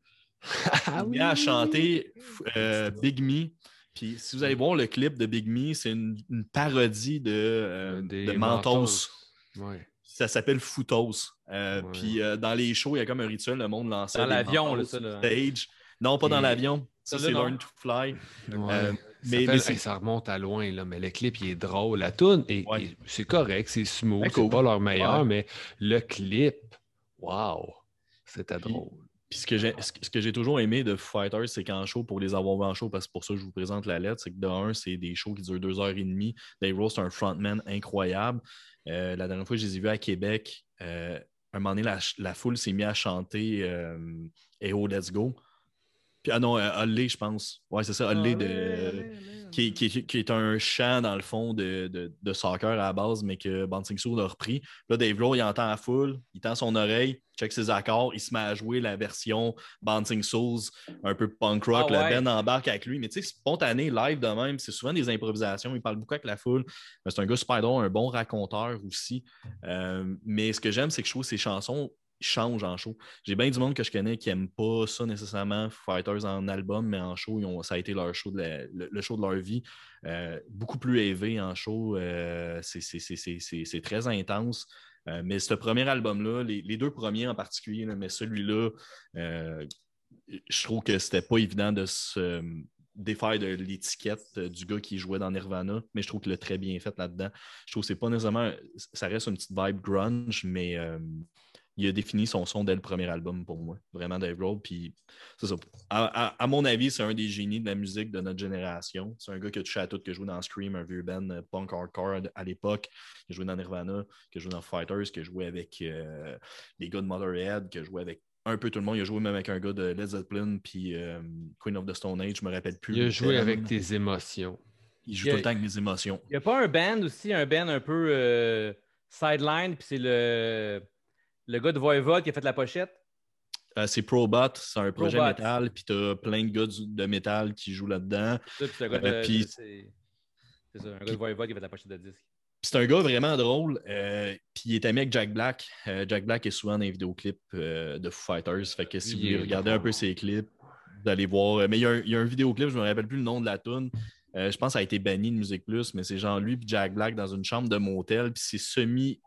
Ah Il oui. vient à chanter euh, Big Me. Puis si vous allez voir le clip de Big Me, c'est une, une parodie de, euh, Des de Mentos. Mentos. Ouais. Ça s'appelle Footos. Euh, Ouais. Puis euh, dans les shows, il y a comme un rituel, le monde lançait Dans des l'avion, Mentos là, ça, là. stage. Non, pas dans Et- l'avion. Ça, Ça, là, c'est non. Learn to Fly. Ouais. Euh, ça, mais- fait- mais c'est- hey, ça remonte à loin, là, mais le clip, il est drôle. La toune, est- Ouais. est- c'est correct, c'est smooth, Ben, c'est cool. pas leur meilleur, Ouais. mais le clip, wow, c'était Puis- drôle. Puis ce que j'ai ce que- ce que j'ai toujours aimé de Foo Fighters, c'est qu'en show, pour les avoir vus en show, parce que pour ça que je vous présente la lettre, c'est que de un, c'est des shows qui durent deux heures et demie. Dave Grohl, c'est un frontman incroyable. Euh, la dernière fois que je les ai vus à Québec, euh, un moment donné, la, la foule s'est mise à chanter euh, Eh oh, let's go. Puis, ah non, euh, Olé, je pense. Ouais, c'est ça, Olé, de, qui, qui- qui est un chant, dans le fond, de, de, de soccer à la base, mais que Bouncing Soul a repris. Là, Dave Grohl, il entend la foule, il tend son oreille, il check ses accords, il se met à jouer la version Bouncing Souls, un peu punk rock. Ah La ouais. band embarque avec lui. Mais tu sais, spontané, live de même, c'est souvent des improvisations. Il parle beaucoup avec la foule. Mais c'est un gars super drôle, un bon raconteur aussi. Euh, mais ce que j'aime, c'est que je trouve ses chansons changent en show. J'ai bien du monde que je connais qui n'aime pas ça nécessairement, Foo Fighters en album, mais en show, ils ont, ça a été leur show de la- le, le show de leur vie. Euh, beaucoup plus élevé en show. Euh, c'est, c'est, c'est, c'est, c'est, c'est très intense. Euh, mais ce premier album-là, les, les deux premiers en particulier, là, mais celui-là, euh, je trouve que c'était pas évident de se euh, défaire de l'étiquette euh, du gars qui jouait dans Nirvana, mais je trouve qu'il l'a très bien fait là-dedans. Je trouve que c'est pas nécessairement... Ça reste une petite vibe grunge, mais... Euh, il a défini son son dès le premier album pour moi. Vraiment, Dave Grohl. Puis, c'est ça. À, à, à mon avis, c'est un des génies de la musique de notre génération. C'est un gars qui a touché à tout, qui a joué dans Scream, un vieux band euh, punk hardcore à l'époque, qui a joué dans Nirvana, qui a joué dans Fighters, qui a joué avec euh, les gars de Motörhead, qui a joué avec un peu tout le monde. Il a joué même avec un gars de Led Zeppelin, puis euh, Queen of the Stone Age, je me rappelle plus. Il a joué Ben, avec tes émotions. Il joue Il y a- tout le temps avec mes émotions. Il n'y a pas un band aussi, un band un peu euh, sideline, puis c'est le, le gars de Voivod qui a fait la pochette. Euh, c'est Probot, c'est un projet Probot. métal, puis t'as plein de gars du- de métal qui jouent là-dedans. Ça, puis c'est un gars de, Euh, puis- c'est, c'est ça, un gars de Voivod qui a fait la pochette de disque. Puis c'est un gars vraiment drôle. euh, puis il est ami avec Jack Black. Euh, Jack Black est souvent dans les vidéoclips euh, de Foo Fighters. Fait que si Il vous voulez est regarder drôle. un peu ses clips, vous allez voir. Euh, Mais il y a un, il y a un vidéoclip, je ne me rappelle plus le nom de la tune. Euh, je pense que ça a été banni de Musique Plus, mais c'est genre lui et Jack Black dans une chambre de motel. Puis c'est semi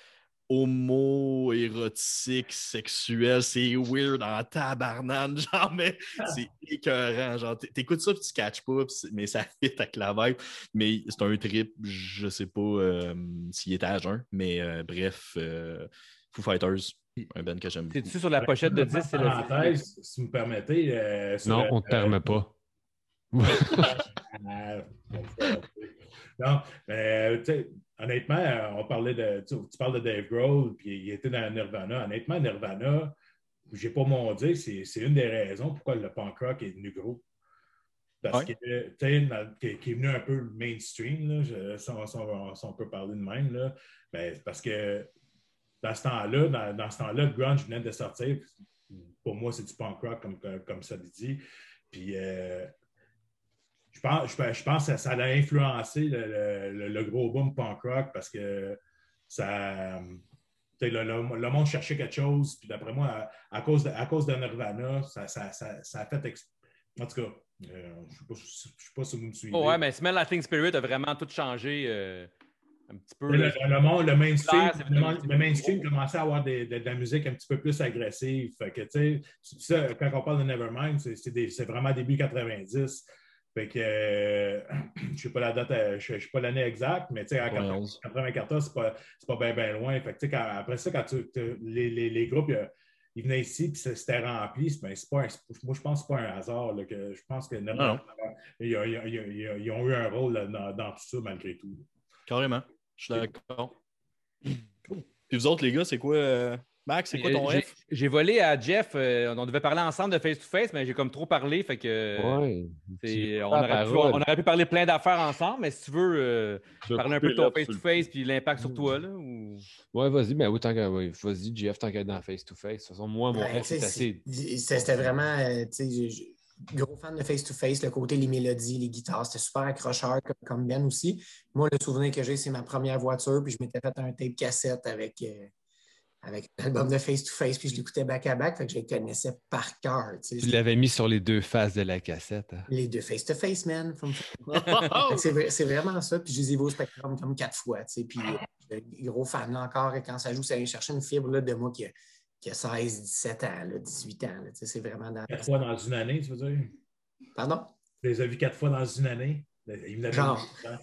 homo-érotique, sexuel, c'est weird en tabarnane, genre, mais c'est écœurant, genre, t- t'écoutes ça puis tu catches pas, puis c'est- mais ça fit avec la vibe, mais c'est un trip, je sais pas euh, s'il est à jeun, mais euh, bref, euh, Foo Fighters, un band que j'aime beaucoup. C'est-tu sur la pochette de disque? C'est le... Parenthèse, si vous me permettez. euh, sur Non, le- on ne te permet euh, pas. Ah, non, euh, tu sais, honnêtement, on parlait de. Tu, tu parles de Dave Grohl, puis il était dans Nirvana. Honnêtement, Nirvana, j'ai pas mon dire, c'est, c'est une des raisons pourquoi le punk rock est devenu gros. Parce Ouais. que, tu sais, qui, qui est venu un peu mainstream, là, je, si, on, si, on, si on peut parler de même, là, ben, parce que dans ce temps-là, dans, dans ce temps-là, le grunge venait de sortir. Pour moi, c'est du punk rock, comme, comme, comme ça le dit. Puis, euh, je pense, je, je pense que ça a influencé le, le, le gros boom punk rock parce que ça. Le, le, le monde cherchait quelque chose, puis d'après moi, à, à, cause de, à cause de Nirvana, ça, ça, ça, ça a fait. Exp... En tout cas, euh, je ne sais pas si vous me suivez. Oh, ouais, mais Smell Like Teen Spirit a vraiment tout changé euh, un petit peu. Le, Là, le, le, monde, le mainstream, c'est le, devenu- le mainstream commençait à avoir des, de, de la musique un petit peu plus agressive. Fait que, tu sais, ça, quand on parle de Nevermind, c'est, c'est, des, c'est vraiment début quatre-vingt-dix. Fait que, euh, je ne sais pas la date, euh, je ne sais pas l'année exacte, mais tu sais, en quatre-vingt-quatorze, c'est pas, c'est pas bien, bien loin. Fait que, tu sais, quand, après ça, quand tu, tu, les, les, les groupes, euh, ils venaient ici, puis c'était rempli, ben, c'est pas un, moi, je pense que ce n'est pas un hasard. Là, que, je pense que Nevermind, ils, ils, ils, ils ont eu un rôle là, dans, dans tout ça, malgré tout. Carrément. Je suis d'accord. Cool. Puis vous autres, les gars, c'est quoi, euh... Max, c'est quoi ton j'ai, F? J'ai volé à Jeff. Euh, on devait parler ensemble de face-to-face, mais j'ai comme trop parlé. Fait que, Ouais. c'est, on, aurait pu, on aurait pu parler plein d'affaires ensemble, mais si tu veux euh, parler un peu de ton face-to-face puis l'impact sur toi. Là, ou... Ouais, vas-y, mais oui, tant que, ouais, vas-y, Jeff, tant qu'à être dans face-to-face. De toute façon, moi, mon Ouais, F est assez. C'était vraiment, euh, tu sais, gros fan de face-to-face, le côté, les mélodies, les guitares, c'était super accrocheur comme, comme Ben aussi. Moi, le souvenir que j'ai, c'est ma première voiture, puis je m'étais fait un tape cassette avec, euh, avec l'album de face-to-face, puis je l'écoutais back-à-back, fait que je les connaissais par cœur. Tu l'avais mis sur les deux faces de la cassette. Hein? Les deux face-to-face, man. c'est, c'est vraiment ça, puis je les ai vus au Spectrum comme quatre fois, tu sais, puis euh, gros fan là encore, et quand ça joue, ça vient chercher une fibre là, de moi qui a, qui a seize, dix-sept ans, là, dix-huit ans, là, tu sais, c'est vraiment dans... Quatre fois dans une année, tu veux dire? Pardon? Tu les as vus quatre fois dans une année? Genre.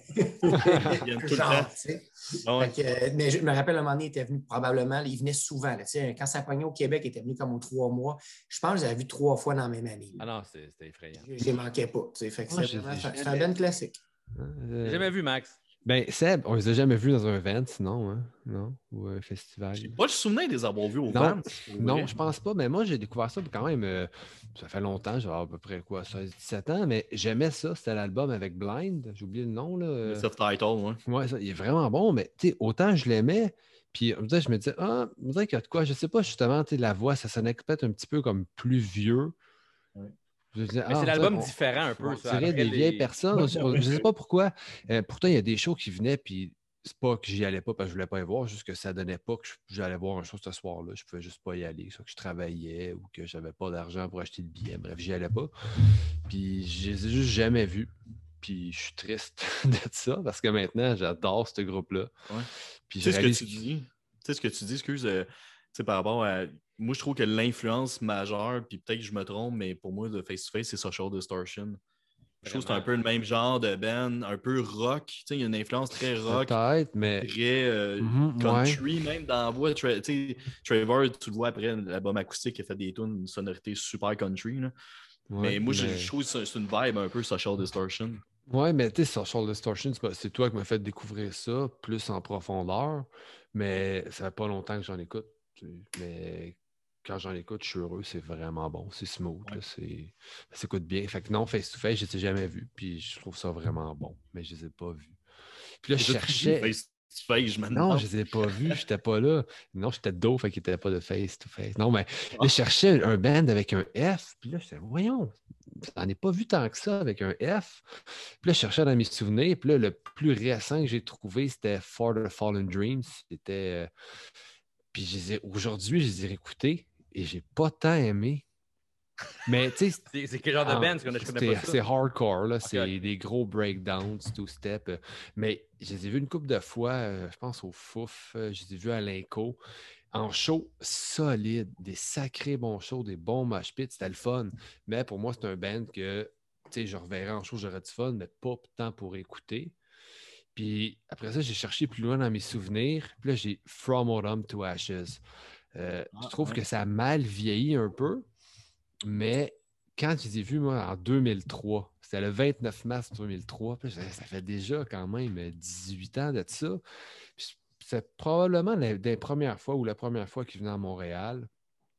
Genre, tu sais. Ah ouais. Fait que, euh, mais je me rappelle, un moment donné, il était venu probablement, il venait souvent. Là, tu sais, quand ça pognait au Québec, il était venu comme aux trois mois. Je pense que je l'avais vu trois fois dans la même année. Ah non, c'est, c'était effrayant. Je ne les manquais pas. Tu sais, fait que Moi, c'est, je- vraiment, je- c'est un band classique. Euh, J'ai jamais vu Max. Ben, Seb, on les a jamais vus dans un event, sinon, hein? Non? Ou un festival. J'ai pas le souvenir de les avoir vus au Non, Vans. non, je pense pas. Mais moi, j'ai découvert ça quand même. euh, ça fait longtemps, genre à peu près quoi, seize dix-sept ans, mais j'aimais ça. C'était l'album avec Blind. J'ai oublié le nom. Là. Le euh, self-title, ouais. Ouais, ça, il est vraiment bon, mais tu sais, autant je l'aimais. Puis on me disait, je me disais, ah, on dirait qu'il y a de quoi, je sais pas, justement, tu sais, la voix, ça sonnait peut-être un petit peu comme plus vieux. Ouais. Je disais, Mais ah, c'est l'album on- différent un peu. on Ça, dirait après des les- vieilles personnes. Ouais, Je ouais, ne sais ouais. pas pourquoi. Euh, pourtant, il y a des shows qui venaient, puis c'est pas que j'y allais pas parce que je voulais pas y voir, juste que ça donnait pas que je- j'allais voir un show ce soir-là. Je pouvais juste pas y aller, soit que je travaillais ou que j'avais pas d'argent pour acheter le billet. Bref, j'y allais pas. Puis je les ai juste jamais vus. Puis je suis triste de ça parce que maintenant, j'adore ce groupe-là. Ouais. Puis Tu sais je ce que réalise- tu dis? Tu sais ce que tu dis, excuse, euh, tu sais, par rapport à. Moi, je trouve que l'influence majeure, puis peut-être que je me trompe, mais pour moi, de face-to-face, c'est Social Distortion. Je trouve que c'est un peu le même genre de band, un peu rock. Tu sais, il y a une influence très rock, Peut-être, mais. très euh, Mhm, country, même dans la voix. Tra- tu sais, Trevor, tu le vois après, l'album acoustique, il a fait des tunes, une sonorité super country. Là. Ouais, mais moi, je- mais- je trouve que c'est c'est une vibe un peu Social Distortion. Ouais, mais tu sais, Social Distortion, c'est pas- c'est toi qui m'as fait découvrir ça plus en profondeur, mais ça fait pas longtemps que j'en écoute. tu sais. Mais quand j'en écoute, je suis heureux, c'est vraiment bon, c'est smooth, Ouais. là, c'est... ça s'écoute bien. Fait que non, Face to Face, je les ai jamais vus, puis je trouve ça vraiment bon, mais je les ai pas vus. Puis là, je Les as-tu vus cherchais. face to face, je me Non, demande. je les ai pas vus, j'étais pas là. Non, j'étais dos, fait qu'il était pas de Face to Face. Non, mais là, Ah. je cherchais un band avec un F, puis là, je disais, voyons, j'en ai pas vu tant que ça avec un F. Puis là, je cherchais dans mes souvenirs. Puis là, le plus récent que j'ai trouvé, c'était For the Fallen Dreams. C'était. euh, Puis je les ai- aujourd'hui, je les ai réécoutés et j'ai pas tant aimé. Mais tu sais, C'est, c'est quel genre de ah, band? Je connais, je connais c'est pas ça. c'est hardcore, là. C'est ok. des gros breakdowns, two-step. euh, Mais je les ai vus une couple de fois, euh, je pense au Fouf, euh, je les ai vus à l'Inco. En show solide, des sacrés bons shows, des bons mosh pits, c'était le fun. Mais pour moi, c'est un band que, tu sais, je reverrai en show, j'aurais du fun, mais pas tant pour écouter. Puis après ça, j'ai cherché plus loin dans mes souvenirs. Puis là, j'ai From Autumn to Ashes. Euh, Ah, je trouve ouais. que ça a mal vieilli un peu, mais quand je les ai vus, moi, en deux mille trois, c'était le vingt-neuf mars deux mille trois, puis ça fait déjà quand même dix-huit ans de ça. Puis c'est probablement la, des premières fois ou la première fois qu'ils venaient à Montréal.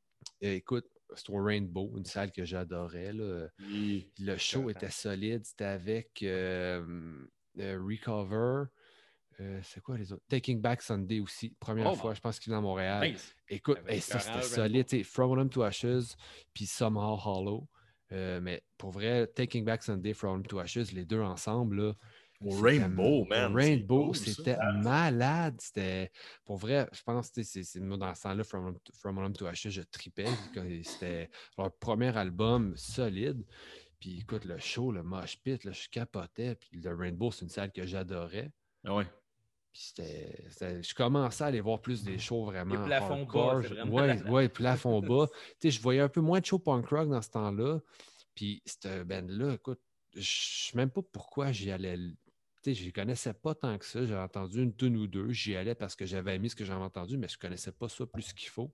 Et écoute, c'était au Rainbow, une salle que j'adorais. Là. Oui. Le show était solide. C'était avec euh, euh, Recover. Euh, c'est quoi les autres? Taking Back Sunday aussi. Première Oh, fois, bon. je pense qu'il venait à Montréal. Nice. Écoute, Avec hey, ça Coral, c'était Rainbow. solide. From Them to Ashes, puis Somehow Hollow. Euh, mais pour vrai, Taking Back Sunday, From Them to Ashes, les deux ensemble, là, Au c'était- Rainbow, au man. Rainbow, c'est cool, c'était ça. malade. C'était, pour vrai, je pense que c'est, c'est, moi, dans ce temps-là, From, From Home to Ashes, je tripais. C'était leur premier album solide. Puis écoute, le show, le mosh pit, là, je capotais. Puis le Rainbow, c'est une salle que j'adorais. Ah ouais. Puis c'était, c'était- je commençais à aller voir plus des shows vraiment Les plafonds hardcore. bas, c'est vraiment Ouais, la- ouais, plafond bas. Tu sais, je voyais un peu moins de shows punk rock dans ce temps-là. Puis cette band-là, écoute, je sais même pas pourquoi j'y allais. Tu sais, je ne connaissais pas tant que ça. J'ai entendu une tune ou deux. J'y allais parce que j'avais aimé ce que j'avais entendu, mais je ne connaissais pas ça plus qu'il faut.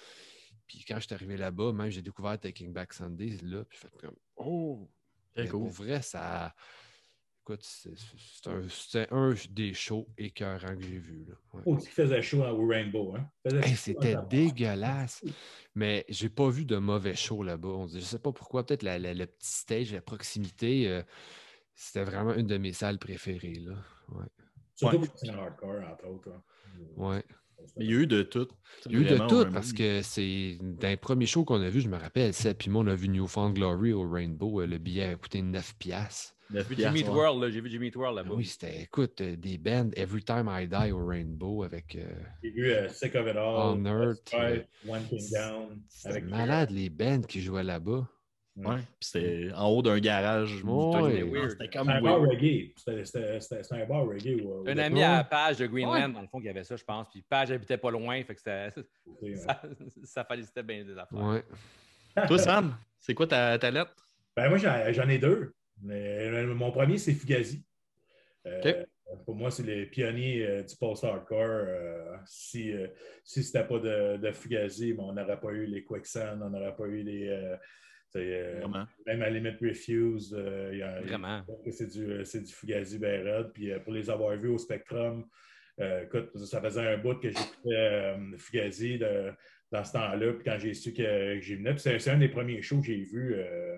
Puis quand je suis arrivé là-bas, même j'ai découvert Taking Back Sunday, là, puis j'ai fait comme « Oh! » Très Mais cool. pour vrai, ça... Écoute, c'est, c'est, un, c'est un des shows écœurants que j'ai vus. Là. Ouais. Oh, qui faisait chaud au Rainbow. Hein? Faisait Hey, chaud c'était dans ta- dégueulasse. Mais j'ai pas vu de mauvais shows là-bas. On dit, je sais pas pourquoi, peut-être la, la, le petit stage, la proximité, euh, c'était vraiment une de mes salles préférées. Là. Ouais. Surtout Ouais. pour le hardcore, entre autres. Hein. Ouais. Mais il y a eu de tout. Il y a eu de Vraiment, tout vraiment. parce que c'est dans les premiers shows qu'on a vus, je me rappelle, Seb puis moi, on a vu New Found Glory au Rainbow. Le billet a coûté neuf piastres. neuf J'ai vu piastres, Jimmy Eat ouais. World, là. J'ai vu Jimmy Eat World là-bas. Oui, c'était, écoute, euh, des bands Every Time I Die au Rainbow avec euh, J'ai vu euh, Sick of It All, On Earth. Stripe, euh, One King Down. C'était Avec malade, les bands qui jouaient là-bas. Ouais. Puis c'était en haut d'un garage. Ouais. C'était weird. C'était C'est comme un bar weird. reggae. C'était, c'était, c'était, c'était un bar reggae. Où, où Un le- ami Ouais. à Page de Greenland, dans le fond, qui avait ça, je pense. Puis Page habitait pas loin, fait que ça, côté, euh, ça, ça facilitait bien des affaires. Ouais. Toi, Sam, c'est quoi ta, ta lettre? Ben, moi, j'en, j'en ai deux. Mais, euh, mon premier, c'est Fugazi. Euh, OK. Pour moi, c'est les pionniers euh, du post-hardcore. Euh, si euh, si ce n'était pas de, de Fugazi, ben, on n'aurait pas eu les Quicksand, on n'aurait pas eu les. Euh, euh, Vraiment. même à Limit Refuse, euh, y a, Vraiment. y a, c'est, du, c'est du Fugazi bien raide. Puis euh, pour les avoir vus au Spectrum, euh, écoute, ça faisait un bout que j'écoutais euh, Fugazi de, dans ce temps-là. Puis quand j'ai su que, que j'y venais, puis c'est, c'est un des premiers shows que j'ai vus. Euh,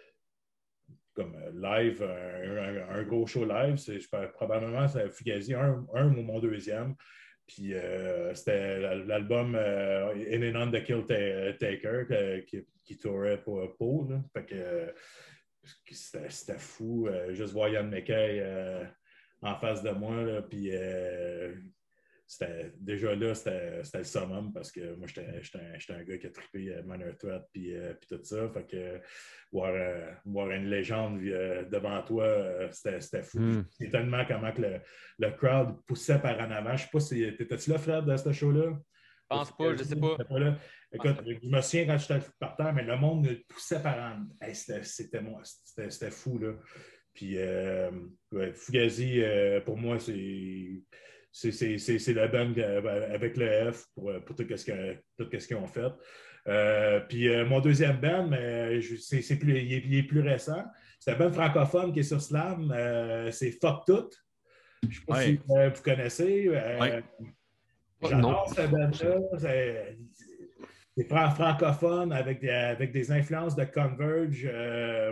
comme live, un, un, un gros show live. C'est, je, probablement, c'est Fugazi, un, un ou mon deuxième. Puis euh, c'était l'album euh, In and On the Kill Taker que, qui, qui tourait pour Pau. Là. Fait que euh, c'était, c'était fou. Euh, juste voir Ian McKay euh, en face de moi. Là, puis euh, c'était, déjà là, c'était, c'était le summum parce que moi, j'étais, j'étais, un, j'étais un gars qui a trippé euh, Minor Threat puis, euh, puis tout ça. Fait que voir, euh, voir une légende euh, devant toi, euh, c'était, c'était fou. Mm. C'est tellement comment que le, le crowd poussait par en avant. Je sais pas si t'étais-tu là, Fred, dans ce show-là? Je pense pas, je sais pas. pas là. Écoute, je me souviens quand j'étais par terre, mais le monde me poussait par en hey, c'était, c'était, moi, c'était, c'était fou, là. Puis, euh, ouais, Fugazi, euh, pour moi, c'est... C'est, c'est, c'est, c'est la band avec le F pour, pour tout, ce que, tout ce qu'ils ont fait. Euh, puis euh, mon deuxième band, mais je, c'est, c'est plus, il, est, il est plus récent. C'est la band francophone qui est sur Slam. Euh, c'est Fuck Tout. Je ne sais pas Ouais. si euh, vous connaissez. Euh, Ouais. J'adore Non. cette band-là. C'est, c'est fran- francophone avec des, avec des influences de Converge. Euh,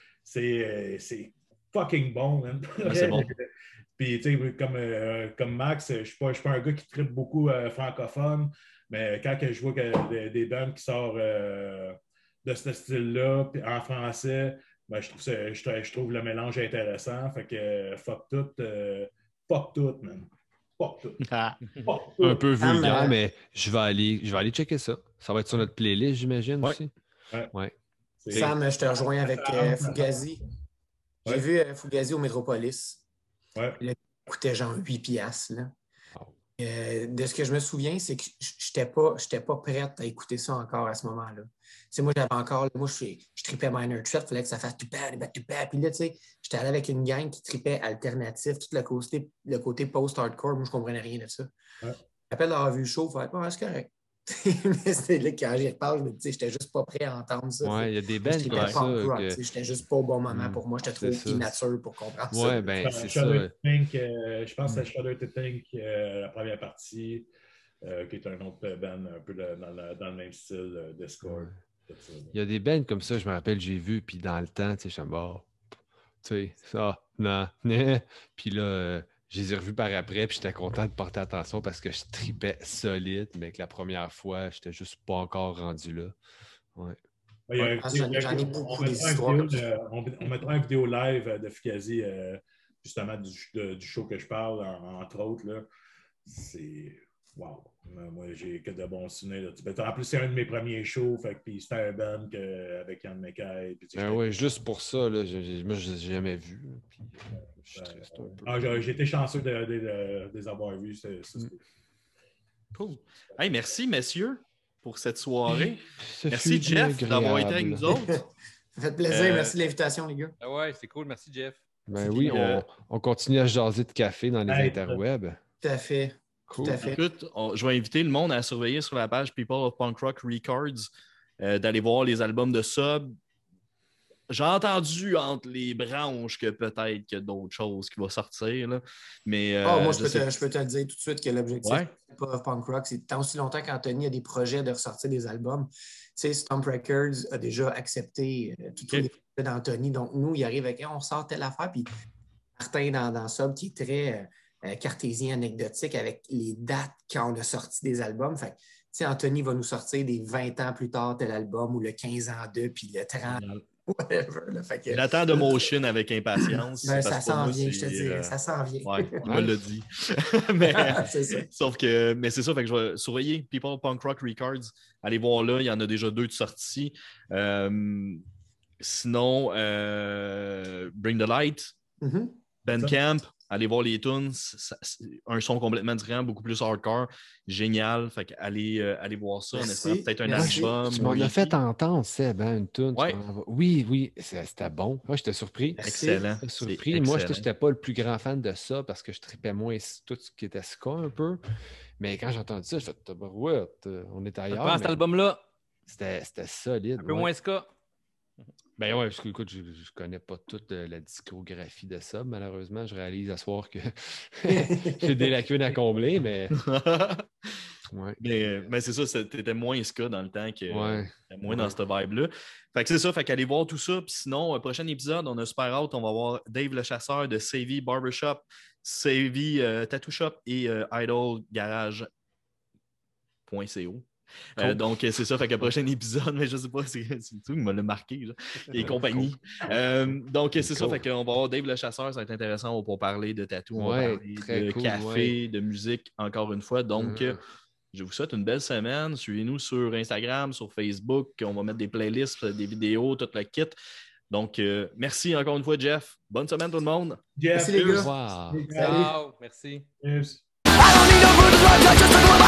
c'est, c'est fucking bon. Hein? Ouais, c'est bon. Puis, tu sais, comme, euh, comme Max, je ne suis, suis pas un gars qui tripe beaucoup euh, francophone, mais quand que je vois que des, des bandes qui sortent euh, de ce style-là, puis en français, ben, je, trouve ça, je, je trouve le mélange intéressant. Fait que euh, fuck tout, euh, fuck tout, man. Fuck tout. Ah. Fuck tout. Un peu Ah, vulgaire, mais- mais je vais aller, je vais aller checker ça. Ça va être sur notre playlist, j'imagine, Ouais. aussi. Ouais. Ouais. C'est- Sam, je te rejoins avec euh, Fugazi. J'ai Ouais. vu euh, Fugazi au Métropolis. Ouais. Le coûtait genre huit piastres. Là. Wow. Euh, de ce que je me souviens, c'est que je n'étais pas, j'étais pas prête à écouter ça encore à ce moment-là. Tu sais, moi, j'avais encore, moi, je, je tripais Minor Threat, il fallait que ça fasse tout bad, tout bad. Puis là, tu sais, j'étais allé avec une gang qui tripait alternatif, tout le côté, le côté post-hardcore. Moi, je ne comprenais rien de ça. Ouais. Après l'avoir vu le show, il fallait pas, c'est correct. Mais c'est là, quand j'y reparle, je me dis, j'étais juste pas prêt à entendre ça. Ouais, il y a des bands J'étais comme pas ça. punk rock, que- tu sais, j'étais juste pas au bon moment Mm, pour moi. J'étais c'est trop ça. immature pour comprendre ça. Ouais, ben, c'est ça. Shudder to Think, euh, je pense Mm. à Shudder to Think, euh, la première partie, euh, qui est un autre band un peu le- dans, le, dans le même style euh, Discord. tout ça, là. Il y a des bands comme ça, je me rappelle, j'ai vu, puis dans le temps, tu sais, je suis mort. Tu sais, ça, non, né. Puis là, euh, je les ai revus par après, puis j'étais content de porter attention parce que je tripais solide, mais que la première fois, j'étais juste pas encore rendu là. Ouais. Ouais, il y a un- Ah, j'en- j'en ai on- beaucoup on des mettra une histoires vidéo comme ça. de- on, on mettra une vidéo live euh, de Fugazi, euh, justement, du, de- du show que je parle, en- entre autres. Là. C'est. Wow! Moi, moi, j'ai que de bons souvenirs. là. Ben, en plus, c'est un de mes premiers shows. Fait que, puis c'était un band que- avec Yann McKay. Puis, tu sais, Ben j'étais- ouais, juste pour ça, là, j'ai- j'ai- moi, je les ai jamais vus. là, puis, euh, je suis euh, triste un peu. ah, j'ai j'ai été chanceux de, de- de- de les avoir vus. c'est- c'est- Mm. Cool. Hey, merci, messieurs, pour cette soirée. Ce Merci, fut Jeff, d'avoir été avec agréable. nous autres. Ça fait plaisir. Euh, Merci de l'invitation, les gars. Ah ouais, c'est cool. Merci, Jeff. Ben oui, Puis, euh, on, on continue à jaser de café dans les Hey, interwebs. Tout à fait. Cool. Tout à fait. Écoute, on- je vais inviter le monde à surveiller sur la page People of Punk Rock Records, euh, d'aller voir les albums de Sub. J'ai entendu entre les branches que peut-être qu'il y a d'autres choses qui vont sortir. Là. Mais, euh, Ah, moi, je je peux, sais- te, je peux te le dire tout de suite que l'objectif Ouais. c'est pas of Punk Rock, c'est tant aussi longtemps qu'Anthony a des projets de ressortir des albums. Tu sais, Stomp Records a déjà accepté euh, tous Ok. les projets d'Anthony. Donc, nous, il arrive avec hey, on sort telle affaire. Puis Martin, dans, dans Sub, qui est très euh, cartésien, anecdotique, avec les dates quand on a sorti des albums. Fait que, tu sais, Anthony va nous sortir des vingt ans plus tard tel album ou le quinze ans deux, puis le trente, whatever. Là. Fait que, J'attends de Motion avec impatience. ben, parce ça que pour s'en moi, vient, je te c'est, dis. euh, Ça s'en vient. Ouais, il me l'a dit. mais, C'est ça. sauf que, mais c'est ça, fait que je vais surveiller People of Punk Rock Records. Allez voir là, il y en a déjà deux de sorties. Euh, sinon, euh, Bring the Light, Mhm. Bandcamp, allez voir les tunes. Ça- c'est un son complètement différent, beaucoup plus hardcore. Génial. Fait que allez, euh, allez voir ça en Merci. espérant peut-être un Merci. album. Tu ou m'en un as E P. fait entendre, Seb, hein, une toune. tu Ouais. m'en vas- Oui, oui, c'est- c'était bon. Moi, j'étais surpris. Merci. Excellent. J'étais C'est surpris. Moi, excellent. j'étais j'étais pas le plus grand fan de ça parce que je tripais moins s- tout ce qui était ska un peu. Mais quand j'ai entendu ça, je fait tabarouette, euh, on est Je ailleurs. pense mais cet album-là, C'était c'était solide. un peu ouais. moins ska. Ben ouais, parce que écoute, je, je connais pas toute euh, la discographie de ça, malheureusement. Je réalise à soir que j'ai des lacunes à combler, mais ouais. mais mais c'est ça, c'était moins ska dans le temps que Ouais. T'es moins dans cette vibe-là. Fait que c'est ça, fait qu'allez voir tout ça. Puis sinon, un prochain épisode, on a super hâte. On va voir Dave le chasseur de Savvy Barbershop, Savvy euh, Tattoo Shop et euh, Idol Garage point co. Euh, Cool. donc, c'est ça, fait que prochain épisode, mais je sais pas, c'est c'est tout qui m'a le marqué, là, et compagnie. Euh, donc, c'est ça, Cool. fait qu'on va voir Dave le chasseur, ça va être intéressant, on va pouvoir parler de tatou, on va Ouais, parler très de cool, café, ouais. de musique, encore une fois. Donc, Mhm. euh, je vous souhaite une belle semaine. Suivez-nous sur Instagram, sur Facebook. On va mettre des playlists, des vidéos, tout le kit. Donc, euh, merci encore une fois, Jeff. Bonne semaine, tout le monde. Jeff, Merci, les Au gars. revoir. Salut. Ciao. Merci. cheers. I don't need a good blood, just a good